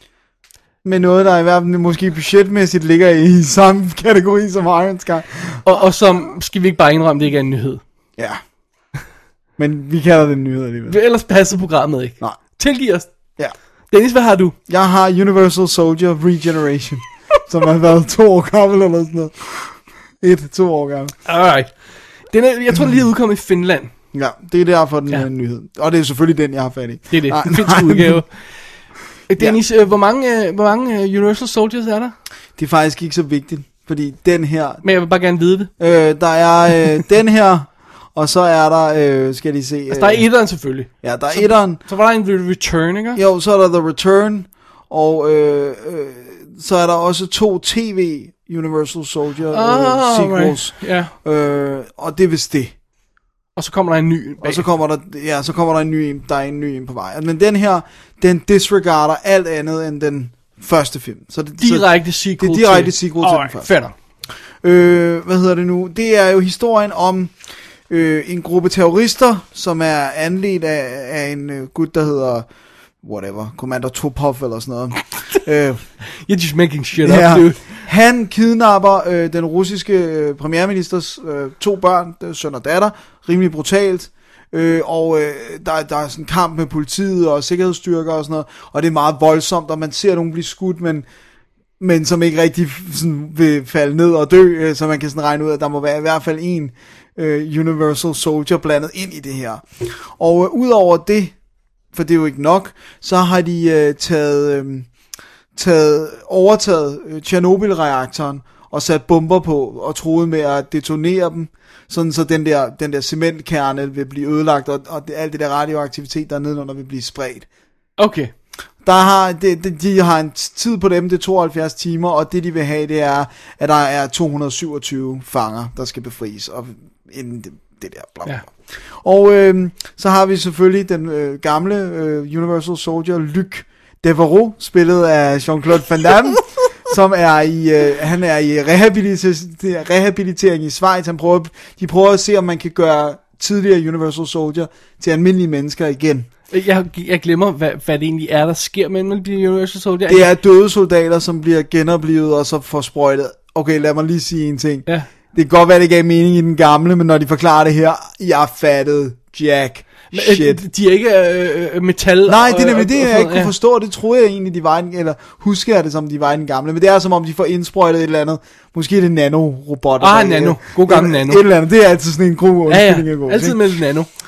Med noget, der i hvert fald måske budgetmæssigt ligger i samme kategori som Iron Sky. Og, og som, skal vi ikke bare indrømme, det ikke er en nyhed? Ja. Men vi kalder det en nyhed alligevel. Ellers passer programmet ikke. Nej. Tilgiv os. Ja. Dennis, hvad har du? Jeg har Universal Soldier Regeneration, som har været to år gammel eller sådan noget. Et, to år gammel. Alright. Den er, jeg tror, den lige er udkommet i Finland. Ja, det er derfor den ja. er en nyhed. Og det er selvfølgelig den, jeg har fat i. Det er det, nej, den finske udgave. Dennis, ja. øh, hvor mange, øh, hvor mange uh, Universal Soldiers er der? Det er faktisk ikke så vigtigt, fordi den her... Men jeg vil bare gerne vide det. Øh, der er øh, den her, og så er der, øh, skal de se... Øh, altså, der er etteren selvfølgelig. Ja, der er så, etteren. Så var der en Return, ikke? Jo, så er der The Return, og øh, øh, så er der også to tv Universal Soldier oh, øh, sequels. Right. Yeah. Øh, og det er vist det. Og så kommer der en ny bag. Og så kommer der, ja, så kommer der en ny en, der er en ny en på vej. Men den her, den disregarder alt andet end den første film. Så det, direkte så, sequel. Det er direkte sequel til, til den første. Fætter. Øh, hvad hedder det nu? Det er jo historien om øh, en gruppe terrorister, som er anledt af, af en øh, gut, der hedder whatever, Commander Topov eller sådan noget. øh, You're just making shit ja, up, dude. Han kidnapper øh, den russiske øh, premierministers øh, to børn, øh, søn og datter, rimelig brutalt. Øh, og øh, der, der er sådan en kamp med politiet og sikkerhedsstyrker og sådan noget, og det er meget voldsomt, og man ser nogen blive skudt, men, men som ikke rigtig sådan, vil falde ned og dø, øh, så man kan sådan regne ud, at der må være i hvert fald en øh, Universal Soldier blandet ind i det her. Og øh, udover det, for det er jo ikke nok, så har de øh, taget, øh, taget overtaget øh, Chernobyl-reaktoren og sat bomber på og troet med at detonere dem, sådan så den der, den der cementkerne vil blive ødelagt, og, og det, alt det der radioaktivitet der nedenunder vil blive spredt. Okay. Der har, de, de, de har en tid på dem, det er tooghalvfjerds timer, og det de vil have, det er, at der er to hundrede og syvogtyve fanger, der skal befries, og inden det, det der bla bla. Ja. Og øh, så har vi selvfølgelig den øh, gamle øh, Universal Soldier, Luc Devereaux, spillet af Jean-Claude Van Damme, som er i, øh, han er i rehabilitering, rehabilitering i Schweiz. Han prøver, de prøver at se, om man kan gøre tidligere Universal Soldier til almindelige mennesker igen. Jeg, jeg glemmer, hvad, hvad det egentlig er, der sker med en Universal Soldier. Det er døde soldater, som bliver genoplevet og så får sprøjtet. Okay, lad mig lige sige en ting. Ja. Det kan godt være, det gav mening i den gamle, men når de forklarer det her, jeg fattede Jack. Shit. De er ikke øh, metal. Nej, det er nemlig og, det, og, jeg ikke kunne ja. forstå. Det troede jeg egentlig, de var i den, eller husker jeg det, som de var i den gamle. Men det er som om, de får indsprøjtet et eller andet. Måske det nanorobotter. Ah, nano. God gammel nano. Et eller andet. Det er altid sådan en god undskyldning. Ja, ja. Altid med nano.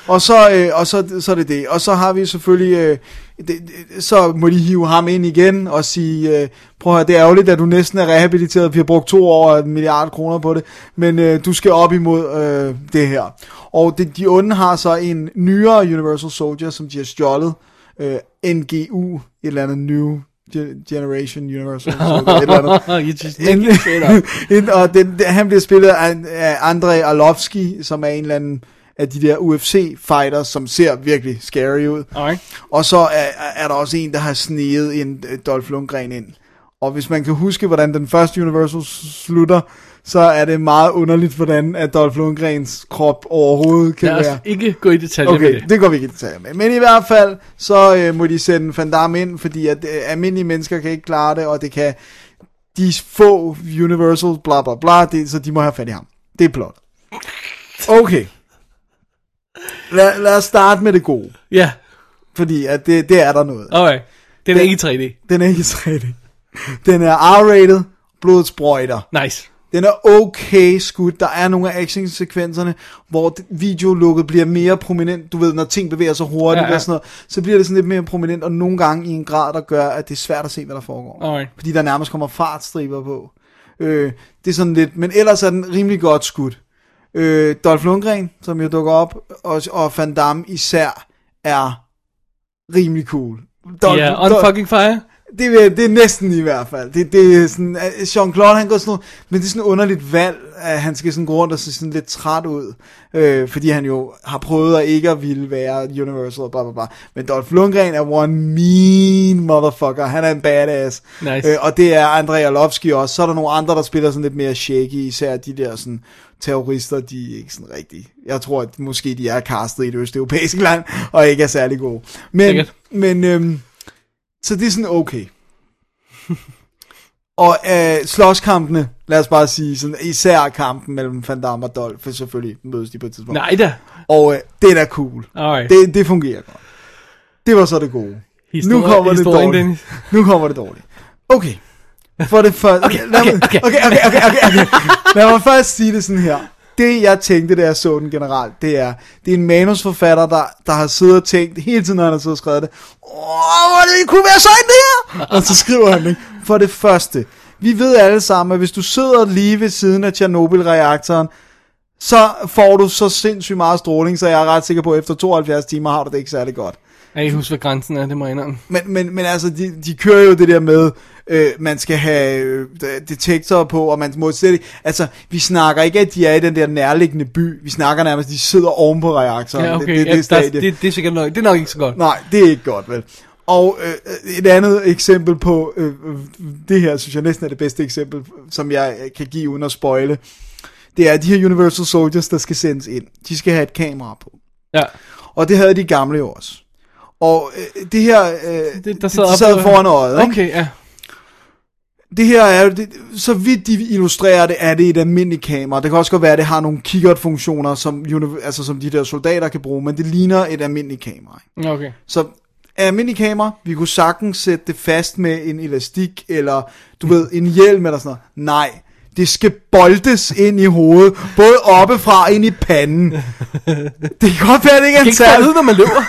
Og så, øh, og så, så er det det. Og så har vi selvfølgelig, øh, det, det, så må de hive ham ind igen og sige, øh, prøv at høre, det er ærgerligt, at du næsten er rehabiliteret. Vi har brugt to år og en milliard kroner på det, men øh, du skal op imod øh, det her. Og det, de onde har så en nyere Universal Soldier, som de har stjålet, øh, N G U, et eller andet New Generation Universal Soldier, et eller andet. en, en, og den, den, han bliver spillet af, af Andrei Arlovski, som er en eller anden af de der U F C-fighters, som ser virkelig scary ud. Okay. Og så er, er der også en, der har sneget en Dolph Lundgren ind. Og hvis man kan huske, hvordan den første Universal slutter, så er det meget underligt, hvordan at Dolph Lundgrens krop overhovedet kan være. Lad os ikke gå i detaljer okay, med det. det går vi ikke i detaljer med. Men i hvert fald, så øh, må de sende Van Damme ind, fordi at øh, almindelige mennesker kan ikke klare det, og det kan de få Universal, bla bla bla, det, så de må have fat i ham. Det er plot. Okay. Lad, lad os starte med det gode. Ja. Yeah. Fordi at det, det er der noget. Okay. Den er den, ikke i tre D. Den er ikke i tre D. Den er R-rated, blodet sprøjter. Nice. Den er okay skudt. Der er nogle af actionsekvenserne, hvor videolooket bliver mere prominent. Du ved, når ting bevæger sig hurtigt ja, ja. og sådan noget, så bliver det sådan lidt mere prominent, og nogle gange i en grad, der gør, at det er svært at se, hvad der foregår. Okay. Fordi der nærmest kommer fartstriber på. Øh, det er sådan lidt, men ellers er den rimelig godt skudt. Øh, Dolph Lundgren, som jo dukker op, og, og Van Damme især, er rimelig cool. Ja, yeah, on Dolph, fucking fire. Det er, det er næsten i hvert fald. Det, det er sådan, Jean-Claude, han går sådan noget, men det er sådan et underligt valg, at han skal sådan gå rundt og se sådan lidt træt ud, øh, fordi han jo har prøvet at ikke at ville være Universal og bla bla bla. Men Dolph Lundgren er one mean motherfucker. Han er en badass. Nice. Øh, og det er Andrei Arlovski også. Så er der nogle andre, der spiller sådan lidt mere shaky, især de der sådan terrorister, de er ikke sådan rigtig. Jeg tror, at måske de er castet i et østeuropæisk land, og ikke er særlig gode. Men, men øhm, så det er sådan okay. Og øh, slåskampene, lad os bare sige, sådan, især kampen mellem Van Damme og Dolph, for selvfølgelig mødes de på et tidspunkt. Nej da. Og øh, det er da cool. Det, det fungerer godt. Det var så det gode. Historie, nu kommer det dårligt. Dennis. Nu kommer det dårligt. Okay. For det første. Okay, okay, okay. okay, okay, okay, okay, okay. Lad mig først sige det sådan her. Det jeg tænkte, da jeg så den generelt, det er, det er en manusforfatter, der, der har siddet og tænkt, hele tiden når han har siddet og skrevet det, åh, det kunne være sådan det her! Og så skriver han det. For det første, vi ved alle sammen, at hvis du sidder lige ved siden af Chernobyl-reaktoren, så får du så sindssygt meget stråling, så jeg er ret sikker på, at efter tooghalvfjerds timer har du det ikke særlig godt. Jeg kan ikke huske, hvad grænsen er, det må jeg indrømme. Men, men, men altså, de, de kører jo det der med, øh, man skal have øh, detektorer på, og man må slet altså, vi snakker ikke, at de er i den der nærliggende by, vi snakker nærmest, at de sidder oven på reaktoren. Ja, okay, det, det, ja, det, der, det, det er sikkert nok, det er nok ikke så godt. Nej, det er ikke godt, vel. Og øh, et andet eksempel på, øh, det her synes jeg næsten er det bedste eksempel, som jeg kan give uden at spoile, det er de her Universal Soldiers, der skal sendes ind. De skal have et kamera på. Ja. Og det havde de gamle jo også. Og øh, det her, øh, det, der sad, det sad foran øjet, ikke? Okay, ja. Det her er jo, det, så vidt de illustrerer det, er det et almindeligt kamera. Det kan også godt være, at det har nogle kikkert-funktioner, som, altså, som de der soldater kan bruge, men det ligner et almindeligt kamera. Ikke? Okay. Så almindeligt kamera, vi kunne sagtens sætte det fast med en elastik, eller du ved, en hjelm eller sådan noget. Nej, det skal boltes ind i hovedet, både oppefra og ind i panden. Det kan godt være, at det ikke er en særlig... Det når man løber.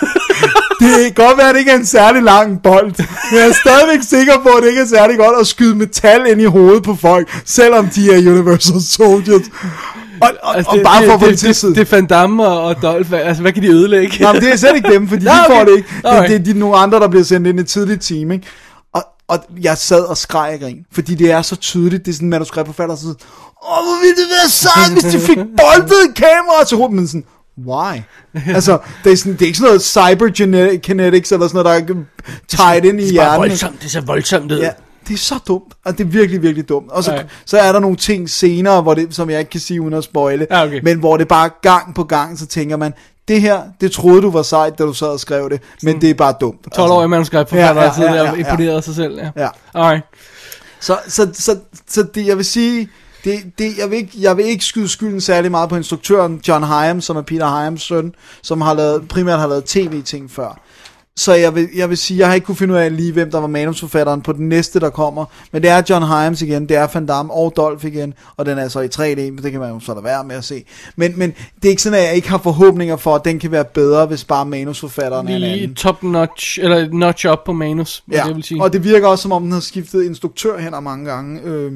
Det kan godt være, at det ikke er en særlig lang bold, men jeg er stadigvæk sikker på, at det ikke er særlig godt at skyde metal ind i hovedet på folk, selvom de er Universal Soldiers. Og, og, altså, og det, bare for det, at få det, det til siden. Det er Van Damme og Dolph, altså hvad kan de ødelægge? Nej, men det er slet ikke dem, fordi Nå, de okay. får det ikke. Det, okay. det, det er de nogle andre, der bliver sendt ind i et tidligt team, ikke? Og, og jeg sad og skreg af grin, fordi det er så tydeligt, det er sådan en manuskriptforfatter, så åh, hvor ville det være sejt, hvis de fik boldet et kamera til hovedet, men sådan, why? Altså, det er, sådan, det er ikke sådan noget cybergenetics eller sådan noget, der er tied ind i hjernen. Det er voldsomt, det ser voldsomt ud. Ja, det er så dumt, og det er virkelig, virkelig dumt. Og så, okay. så er der nogle ting senere, hvor det, som jeg ikke kan sige uden at spoile, ja, okay. men hvor det bare gang på gang, så tænker man, det her, det troede du var sejt, da du sad og skrev det, men mm. det er bare dumt. tolv-årig manuskriptforfatter, ja, ja, ja, ja, ja, ja. imponerede sig selv. Ja. ja. Alright. Så, så, så, så det, jeg vil sige, det, det, jeg, vil ikke, jeg vil ikke skyde skylden særlig meget på instruktøren John Hyams, som er Peter Hyams søn, som har lavet, primært har lavet tv-ting før. Så jeg vil, jeg vil sige, jeg har ikke kunne finde ud af lige, hvem der var manusforfatteren på den næste, der kommer. Men det er John Hyams igen, det er Van Damme og Dolph igen, og den er så i tre D, men det kan man jo så da være med at se. Men, men det er ikke sådan, at jeg ikke har forhåbninger for, at den kan være bedre, hvis bare manusforfatteren er en anden. Lige top notch, eller notch up på manus, ja, jeg vil sige. Og det virker også, som om den har skiftet instruktør hen ad mange gange, øh,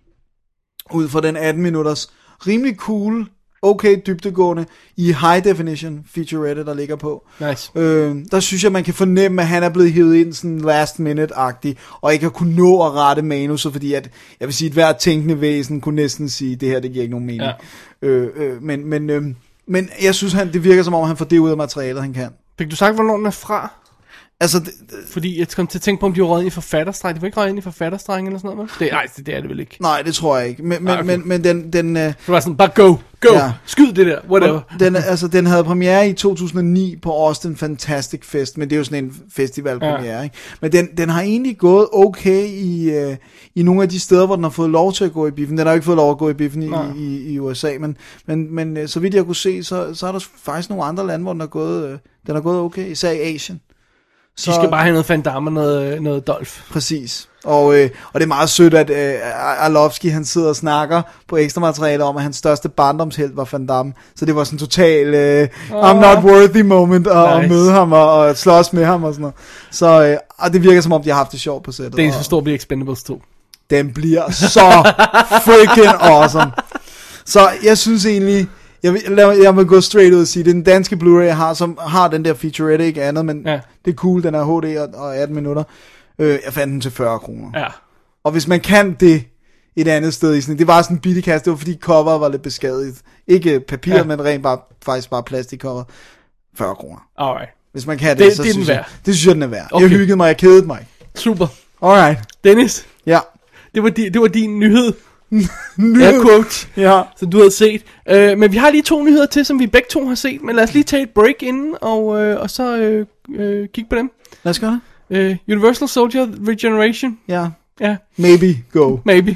ud fra den atten minutters rimelig cool, okay dybdegående i high definition featurette, der ligger på. Nice. Øh, der synes jeg, man kan fornemme, at han er blevet hivet ind sådan last minute-agtig, og ikke har kunnet nå at rette manuset, fordi at, jeg vil sige, at hver tænkende væsen kunne næsten sige, det her, det giver ikke nogen mening. Ja. Øh, øh, men, men, øh, men jeg synes, han, det virker som om, han får det ud af materialet, han kan. Fik du sagt, hvornår den er fra? Altså, det, det, fordi jeg kom til at tænke på, om de var røget ind i forfatterstreng. De var ikke røget ind i forfatterstreng eller sådan noget, vel? Det, nej, det, det er det vel ikke. Nej, det tror jeg ikke. Men, nej, okay. men, men den... den øh, det var sådan, bare go, go, ja. Skyd det der, whatever. Den, altså, den havde premiere i to tusind og ni på Austin Fantastic Fest, men det er jo sådan en festivalpremiere, ja. Ikke? Men den, den har egentlig gået okay i, øh, i nogle af de steder, hvor den har fået lov til at gå i biffen. Den har jo ikke fået lov at gå i biffen i, i, i U S A, men, men, men så vidt jeg kunne se, så, så er der faktisk nogle andre lande, hvor den har gået, øh, den har gået okay, især i Asien. Så, de skal bare have noget Van Damme og noget, noget Dolph. Præcis. Og, øh, og det er meget sødt, at øh, Arlovski, han sidder og snakker på ekstra materiale om, at hans største barndomshelt var Van Damme. Så det var sådan en total øh, oh. I'm not worthy moment at, nice. at møde ham og, og slås med ham og sådan noget. Så øh, og det virker som om, de har haft det sjovt på sættet. Det eneste forstår bliver Expendables to. Den bliver så freaking awesome. Så jeg synes egentlig... Jeg vil, jeg vil gå straight ud og sige, det er den danske Blu-ray, jeg har, som har den der featurette, ikke andet, men ja. Det er cool, den er H D og, og atten minutter. Øh, jeg fandt den til fyrre kroner. Ja. Og hvis man kan det et andet sted i sådan, det var sådan en bittekast, det var fordi coveret var lidt beskadiget. Ikke papir, ja. Men rent bare, faktisk bare plastikcover. fyrre kroner. Alright. Hvis man kan det, det så det synes jeg, jeg, det synes jeg, den er værd. Okay. Jeg hyggede mig, jeg kedede mig. Super. Alright. Dennis. Ja. Det var, di, det var din nyhed. Nyhed. Quote, ja. Som du havde set. Uh, men vi har lige to nyheder til, som vi begge to har set. Men lad os lige tage et break inden, og, uh, og så uh, uh, kigge på dem. Lad os gøre det. Uh, Universal Soldier Regeneration. Ja. Ja. Maybe go. Maybe.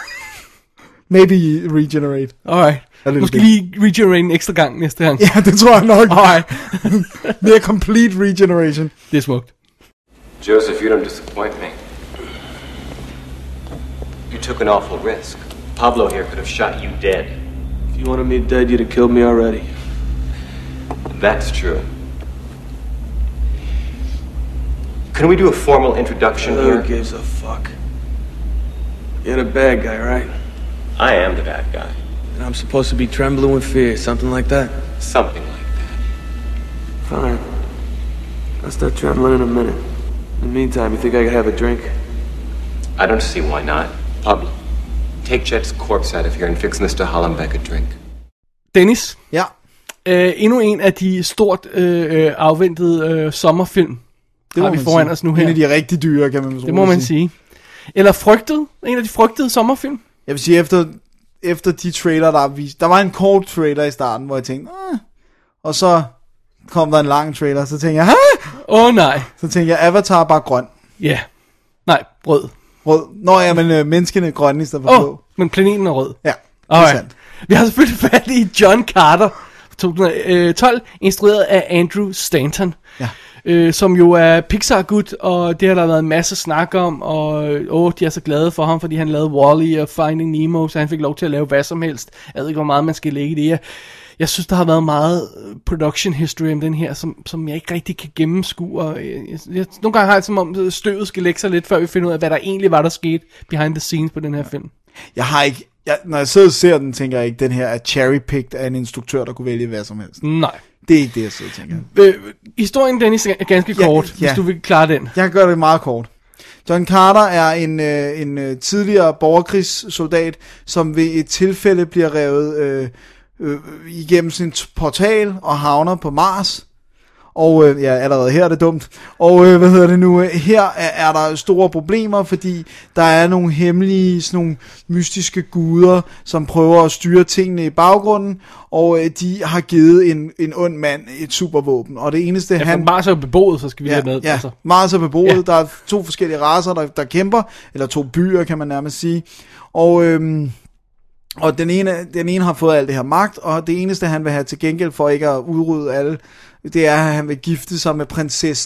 Maybe regenerate. Alright. Måske lige regenerate en ekstra gang næste gang. Ja, det tror jeg nok. Alright. Mere complete regeneration. Det er smukt. Joseph, you don't disappoint me. You took an awful risk. Pablo here could have shot you dead. If you wanted me dead, you'd have killed me already. That's true. Can we do a formal introduction Who here? Who gives a fuck? You're the bad guy, right? I am the bad guy. And I'm supposed to be trembling with fear, something like that? Something like that. Fine. I'll start trembling in a minute. In the meantime, you think I could have a drink? I don't see why not. Pablo, take Jet's corpse out of here and fix mister Hollenbeck a drink. Dennis. Ja. Uh, endnu en af de stort uh, afventede uh, sommerfilm. Det har vi foran sige. Os nu her. En af de rigtig dyre, kan man sige. Det må man sige. Eller frygtet. En af de frygtede sommerfilm. Jeg vil sige, efter, efter de trailer, der er vist. Der var en kort trailer i starten, hvor jeg tænkte, ah. Og så kom der en lang trailer, så tænkte jeg, åh oh, nej. Så tænkte jeg, Avatar er bare grøn. Ja. Yeah. Nej, rød. Rød. Nå ja, men øh, menneskene er grønne i stedet for blå. Oh, men planeten er rød. Ja, det er sandt. Vi har selvfølgelig fat i John Carter to tusind og tolv, instrueret af Andrew Stanton. Ja. Øh, som jo er Pixar-gut, og det har der været en masse snak om, og åh, de er så glade for ham, fordi han lavede Wall-E og Finding Nemo, så han fik lov til at lave hvad som helst. Jeg ved ikke, hvor meget man skal lægge i det. Jeg, jeg synes, der har været meget production history om den her, som, som jeg ikke rigtig kan gennemskue, og jeg, jeg, nogle gange har jeg som om, støvet skal lægge sig lidt, før vi finder ud af, hvad der egentlig var, der skete behind the scenes på den her film. Jeg har ikke, jeg, når jeg sidder og ser den, tænker jeg ikke, den her er cherry-picked af en instruktør, der kunne vælge hvad som helst. Nej. Det er ikke det, jeg sidder og tænker. Øh, historien, Dennis, er ganske kort, ja, ja. Hvis du vil klare den. Jeg kan gøre det meget kort. John Carter er en, øh, en øh, tidligere borgerkrigssoldat, som ved et tilfælde bliver revet øh, øh, igennem sin portal og havner på Mars. Og øh, ja, allerede her er det dumt. Og øh, hvad hedder det nu? Her er, er der store problemer, fordi der er nogle hemmelige, sådan nogle mystiske guder, som prøver at styre tingene i baggrunden, og øh, de har givet en, en ond mand et supervåben. Og det eneste ja, han... Mars er beboet, så skal vi ja, have med. Ja, altså. Mars er beboet. Ja. Der er to forskellige racer, der, der kæmper, eller to byer, kan man nærmest sige. Og... Øh, Og den ene, den ene har fået alt det her magt, og det eneste, han vil have til gengæld for ikke at udrydde alle, det er, at han vil gifte sig med prinsessen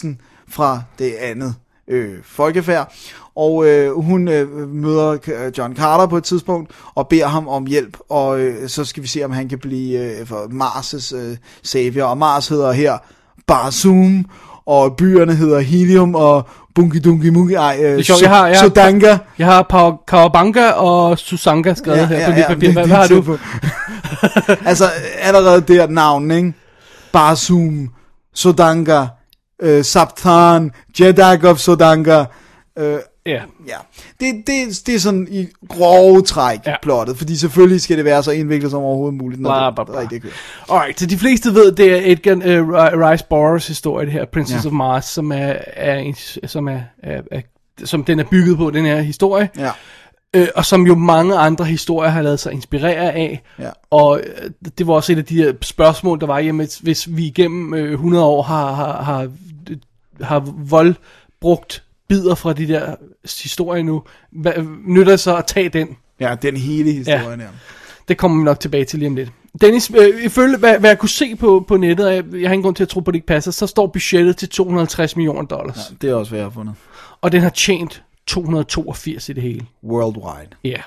fra det andet øh, folkefærd. Og øh, hun øh, møder John Carter på et tidspunkt og beder ham om hjælp, og øh, så skal vi se, om han kan blive øh, for Mars' øh, savior. Og Mars hedder her Barsoom, og byerne hedder Helium og Bunky Dunky Munky, ej, øh, det er sjovt, jeg har, jeg har, Sodanga. Jeg har Kawabanga og Susanga skrevet ja, her ja, på dit ja, papir. Hvad, hvad har du? Altså, allerede der navn, ikke? Barsoom, Sodanga, øh, Saptan, Jedag of Sodanga. Øh, ja. ja. Det, det, det er sådan i grove træk ja. plottet, fordi selvfølgelig skal det være så indviklet som overhovedet muligt, når bla, det, bla, bla. rigtig kører. Alright, så de fleste ved, det er Edgar uh, Rice Burroughs historie, det her, Princess ja. of Mars, som er, er, en, som er, er, er som den er bygget på, den her historie. Ja. Øh, og som jo mange andre historier har lavet sig inspirere af. Ja. Og øh, det var også et af de her spørgsmål, der var, jamen, hvis vi igennem øh, hundrede år har, har, har, har vold brugt bidder fra de der historier nu, hvad, nytter det så at tage den? Ja, den hele historien, ja. ja. Det kommer vi nok tilbage til lige om lidt. Dennis, øh, ifølge hvad, hvad jeg kunne se på, på nettet, og jeg, jeg har ingen grund til at tro på, at det ikke passer, så står budgettet til to hundrede og halvtreds millioner dollars. Ja, det er også, hvad jeg har fundet. Og den har tjent to hundrede og toogfirs i det hele. Worldwide. Ja. Yeah.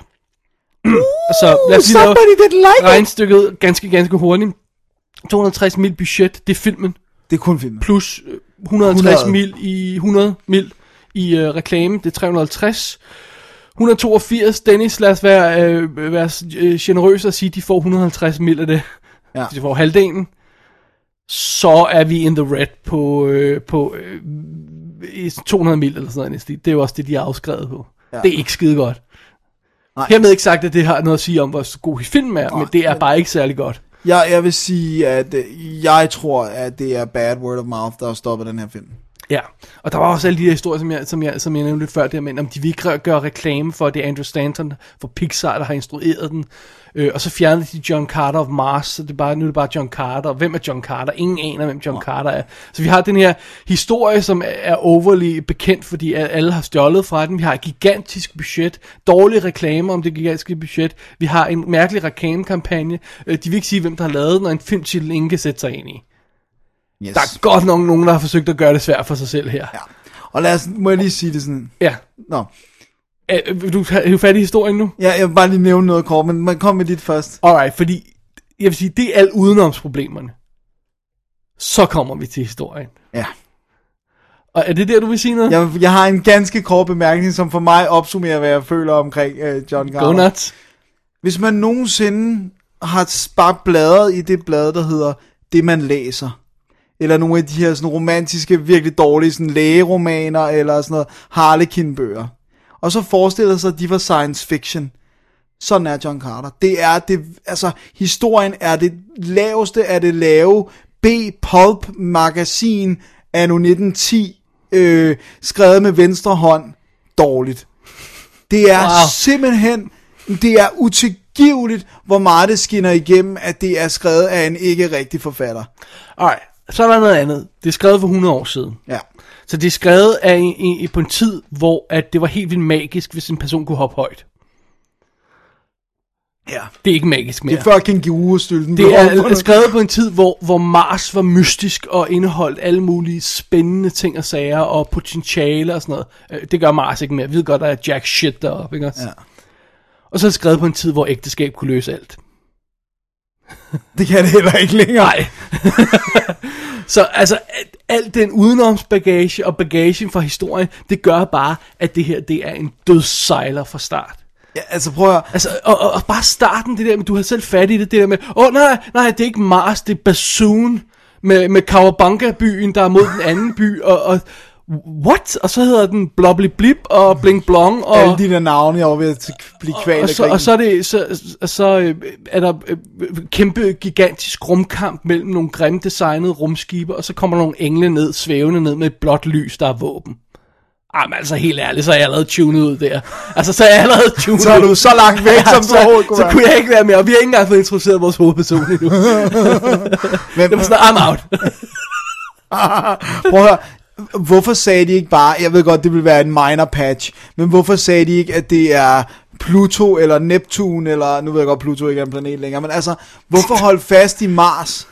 Så lad os lige lave like regnstykket ganske, ganske hurtigt. to hundrede og tres mil budget, det er filmen. Det er kun filmen. Plus et hundrede og halvtreds mil i hundrede mil i øh, reklame, det er tre hundrede og halvtreds. et hundrede og toogfirs, Dennis, lad os være, øh, være øh, generøse og sige, de får et hundrede og halvtreds mil af det. Ja. De får halvdelen. Så er vi in the red på, øh, på øh, to hundrede mil eller sådan noget. Det er jo også det, de har afskrevet på. Ja. Det er ikke skide godt. Nej. Hermed ikke sagt, at det har noget at sige om, hvor god filmen er, nej, men det er bare ikke særlig godt. Jeg, jeg vil sige, at jeg tror, at det er bad word of mouth, der har stoppet den her film. Ja, og der var også alle de her historier, som jeg, som jeg, som jeg nævnte lidt før, der, men om de vil ikke gøre reklame for, det er Andrew Stanton for Pixar, der har instrueret den, øh, og så fjernede de John Carter of Mars, så det er bare, nu er det bare John Carter, og hvem er John Carter? Ingen aner, hvem John Carter er. Så vi har den her historie, som er overly bekendt, fordi alle har stjålet fra den. Vi har et gigantisk budget, dårlige reklamer om det gigantiske budget, vi har en mærkelig reklamekampagne, øh, de vil ikke sige, hvem der har lavet den, og en filmtitel ingen kan sætte sig ind i. Yes. Der er godt nok nogen, der har forsøgt at gøre det svært for sig selv her. Ja. Og lad os, må jeg lige sige det sådan. Ja. Nå. Er, vil du have fat i historien nu? Ja, jeg vil bare lige nævne noget kort, men man kom med dit først. Alright, fordi jeg vil sige, det er alt udenomsproblemerne. Så kommer vi til historien. Ja. Og er det der, du vil sige noget? Jeg, jeg har en ganske kort bemærkning, som for mig opsummerer, hvad jeg føler omkring uh, John Carter. Go nuts. Hvis man nogensinde har bare bladret i det blad, der hedder Det man læser, eller nogle af de her sådan romantiske, virkelig dårlige sådan lægeromaner, eller sådan noget Harlequin-bøger, og så forestiller sig, at de var science fiction. Sådan er John Carter. Det er det, altså historien er det laveste af det lave B-pulp magasin anno nitten ti, øh, skrevet med venstre hånd, dårligt. Det er wow. simpelthen, det er utilgiveligt, hvor meget det skinner igennem, at det er skrevet af en ikke rigtig forfatter. Alright. Så er der noget andet. Det er skrevet for hundrede år siden. Ja. Så det er skrevet af en, en, på en tid, hvor at det var helt vildt magisk, hvis en person kunne hoppe højt. Ja. Det er ikke magisk mere. Det er før kængurustylten. Det er skrevet på en tid, hvor, hvor Mars var mystisk og indeholdt alle mulige spændende ting og sager og potentiale og sådan noget. Det gør Mars ikke mere. Vi ved godt, der er jack shit deroppe, ikke også? Ja. Og så er det skrevet på en tid, hvor ægteskab kunne løse alt. Det kan det heller ikke længere. Nej. Så altså, alt, alt den udenomsbagage og bagagen fra historien, det gør bare, at det her, det er en dødssejler fra start. Ja, altså prøv at... Altså, og, og, og bare starten, det der med, du har selv fat i det, det der med, åh oh, nej, nej, det er ikke Mars, det er Bassoon, med, med Kawabanga-byen, der er mod den anden by, og... og what? Og så hedder den Blobbly Blip og Bling Blong og alle de der navne, jeg var ved at blive kvalt. Og så, og så er det så, så er der kæmpe gigantisk rumkamp mellem nogle grimt designede rumskibe, og så kommer nogle engle ned svævende ned med et blåt lys, der er våben. Ah, men altså helt ærligt, så er jeg allerede tunet ud der. Altså så er jeg allerede tunet. Så er du så langt væk, ja, som du overhovedet kunne så, så kunne jeg ikke være mere, og vi har ikke engang fået introduceret vores hovedperson endnu. Men, det var sådan, I'm out. Prøv at høre. Hvorfor sagde de ikke bare, jeg ved godt, det vil være en minor patch, men hvorfor sagde de ikke, at det er Pluto eller Neptun, eller nu ved jeg godt, Pluto ikke er en planet længere, men altså, hvorfor holde fast i Mars?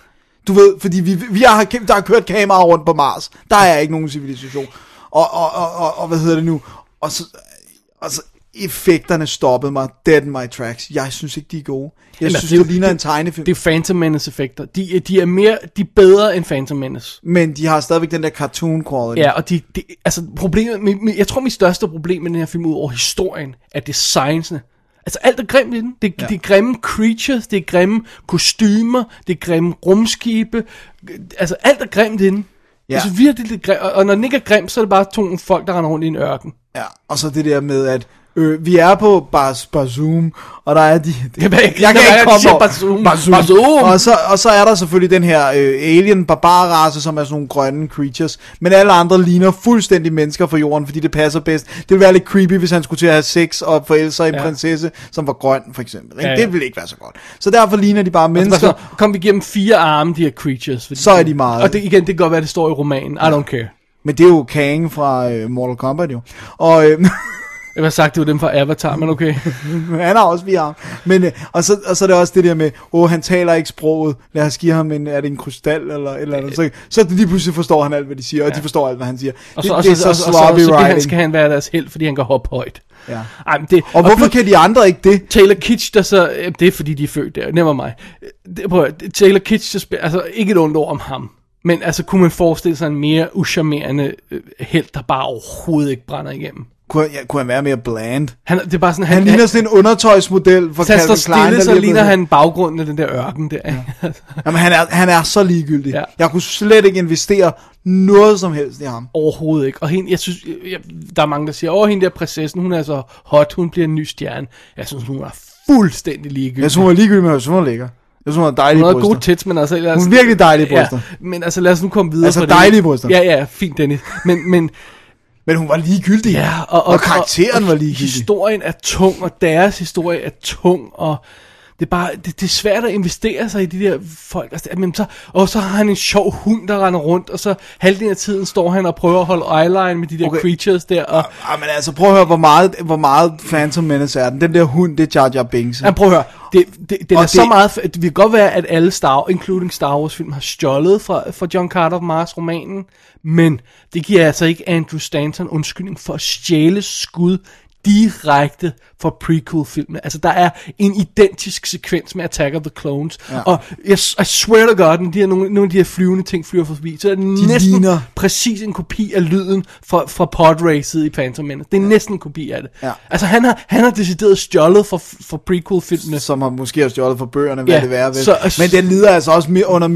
Du ved, fordi vi, vi har, der har kørt kameraer rundt på Mars. Der er ikke nogen civilisation. Og, og, og, og, og hvad hedder det nu? Og så, og så effekterne stoppede mig dead in my tracks. Jeg synes ikke, de er gode. Jeg Jamen, synes, det, det ligner det, en tegnefilm. Det er Phantom Menace effekter. De, de er mere, de er bedre end Phantom Menace. Men de har stadigvæk den der cartoon quality. Ja, og de, de altså problemet, jeg tror mit største problem med den her film ud over historien, er designsene. Altså alt er grimt i den. Det, ja. det er grimme creatures, det er grimme kostymer, det er grimme rumskibe. Altså alt er grimt i den. Ja. Altså virkelig lidt grimt. Og når den ikke er grim, så er det bare to folk, der render rundt i en ørken. Ja, og så det der med, at øh, vi er på Bas Bazoom, og der er de... Det, jeg, jeg, jeg kan ikke komme over. Bazoom. Bazoom. Bazoom. Og, så, og så er der selvfølgelig den her øh, alien barbarrace, som er sådan nogle grønne creatures, men alle andre ligner fuldstændig mennesker fra jorden, fordi det passer bedst. Det ville være lidt creepy, hvis han skulle til at have sex og forelske sig i en ja. prinsesse, som var grøn, for eksempel. Ja, ja. Det ville ikke være så godt. Så derfor ligner de bare mennesker. Altså, kom vi gennem fire arme, de her creatures. Så er de meget. Og det, igen, det kan godt være, det står i romanen. I don't care. Men det er jo Kang fra øh, Mortal Kombat, jo. Og... Øh, Jeg har sagt, det var dem fra Avatar, men okay. Han har også vi har. Men, og, så, og så er det også det der med, åh, han taler ikke sproget. Lad os give ham en, er det en krystal eller et eller andet. Så, så lige pludselig forstår han alt, hvad de siger, og ja. de forstår alt, hvad han siger. Og så, det, og så, det er så, og så, sloppy og så, og så skal han være deres held, fordi han kan hoppe højt. Ja. Ej, men det, og, og hvorfor kan de andre ikke det? Taylor Kitsch, der så, det er fordi de er født der, never mig. Det, prøv, Taylor Kitsch, der spiller, altså ikke et ondt ord om ham. Men altså kunne man forestille sig en mere uschammerende øh, held, der bare overhovedet ikke brænder igennem. Kunne, ja, kunne han være mere bland? Han, det er bare sådan, han, han ligner sådan en undertøjsmodel for Calvin Klein. Stille, så ligner han baggrunden af den der ørken der. Ja. Jamen han er, han er så ligegyldig. Ja. Jeg kunne slet ikke investere noget som helst i ham. Overhovedet ikke. Og hende, jeg synes, jeg, der er mange der siger, åh, hende der prinsessen, hun er så hot, hun bliver en ny stjerne. Jeg synes, hun er fuldstændig ligegyldig. Jeg synes, hun er ligegyldig, men jeg synes, hun er lækker. Jeg synes, hun har dejlige bryster. Hun har gode tits, men altså... Hun er virkelig dejlige bryster. Ja, men altså, lad os nu komme videre. Altså dejlige bryster. Ja, ja, fint, Dennis. Men... men Men hun var ligegyldig. Ja, og, og, og karakteren og, var ligegyldig. Historien er tung, og deres historie er tung, og det er bare, det, det er svært at investere sig i de der folk. Altså, men så, og så har han en sjov hund, der render rundt, og så halvdelen af tiden står han og prøver at holde eyeline med de der okay. creatures der. Og, ja, men altså, prøv at høre, hvor meget, hvor meget Phantom Menace er den. Den der hund, det er Jar Jar Binks. Ja, prøv at høre. Det, det, det er det, så meget, det kan godt være, at alle Star, including Star Wars film, har stjålet fra, fra John Carter of Mars-romanen, men det giver altså ikke Andrew Stanton undskyldning for at stjæle skud direkte fra prequel-filmene. Altså, der er en identisk sekvens med Attack of the Clones. Ja. Og jeg I swear to God, når de her, nogle, nogle af de her flyvende ting flyver forbi, så er det de næsten ligner. præcis en kopi af lyden fra, fra podracet i Phantom Menace. Det er ja. næsten en kopi af det. Ja. Altså, han har, han har decideret stjålet fra, fra prequel-filmene. Som har måske har stjålet fra bøgerne, hvad ja. det være. Så, Men den lider altså også under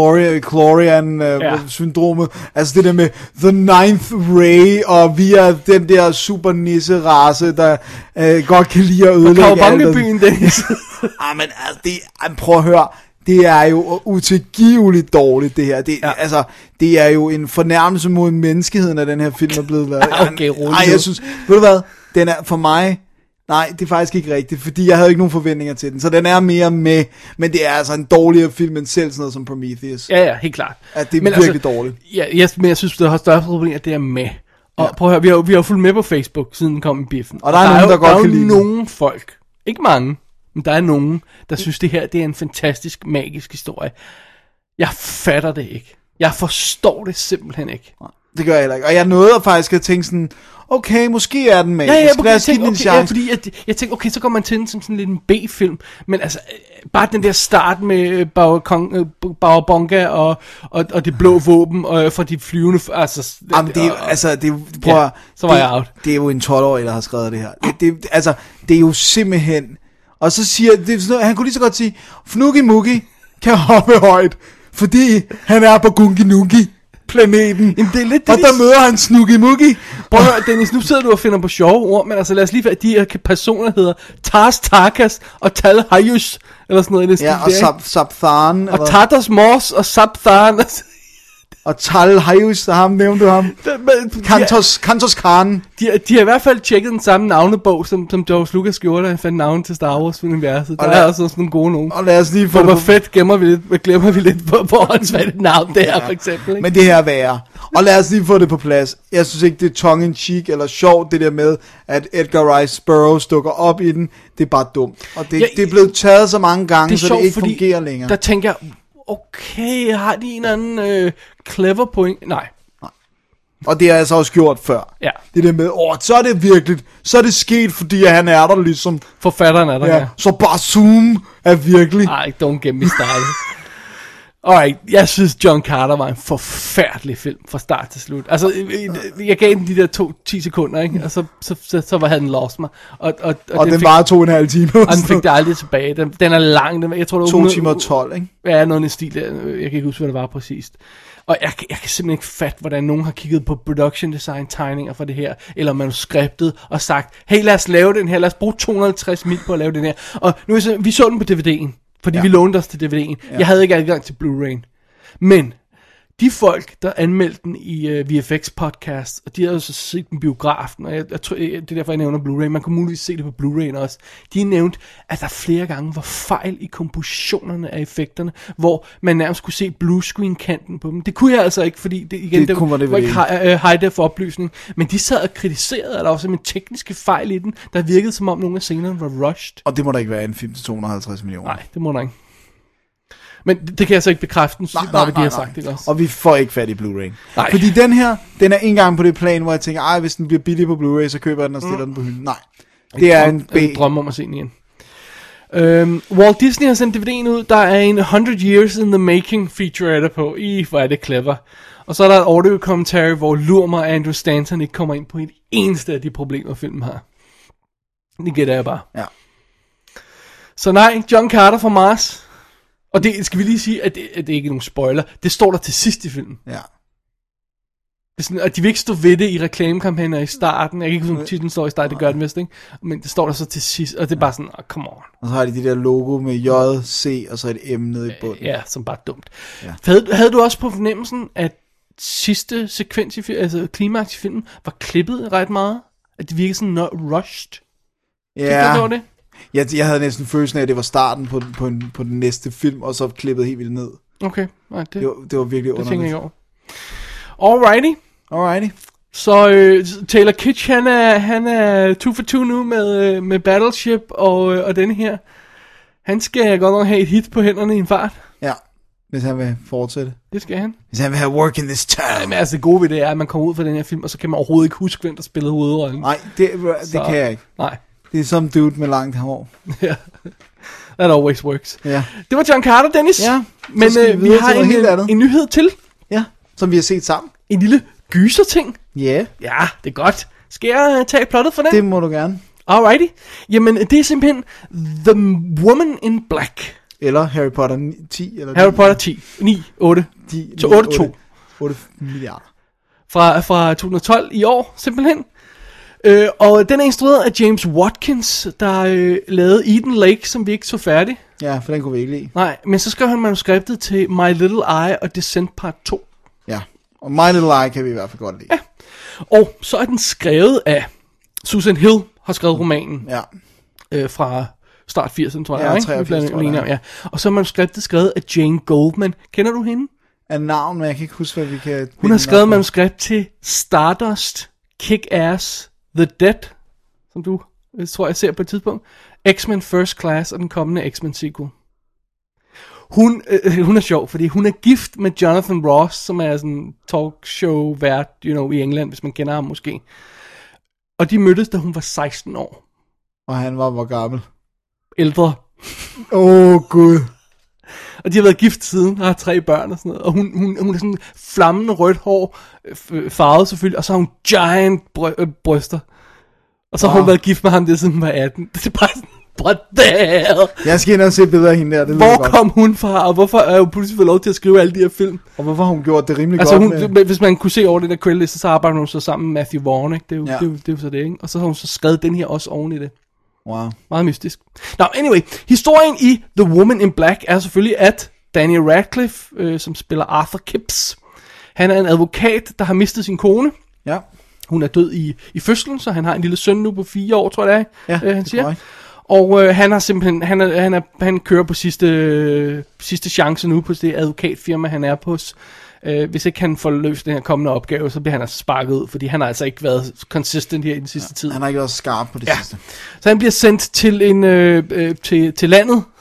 midichlorian-syndromet. Uh, ja. Altså, det der med The Ninth Ray, og vi er den der super nisse-race, der øh, godt kan lide at ødelægge alt. Kavabongebyen, Dennis. ah, men altså, det, prøv at høre, det er jo utilgiveligt dårligt, det her. Det, ja. altså, det er jo en fornærmelse mod menneskeheden, at den her film er blevet lavet. Okay, roligt. Ej, jeg synes, ved du hvad, den er for mig, nej, det er faktisk ikke rigtigt, fordi jeg havde ikke nogen forventninger til den, så den er mere med, men det er altså en dårligere film end selv sådan noget som Prometheus. Ja, ja, helt klart. At det er men virkelig altså, dårligt. Ja, yes, men jeg synes, det har større problem, at det er med. Og ja. prøv at høre, vi har, vi har jo fulgt med på Facebook, siden den kom i biffen. Og der er, og der nogen, der, er jo, godt der kan lide nogen folk, ikke mange, men der er nogen, der synes, det her det er en fantastisk, magisk historie. Jeg fatter det ikke. Jeg forstår det simpelthen ikke. Det gør jeg heller ikke. Og jeg nåede faktisk at tænke sådan, okay, måske er den magisk. Ja, ja, okay, jeg tænkte, okay, ja, fordi jeg, jeg tænkte, okay, så går man til den som sådan lidt en B-film. Men altså, bare den der start med Bauerbonga og, og, og det blå våben og, for de flyvende... Altså, Jamen, det er og, altså, det er, prøv, ja, så var det, jeg out. Det er jo en tolv-årig, der har skrevet det her. Det, det, altså, det er jo simpelthen... Og så siger... Det, han kunne lige så godt sige, Fnugi Mugi kan hoppe højt, fordi han er på Gungi Nungi planeten. Jamen, det er lidt og der møder han Snoogie Moogie. Prøv at høre, Dennis, nu sidder du og finder på sjove ord, men altså lad os lige være, de her personer hedder Tars Tarkas og Tal Hayus, eller sådan noget i det stil. Ja, og Sab Sabthan. Og Tatas Mors og Sabthan. Og Tal Hayus, der ham nævnte du ham. Kantos, Kantos Khan. De, de har i hvert fald tjekket den samme navnebog, som, som George Lucas gjorde, da han fandt navn til Star Wars-universet. Der lad, er også sådan nogle gode nogen. Og lad os lige få For hvor fedt gemmer vi lidt, glemmer vi lidt på, på åndsvagt navn der, ja, for eksempel. Ikke? Men det her er værre. Og lad os lige få det på plads. Jeg synes ikke, det er tongue-in-cheek eller sjovt, det der med, at Edgar Rice Burroughs dukker op i den. Det er bare dumt. Og det, ja, det er blevet taget så mange gange, det så sjovt, det ikke fungerer længere. Der tænker jeg, okay, har de en eller anden øh, clever point? Nej. Og det har jeg så også gjort før. Ja. Det der med, åh, så er det virkelig, så er det sket, fordi han er der ligesom. Forfatteren er der, ja. ja. Så bare Zoom er virkelig. Nej, don't get me started. Alright, jeg synes John Carter var en forfærdelig film fra start til slut. Altså, jeg gav den de der to, ti sekunder, ikke? Og så, så, så, så var han lost mig. Og, og, og, og den, den var to og en halv time. Og den fik det aldrig tilbage. Den, den er lang. Den, jeg tror, det var to hundrede, timer og tolv, ikke? Ja, noget i stil der. Jeg kan ikke huske, hvad det var præcist. Og jeg, jeg kan simpelthen ikke fatte, hvordan nogen har kigget på production design tegninger for det her, eller manuskriptet, og sagt, hey, lad os lave den her, lad os bruge to hundrede og halvtreds mil på at lave den her. Og nu så, vi så den på D V D'en, fordi ja. vi lånte os til D V D'en. Ja. Jeg havde ikke adgang til Blu-ray'en. Men de folk, der anmeldte den i uh, V F X podcast, og de havde jo så set den biografen, og jeg, jeg tror, det er derfor, jeg nævner Blu-ray, man kunne muligvis se det på Blu-ray'en også, de nævnte, at der flere gange var fejl i kompositionerne af effekterne, hvor man nærmest kunne se bluescreen-kanten på dem. Det kunne jeg altså ikke, fordi det, igen, det, det, det var ikke high-def oplysning, men de sad og kritiserede, at der var simpelthen tekniske fejl i den, der virkede som om nogle af scenerne var rushed. Og det må da ikke være en film til to hundrede og halvtreds millioner. Nej, det må der ikke. Men det, det kan jeg så ikke bekræfte, nej, bare nej, hvad de har sagt, ikke også? Og vi får ikke fat i Blu-ray. Nej. Fordi den her, den er en gang på det plan, hvor jeg tænker, ej, hvis den bliver billig på Blu-ray, så køber jeg den og stiller mm. den på hylden. Nej, det er en B. En drøm om at se den igen. Øhm, Walt Disney har sendt D V D'en ud, der er en hundred years in the making featurette på. I, hvor er det clever. Og så er der et audio commentary, hvor lur mig Andrew Stanton ikke kommer ind på et eneste af de problemer, filmen har. Det gætter jeg bare. Ja. Så nej, John Carter fra Mars. Og det skal vi lige sige, at det, at det ikke er nogen spoiler. Det står der til sidst i filmen. Ja. Det er sådan, at de vil ikke stå ved det i reklamekampagner i starten. Jeg kan ikke huske, om titlen står i starten, det gør den vist, ikke? Men det står der så til sidst, og det er bare sådan, oh, come on. Og så har de de der logo med J, C, og så et M nede i bunden. Ja, som bare dumt. Ja. Havde, havde du også på fornemmelsen, at sidste sekvens i altså klimaks i filmen, var klippet ret meget? At det virkede sådan not rushed? Ja. Fik du det? Jeg, jeg havde næsten følelsen af, at det var starten på, på, en, på den næste film, og så klippet helt vildt ned. Okay. Nej, det, det, var, det var virkelig underligt. Det tænker jeg over. Alrighty. Alrighty. Så øh, Taylor Kitsch, han er, han er two for two nu med, øh, med Battleship og, øh, og denne her. Han skal godt nok have et hit på hænderne i en fart. Ja, hvis han vil fortsætte. Det skal han. Hvis han vil have work in this town. Ja, men altså det gode ved det er, at man kommer ud fra den her film, og så kan man overhovedet ikke huske, hvem der spillede hovedrollen. Nej, det, det så, kan jeg ikke. Nej. Det er som dude med langt hår. Ja. That always works. Ja. Det var John Carter, Dennis. Ja. Men øh, vi har en, en, en nyhed til. Ja, som vi har set sammen. En lille gyser-ting. Ja. Yeah. Ja, det er godt. Skal jeg uh, tage plottet for den? Det må du gerne. Alrighty. Jamen, det er simpelthen The Woman in Black. Eller Harry Potter ti. Eller Harry Potter ti. ni, otte. Så otte to. otte milliarder. Fra, fra to tusind og tolv i år, simpelthen. Øh, og den er instrueret af James Watkins, der øh, lavede Eden Lake, som vi ikke så færdig. Ja, for den kunne vi ikke lide. Nej, men så skrev han manuskriptet til My Little Eye og Descent Part to. Ja, og My Little Eye kan vi i hvert fald godt lide. Ja, og så er den skrevet af Susan Hill, har skrevet romanen. Ja. Øh, fra start firserne, tror jeg. Ja, ikke? treogfirs, tror jeg. Ja. Og så er manuskriptet skrevet af Jane Goldman. Kender du hende? Af navn, men jeg kan ikke huske, hvad vi kan... Hun har skrevet manuskript til Stardust, Kick-Ass, The Dead, som du jeg tror jeg ser på et tidspunkt, X-Men First Class og den kommende X-Men sequel. Hun, øh, hun er sjov, fordi hun er gift med Jonathan Ross, som er sådan en talkshow vært, you know, i England, hvis man kender ham måske. Og de mødtes, da hun var seksten år. Og han var hvor gammel? Ældre. Åh, oh, gud. Og de har været gift siden, og har tre børn og sådan noget. Og hun, hun, hun er sådan flammende rødt hår, farvet selvfølgelig, og så har hun giant bry- øh, bryster. Og så wow. har hun været gift med ham, det siden hun var atten. Det er bare sådan, what the hell? Jeg skal ind og se billeder af hende der. Det Hvor kom godt. Hun fra, og hvorfor er hun pludselig fået lov til at skrive alle de her film? Og hvorfor har hun gjort det rimelig altså, godt hun, med... Hvis man kunne se over det der credit, så arbejder hun så sammen med Matthew Vaughn, ikke? Det er jo, ja. det er jo, det er jo så det, ikke? Og så har hun så skrevet den her også oven i det. Wow. Meget mystisk. Now, anyway, historien i The Woman in Black er selvfølgelig, at Daniel Radcliffe, øh, som spiller Arthur Kipps, han er en advokat, der har mistet sin kone. Ja. Hun er død i, i fødslen, så han har en lille søn nu på fire år, tror jeg, ja, øh, han siger. Og øh, han har simpelthen, han, er, han, er, han kører på sidste, øh, sidste chance nu på det advokatfirma, han er på. Øh, hvis ikke han får løst den her kommende opgave, så bliver han altså sparket ud, fordi han har altså ikke været consistent her i den sidste ja, tid. Han har ikke været skarp på det ja. sidste. Så han bliver sendt til, en, øh, øh, til, til landet,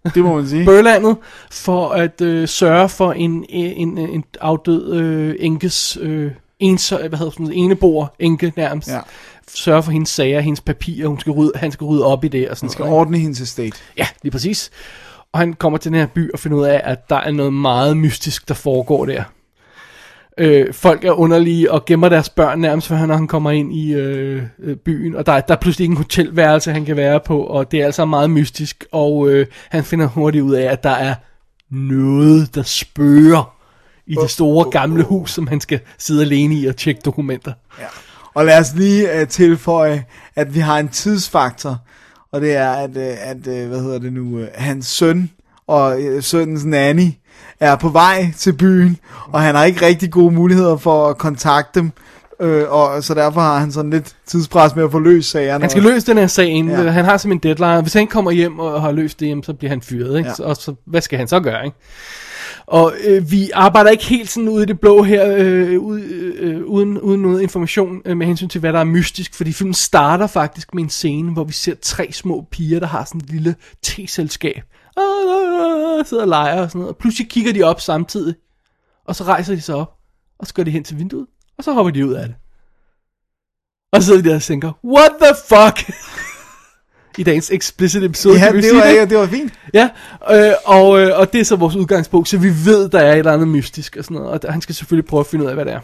Det må man sige. Børlandet, for at øh, sørge for en, en, en, en afdød øh, enkes, øh, ens, hvad hedder sådan, eneboer enke nærmest. Ja. Sørge for hendes sager, hendes papirer, hun skal rydde, han skal rydde op i det. Og sådan han skal noget, ordne hendes estate. Ja, lige præcis. Og han kommer til den her by og finder ud af, at der er noget meget mystisk, der foregår der. Øh, folk er underlige og gemmer deres børn nærmest, for når han kommer ind i øh, byen, og der er, der er pludselig ingen hotelværelse, han kan være på, og det er altså meget mystisk, og øh, han finder hurtigt ud af, at der er noget, der spørger i det store gamle hus, som han skal sidde alene i og tjekke dokumenter. Ja. Og lad os lige uh, tilføje, at vi har en tidsfaktor, og det er, at, uh, at uh, hvad hedder det nu, uh, hans søn og uh, sønnens nanny er på vej til byen, og han har ikke rigtig gode muligheder for at kontakte dem, øh, og så derfor har han sådan lidt tidspres med at få løst sagerne. Han skal løse den her sag inden, ja. Han har simpelthen en deadline, hvis han kommer hjem og har løst det hjem, så bliver han fyret, ikke? Ja. Og så, hvad skal han så gøre, ikke? Og øh, vi arbejder ikke helt sådan ude i det blå her, øh, ude, øh, uden, uden noget information øh, med hensyn til, hvad der er mystisk, fordi filmen starter faktisk med en scene, hvor vi ser tre små piger, der har sådan et lille te-selskab, og sidder og leger og sådan noget, og pludselig kigger de op samtidig, og så rejser de sig op, og så går de hen til vinduet, og så hopper de ud af det. Og så sidder de der og tænker, what the fuck? I dagens explicit episode, ja, kan vi det sige var, det? Ja, det var fint. Ja, øh, og, øh, og det er så vores udgangspunkt, så vi ved, der er et eller andet mystisk og sådan noget, og der, han skal selvfølgelig prøve at finde ud af, hvad det er.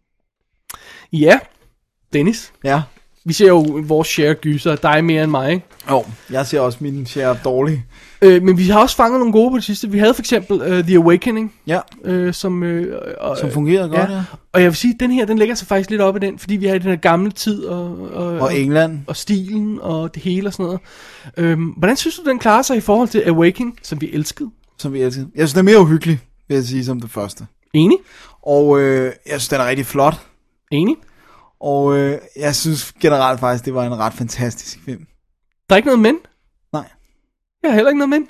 Ja, Dennis. Ja. Vi ser jo vores share gyser, dig mere end mig, ikke? Jo, oh, jeg ser også min share dårlig. Øh, men vi har også fanget nogle gode på det sidste. Vi havde for eksempel uh, The Awakening, ja. øh, som, øh, og, som fungerede godt, ja. ja. Og jeg vil sige, at den her, den lægger sig faktisk lidt op i den, fordi vi har i den her gamle tid, og, og, og England, og, og stilen, og det hele og sådan noget. Øhm, hvordan synes du, den klarer sig i forhold til Awakening, som vi elskede? Som vi elskede. Jeg synes, den er mere uhyggelig, vil jeg sige, som det første. Enig. Og øh, jeg synes, den er rigtig flot. Enig. Og øh, jeg synes generelt faktisk, det var en ret fantastisk film. Der er ikke noget men? Nej. Jeg har heller ikke noget men.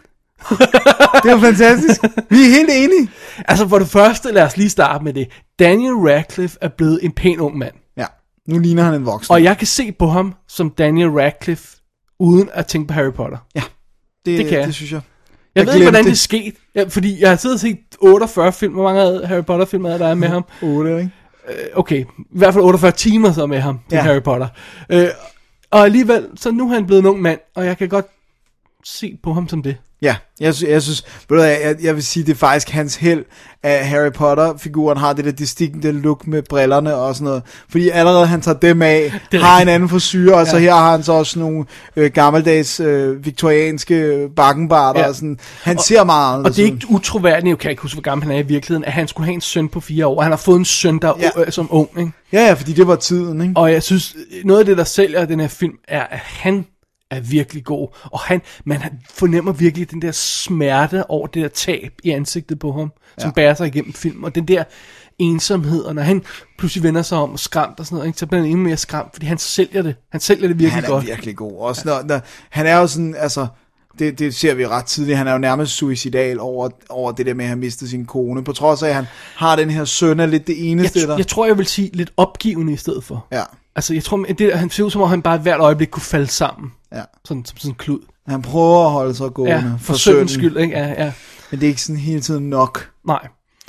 Det er fantastisk. Vi er helt enige. Altså for det første, lad os lige starte med det. Daniel Radcliffe er blevet en pæn ung mand. Ja, nu ligner han en voksen. Og jeg kan se på ham som Daniel Radcliffe, uden at tænke på Harry Potter. Ja, det, det kan jeg. Det synes jeg. Jeg, jeg ved ikke, hvordan det, det er sket. Ja, fordi jeg har siddet og set otteogfyrre film. Hvor mange Harry Potter film er der er med ham? otte, ikke? Okay, i hvert fald otteogfyrre timer så med ham, ja. Harry Potter. Øh, og alligevel, så nu er han blevet en ung mand, og jeg kan godt se på ham som det. Ja, jeg, jeg synes, ved du, jeg, jeg vil sige, det er faktisk hans held, at Harry Potter-figuren har det der distinkte look med brillerne og sådan noget. Fordi allerede han tager dem af, har en anden frisyre, og ja. Så her har han så også nogle øh, gammeldags øh, viktorianske bakkenbarter. Ja. Og sådan. Han og, ser meget andet. Og det er ikke utroværdigt, jeg kan ikke huske, hvor gammel han er i virkeligheden, at han skulle have en søn på fire år, og han har fået en søn, der ja. øh, som ung, ikke? Ja, ja, fordi det var tiden, ikke? Og jeg synes, noget af det, der sælger den her film, er, at han er virkelig god, og han, man fornemmer virkelig den der smerte over det der tab i ansigtet på ham, som ja. Bærer sig igennem film, og den der ensomhed, og når han pludselig vender sig om og skræmt og sådan noget, ikke, så bliver han endnu mere skræmt, fordi han sælger det, han sælger det virkelig godt. Han er godt. virkelig god, også ja. når, når, han er jo sådan, altså, det, det ser vi ret tidligt, han er jo nærmest suicidal over, over det der med at have mistet sin kone, på trods af, at han har den her søn, er lidt det eneste jeg, der. Jeg tror, jeg vil sige lidt opgivende i stedet for. Ja. Altså, jeg tror, det, han ser ud som om, han bare hvert øjeblik kunne falde sammen. Ja. Sådan, som sådan en klud. Han prøver at holde sig gående. Ja, for, for søndens skyld, ikke? Ja, ja. Men det er ikke sådan hele tiden nok. Nej.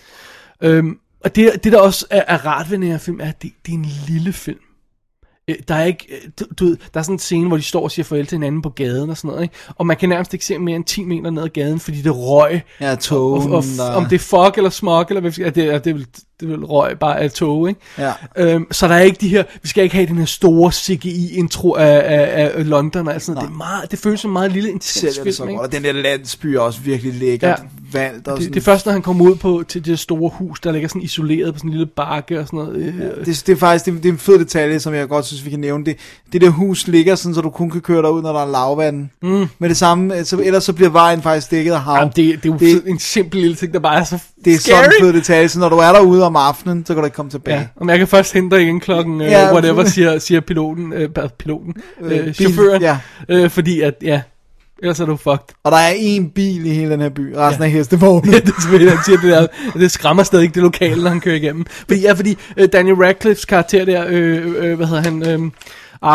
Øhm, og det, det der også er, er rart ved den her film, er, at det, det er en lille film. Der er ikke, du, du ved, der er sådan en scene, hvor de står og siger farvel til hinanden på gaden og sådan noget, ikke? Og man kan nærmest ikke se mere end ti meter ned ad gaden, fordi det røg. Ja, togen. Og, og, og, om det er fog eller smog, eller hvad ja, det, er, det, er vel, det er vel røg bare af tog, ikke? Ja. Øhm, så der er ikke de her, vi skal ikke have den her store C G I-intro af, af, af London og alt sådan noget. Det, er meget, det føles som en meget lille intens film, ikke? Og den der landsby er også virkelig lækkert ja. Valgt. Og det, det er først, når han kommer ud på, til det store hus, der ligger sådan isoleret på sådan en lille bakke og sådan noget. Ja, det, det er faktisk det, det er en fed detalje, som jeg godt synes, vi kan nævne. Det, det der hus ligger sådan, så du kun kan køre derud, når der er lavvand. Mm. Men det samme, så, ellers så bliver vejen faktisk dækket af hav. Jamen, det, det er jo det, en simpel lille ting, der bare er så det er scary. sådan en fed detalje, så når du er derude om aftenen, så kan du ikke komme tilbage. Ja, og jeg kan først hente dig igen klokken, uh, ja, whatever, siger, siger piloten, uh, piloten, uh, bil, chaufføren, ja. uh, fordi at, ja, ellers er du fucked. Og der er en bil i hele den her by, resten ja. Af hestevogne. Ja, det er selvfølgelig, han siger det der, det skræmmer stadig ikke det lokale, når han kører igennem. Fordi, ja, fordi uh, Daniel Radcliffes karakter der, øh, øh, hvad hedder han, øh, Arthur,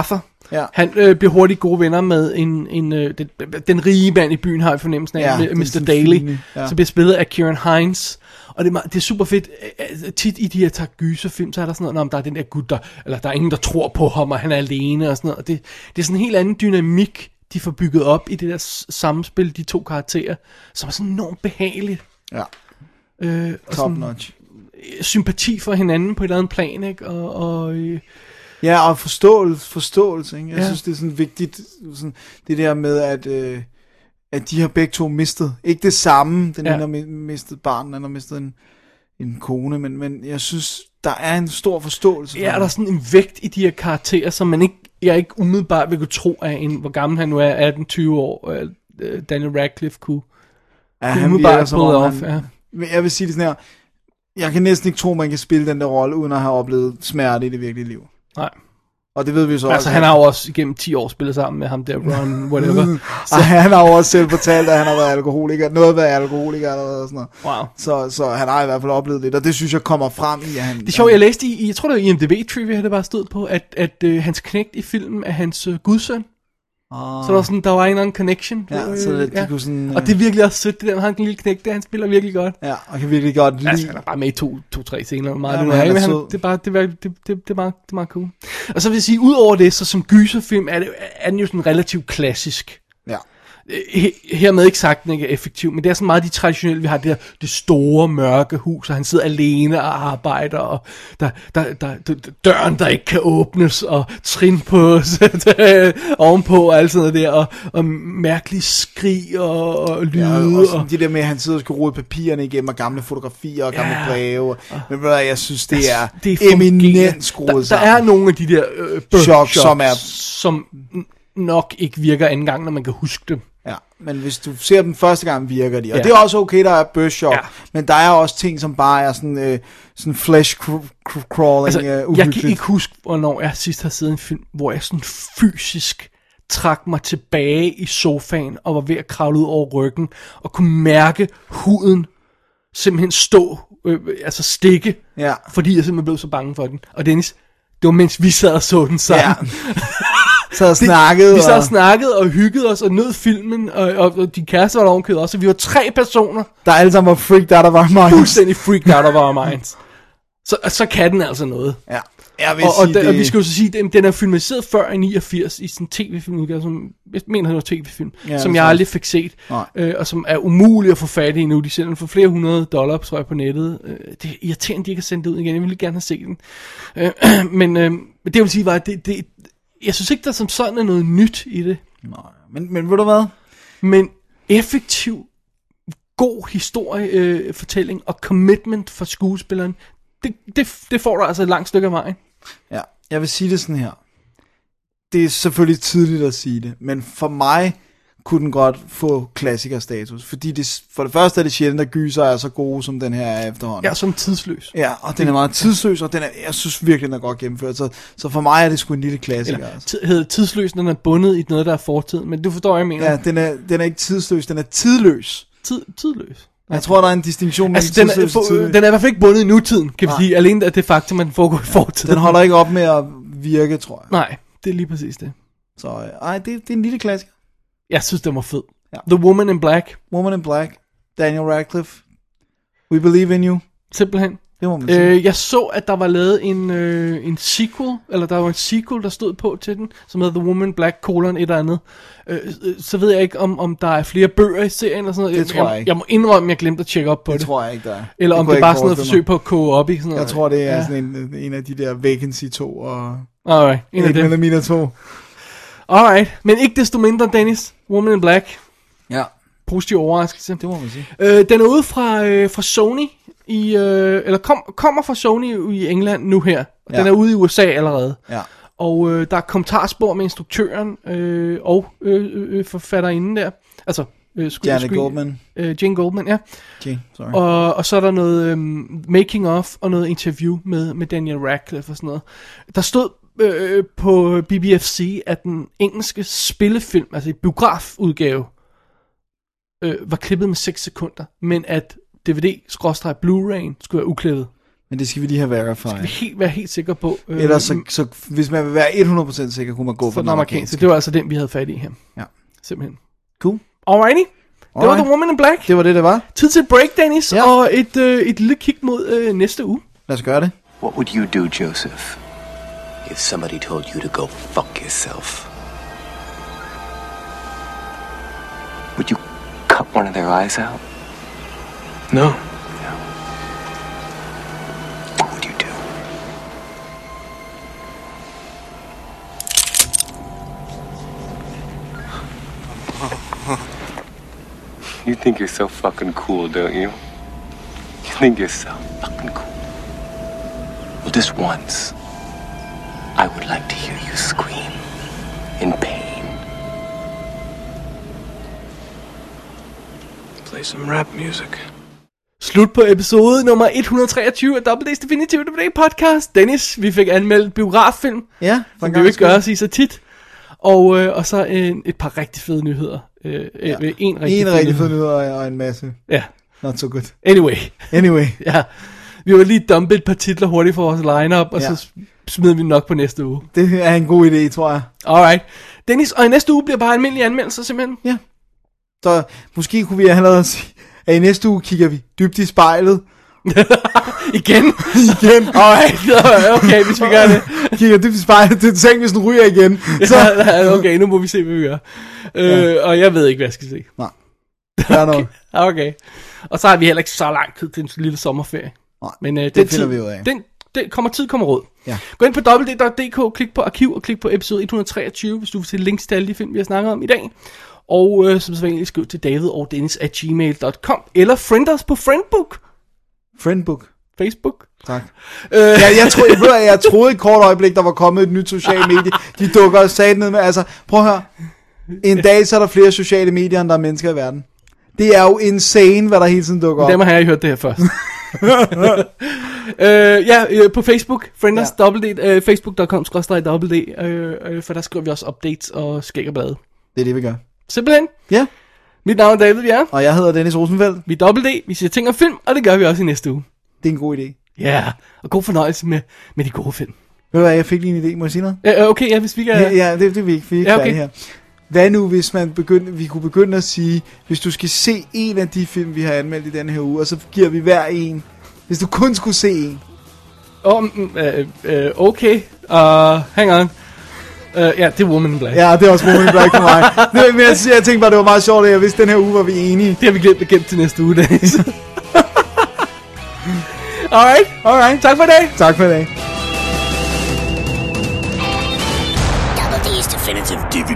Ja. Han øh, bliver hurtigt gode venner med en, en øh, den, den rige mand i byen, har jeg fornemmelsen af, Ja, med, den mister Daly, fine, ja. som bliver spillet af Kieran Hines. Og det er, det er super fedt. Tit i de her tak-gyserfilm, så er der sådan noget, om der er den der gut, der, eller der er ingen, der tror på ham, og han er alene og sådan noget. Og det, det er sådan en helt anden dynamik, de får bygget op i det der samspil, de to karakterer, som er sådan enormt behageligt. Ja. Øh, og Top sådan, notch. sympati for hinanden på et eller andet plan, ikke? Og, og øh, Ja, og forståelse, forståelse, ikke? Jeg Ja. synes, det er sådan vigtigt, sådan, det der med, at, øh, at de har begge to mistet. Ikke det samme, den Ja. ene har mi- mistet barn, den anden har mistet en, en kone, men, men jeg synes, der er en stor forståelse. for ja, er der det. sådan en vægt i de her karakterer, som man ikke, jeg ikke umiddelbart vil kunne tro af en, hvor gammel han nu er, atten tyve år, øh, Daniel Radcliffe kunne, Ja, kunne han umiddelbart virker, som pull om off, han, ja. Men jeg vil sige det sådan her, jeg kan næsten ikke tro, man kan spille den der rolle, uden at have oplevet smerte i det virkelige liv. Nej. Og det ved vi jo så Altså, også. han har jo også igennem ti år spillet sammen med ham der, Ron, whatever. Så han har jo også selv fortalt, at han har været alkoholiker. Noget at være alkoholiker eller sådan noget. Wow. Så, så han har i hvert fald oplevet lidt, og det synes jeg kommer frem i, at han... Det er sjovt, jeg læste i, jeg tror det var i I M D B-trivia, det bare stod på, at, at øh, hans knægt i filmen er hans øh, gudsøn. Ah. Så der var sådan, der var en eller anden connection. Ja, øh, så det- de kunne sådan, Og det er virkelig også sødt, det der, han har en lille knægt der, han spiller virkelig godt. Ja, og kan virkelig godt lide... Altså, han er bare med i to, to tre scener, meget Ja, ja, men det, han er men han, sød. det er bare, det, er, det, det, det, er meget, det er meget cool. Og så vil jeg sige, ud over det, så som gyserfilm er, det, er den jo sådan relativt klassisk. Ja. Her- Hermed ikke sagt, den ikke er effektiv, men det er sådan meget de traditionelle, vi har det der, det store mørke hus, og han sidder alene og arbejder, og der, der, der, der døren, der ikke kan åbnes, og trin på ovenpå, og alt sådan noget der, og, og mærkelige skrig og, og lyde. Ja, og og, sådan det der med, at han sidder og skal rode papirerne igennem, og gamle fotografier og gamle Ja. breve. Men ved du hvad, jeg synes, det er, det det er fungerer. eminent skruet der, der sammen. er nogle af de der øh, birth Chok, shots, som er- som n- nok ikke virker anden gang, når man kan huske dem. Ja, men hvis du ser dem første gang, virker de. Og Ja. det er også okay, der er burst shock. Ja. Men der er også ting, som bare er sådan, øh, sådan flesh cr- cr- crawling, Altså, øh, jeg uhyggeligt. kan ikke huske, hvornår jeg sidst har siddet i en film, hvor jeg sådan fysisk trak mig tilbage i sofaen og var ved at kravle ud over ryggen og kunne mærke huden simpelthen stå, øh, altså stikke, Ja. fordi jeg simpelthen blev så bange for den. Og Dennis, det var mens vi sad og så den sammen. Ja. Så havde snakket. Vi sad og... og snakkede og hyggede os og nød filmen, og, og, og din kæreste var der ovenkøbet også, så vi var tre personer, Der alle sammen var freaked out of our minds. fuldstændig freaked out of our minds. Så, så kan den altså noget. Ja. Jeg vil Og, og, sige, den, det... og vi skal jo så sige, den, den er filmatiseret før i niogfirs i sådan en tv-film, som jeg mener, det var tv-film, Ja, ja, det som er jeg så- aldrig fik set, Nej. øh, og som er umulig at få fat i nu. De sælger den for flere hundrede dollar, tror jeg, på nettet. Øh, det er irriterende, de ikke har sendt det ud igen. Jeg ville gerne have set den. Øh, men øh, det jeg vil sige var, at det, det, jeg synes ikke, der som sådan er noget nyt i det. Nej, men, men ved du hvad? Men effektiv, god historiefortælling øh, fortælling og commitment for skuespilleren, det, det, det får du altså et langt stykke af vejen. Ja, jeg vil sige det sådan her. Det er selvfølgelig tidligt at sige det, men for mig kunne den godt få klassikerstatus, fordi det, for det første er det sjældent, at gyser er så gode, som den her er efterhånden. Ja, som tidsløs. Ja, og den er meget tidsløs, og den er, jeg synes virkelig, den er godt gennemført, så, så for mig er det sgu en lille klassiker. Eller Altså. tid, hedder tidsløs, den er bundet i noget, der er fortid. Men du forstår, hvad jeg mener. Ja, den er, den er ikke tidsløs, den er tidløs. Tid, tidløs. Jeg tror, der er en distinktion mellem Altså, den er, tidsløs og for, tidløs. den er i hvert fald ikke bundet i nutiden, kan vi Nej. sige. Alene af det faktum, at den foregår i fortiden. Den holder ikke op med at virke, tror jeg. Nej, det er lige præcis det. Så øh, ej, det, det er en lille klassiker. Jeg synes, den var fed. Ja. The Woman in Black, Woman in Black, Daniel Radcliffe, We Believe in You. simpelthen. Det må man sige. Øh, jeg så, at der var lavet en, øh, en sequel, eller der var en sequel, der stod på til den, som hedder The Woman in Black, colon et eller andet. Øh, øh, så ved jeg ikke, om, om der er flere bøger i serien, eller sådan noget. Det tror jeg jeg, ikke. jeg må indrømme, at jeg glemte at tjekke op på Det det. tror jeg ikke, der er. Eller om kunne det jeg bare ikke sådan noget forestille forsøg på at koge op i sådan noget. Jeg tror, det er Ja. sådan en, en af de der Vacancy to og Alright, en af en dem. millimeter to. Alright, men ikke desto mindre, Dennis, Woman in Black, Ja, positiv overraskelse. det må man sige. Øh, den er ude fra, øh, fra Sony, i, øh, eller kom, kommer fra Sony i England nu her. Og Ja. den er ude i U S A allerede. Ja. Og øh, der er kommentarspor med instruktøren øh, og øh, øh, forfatterinden der. Altså, øh, sku- Janet sku- Goldman. Øh, Jane Goldman, ja. Okay, sorry. Og, og så er der noget øh, making of og noget interview med, med Daniel Radcliffe og sådan noget. Der stod øh, på B B F C, at den engelske spillefilm, altså i biografudgave, øh, var klippet med seks sekunder, men at D V D-Blu-ray skulle være uklippet. Men det skal vi lige have verified. Skal vi helt, være helt sikre på. Øh, Ellers så, så, hvis man vil være hundrede procent sikker, kunne man gå for, for den den amerikanske. amerikanske. Det var altså den, vi havde fat i her. Ja. Simpelthen. Cool. Alrighty. Det var The Woman in Black. Det var det, det var. Tid til et break, Dennis, ja. og et, øh, et lille kig mod øh, næste uge. Lad os gøre det. What would you do, Joseph, if somebody told you to go fuck yourself? Would you cut one of their eyes out? No. No. What would you do? You think you're so fucking cool, don't you? You think you're so fucking cool. Well, just once, I would like to hear you scream in pain. Play some rap music. Slut på episode nummer et hundrede og treogtyve af Double D's Definitive D V D podcast. Dennis, vi fik anmeldt biograffilm, ja, som vi jo ikke gør os i så tit. Og, øh, og så en, et par rigtig fede nyheder. Øh, ja. øh, en rigtig, en fed rigtig fed nyheder og en masse. Ja. Not so good. Anyway. Anyway. Ja. Vi var lige dumpet et par titler hurtigt for vores lineup, og ja. så smider vi nok på næste uge. Det er en god idé, tror jeg. Alright. Dennis, og i næste uge bliver bare almindelige anmeldelser simpelthen. Ja. Så måske kunne vi allerede sige, at i næste uge kigger vi dybt i spejlet. Igen? igen. Alright, okay, hvis vi gør det. Kigger dybt i spejlet, det tænker, hvis den ryger igen. Så. Ja, okay, nu må vi se, hvad vi gør. Ja. Øh, og jeg ved ikke, hvad jeg skal se. Nej. Okay. okay. Og så har vi heller ikke så lang tid til en lille sommerferie. Nej, men øh, det den finder tid, vi ud af. Den, den kommer tid, kommer råd. Ja. Gå ind på w w w punktum d k, klik på arkiv og klik på episode et hundrede og treogtyve, hvis du vil se links til alle de film, vi har snakket om i dag. Og øh, som sædvanligt skriv til David og Dennis at gmail punktum com eller friend os på Friendbook. Friendbook. Facebook. Tak. Øh. Ja, jeg, troede, jeg, jeg troede i et kort øjeblik, der var kommet et nyt socialt medie. De dukker og sagde ned med, altså, prøv at høre. En dag, så er der flere sociale medier, end der er mennesker i verden. Det er jo insane, hvad der hele tiden dukker op. Dem har jeg hørt det her først. øh, ja, øh, på Facebook, friend us, ja. uh, facebook punktum com skråstreg dobbelt d, øh, øh, for der skriver vi også updates og skæg og blade. Det er det, vi gør. Simpelthen. Ja. Mit navn er David, vi er. Og jeg hedder Dennis Rosenfeldt. Vi er Double D, vi siger ting om film, og det gør vi også i næste uge. Det er en god idé. Ja, yeah. Og god fornøjelse med, med de gode film. Ved du hvad, jeg fik lige en idé, må jeg sige noget? Ja, okay, ja, hvis vi kan... Ja, ja det, det er vi ikke, vi er ikke ja, okay. her. Hvad nu, hvis man begynder, vi kunne begynde at sige, hvis du skal se en af de film, vi har anmeldt i denne her uge, og så giver vi hver en, hvis du kun skulle se en. Oh, uh, uh, okay, uh, hang on. Uh, ja, det er Woman in Black. Ja, det er også Woman in Black for mig. Det, men jeg, jeg tænkte bare, det var meget sjovt, at jeg vidste, den her uge var vi enige. Det har vi glemt at gemme til næste uge, Dennis. Alright, alright. Tak for i dag. Tak for i dag. Double D's Definitive D V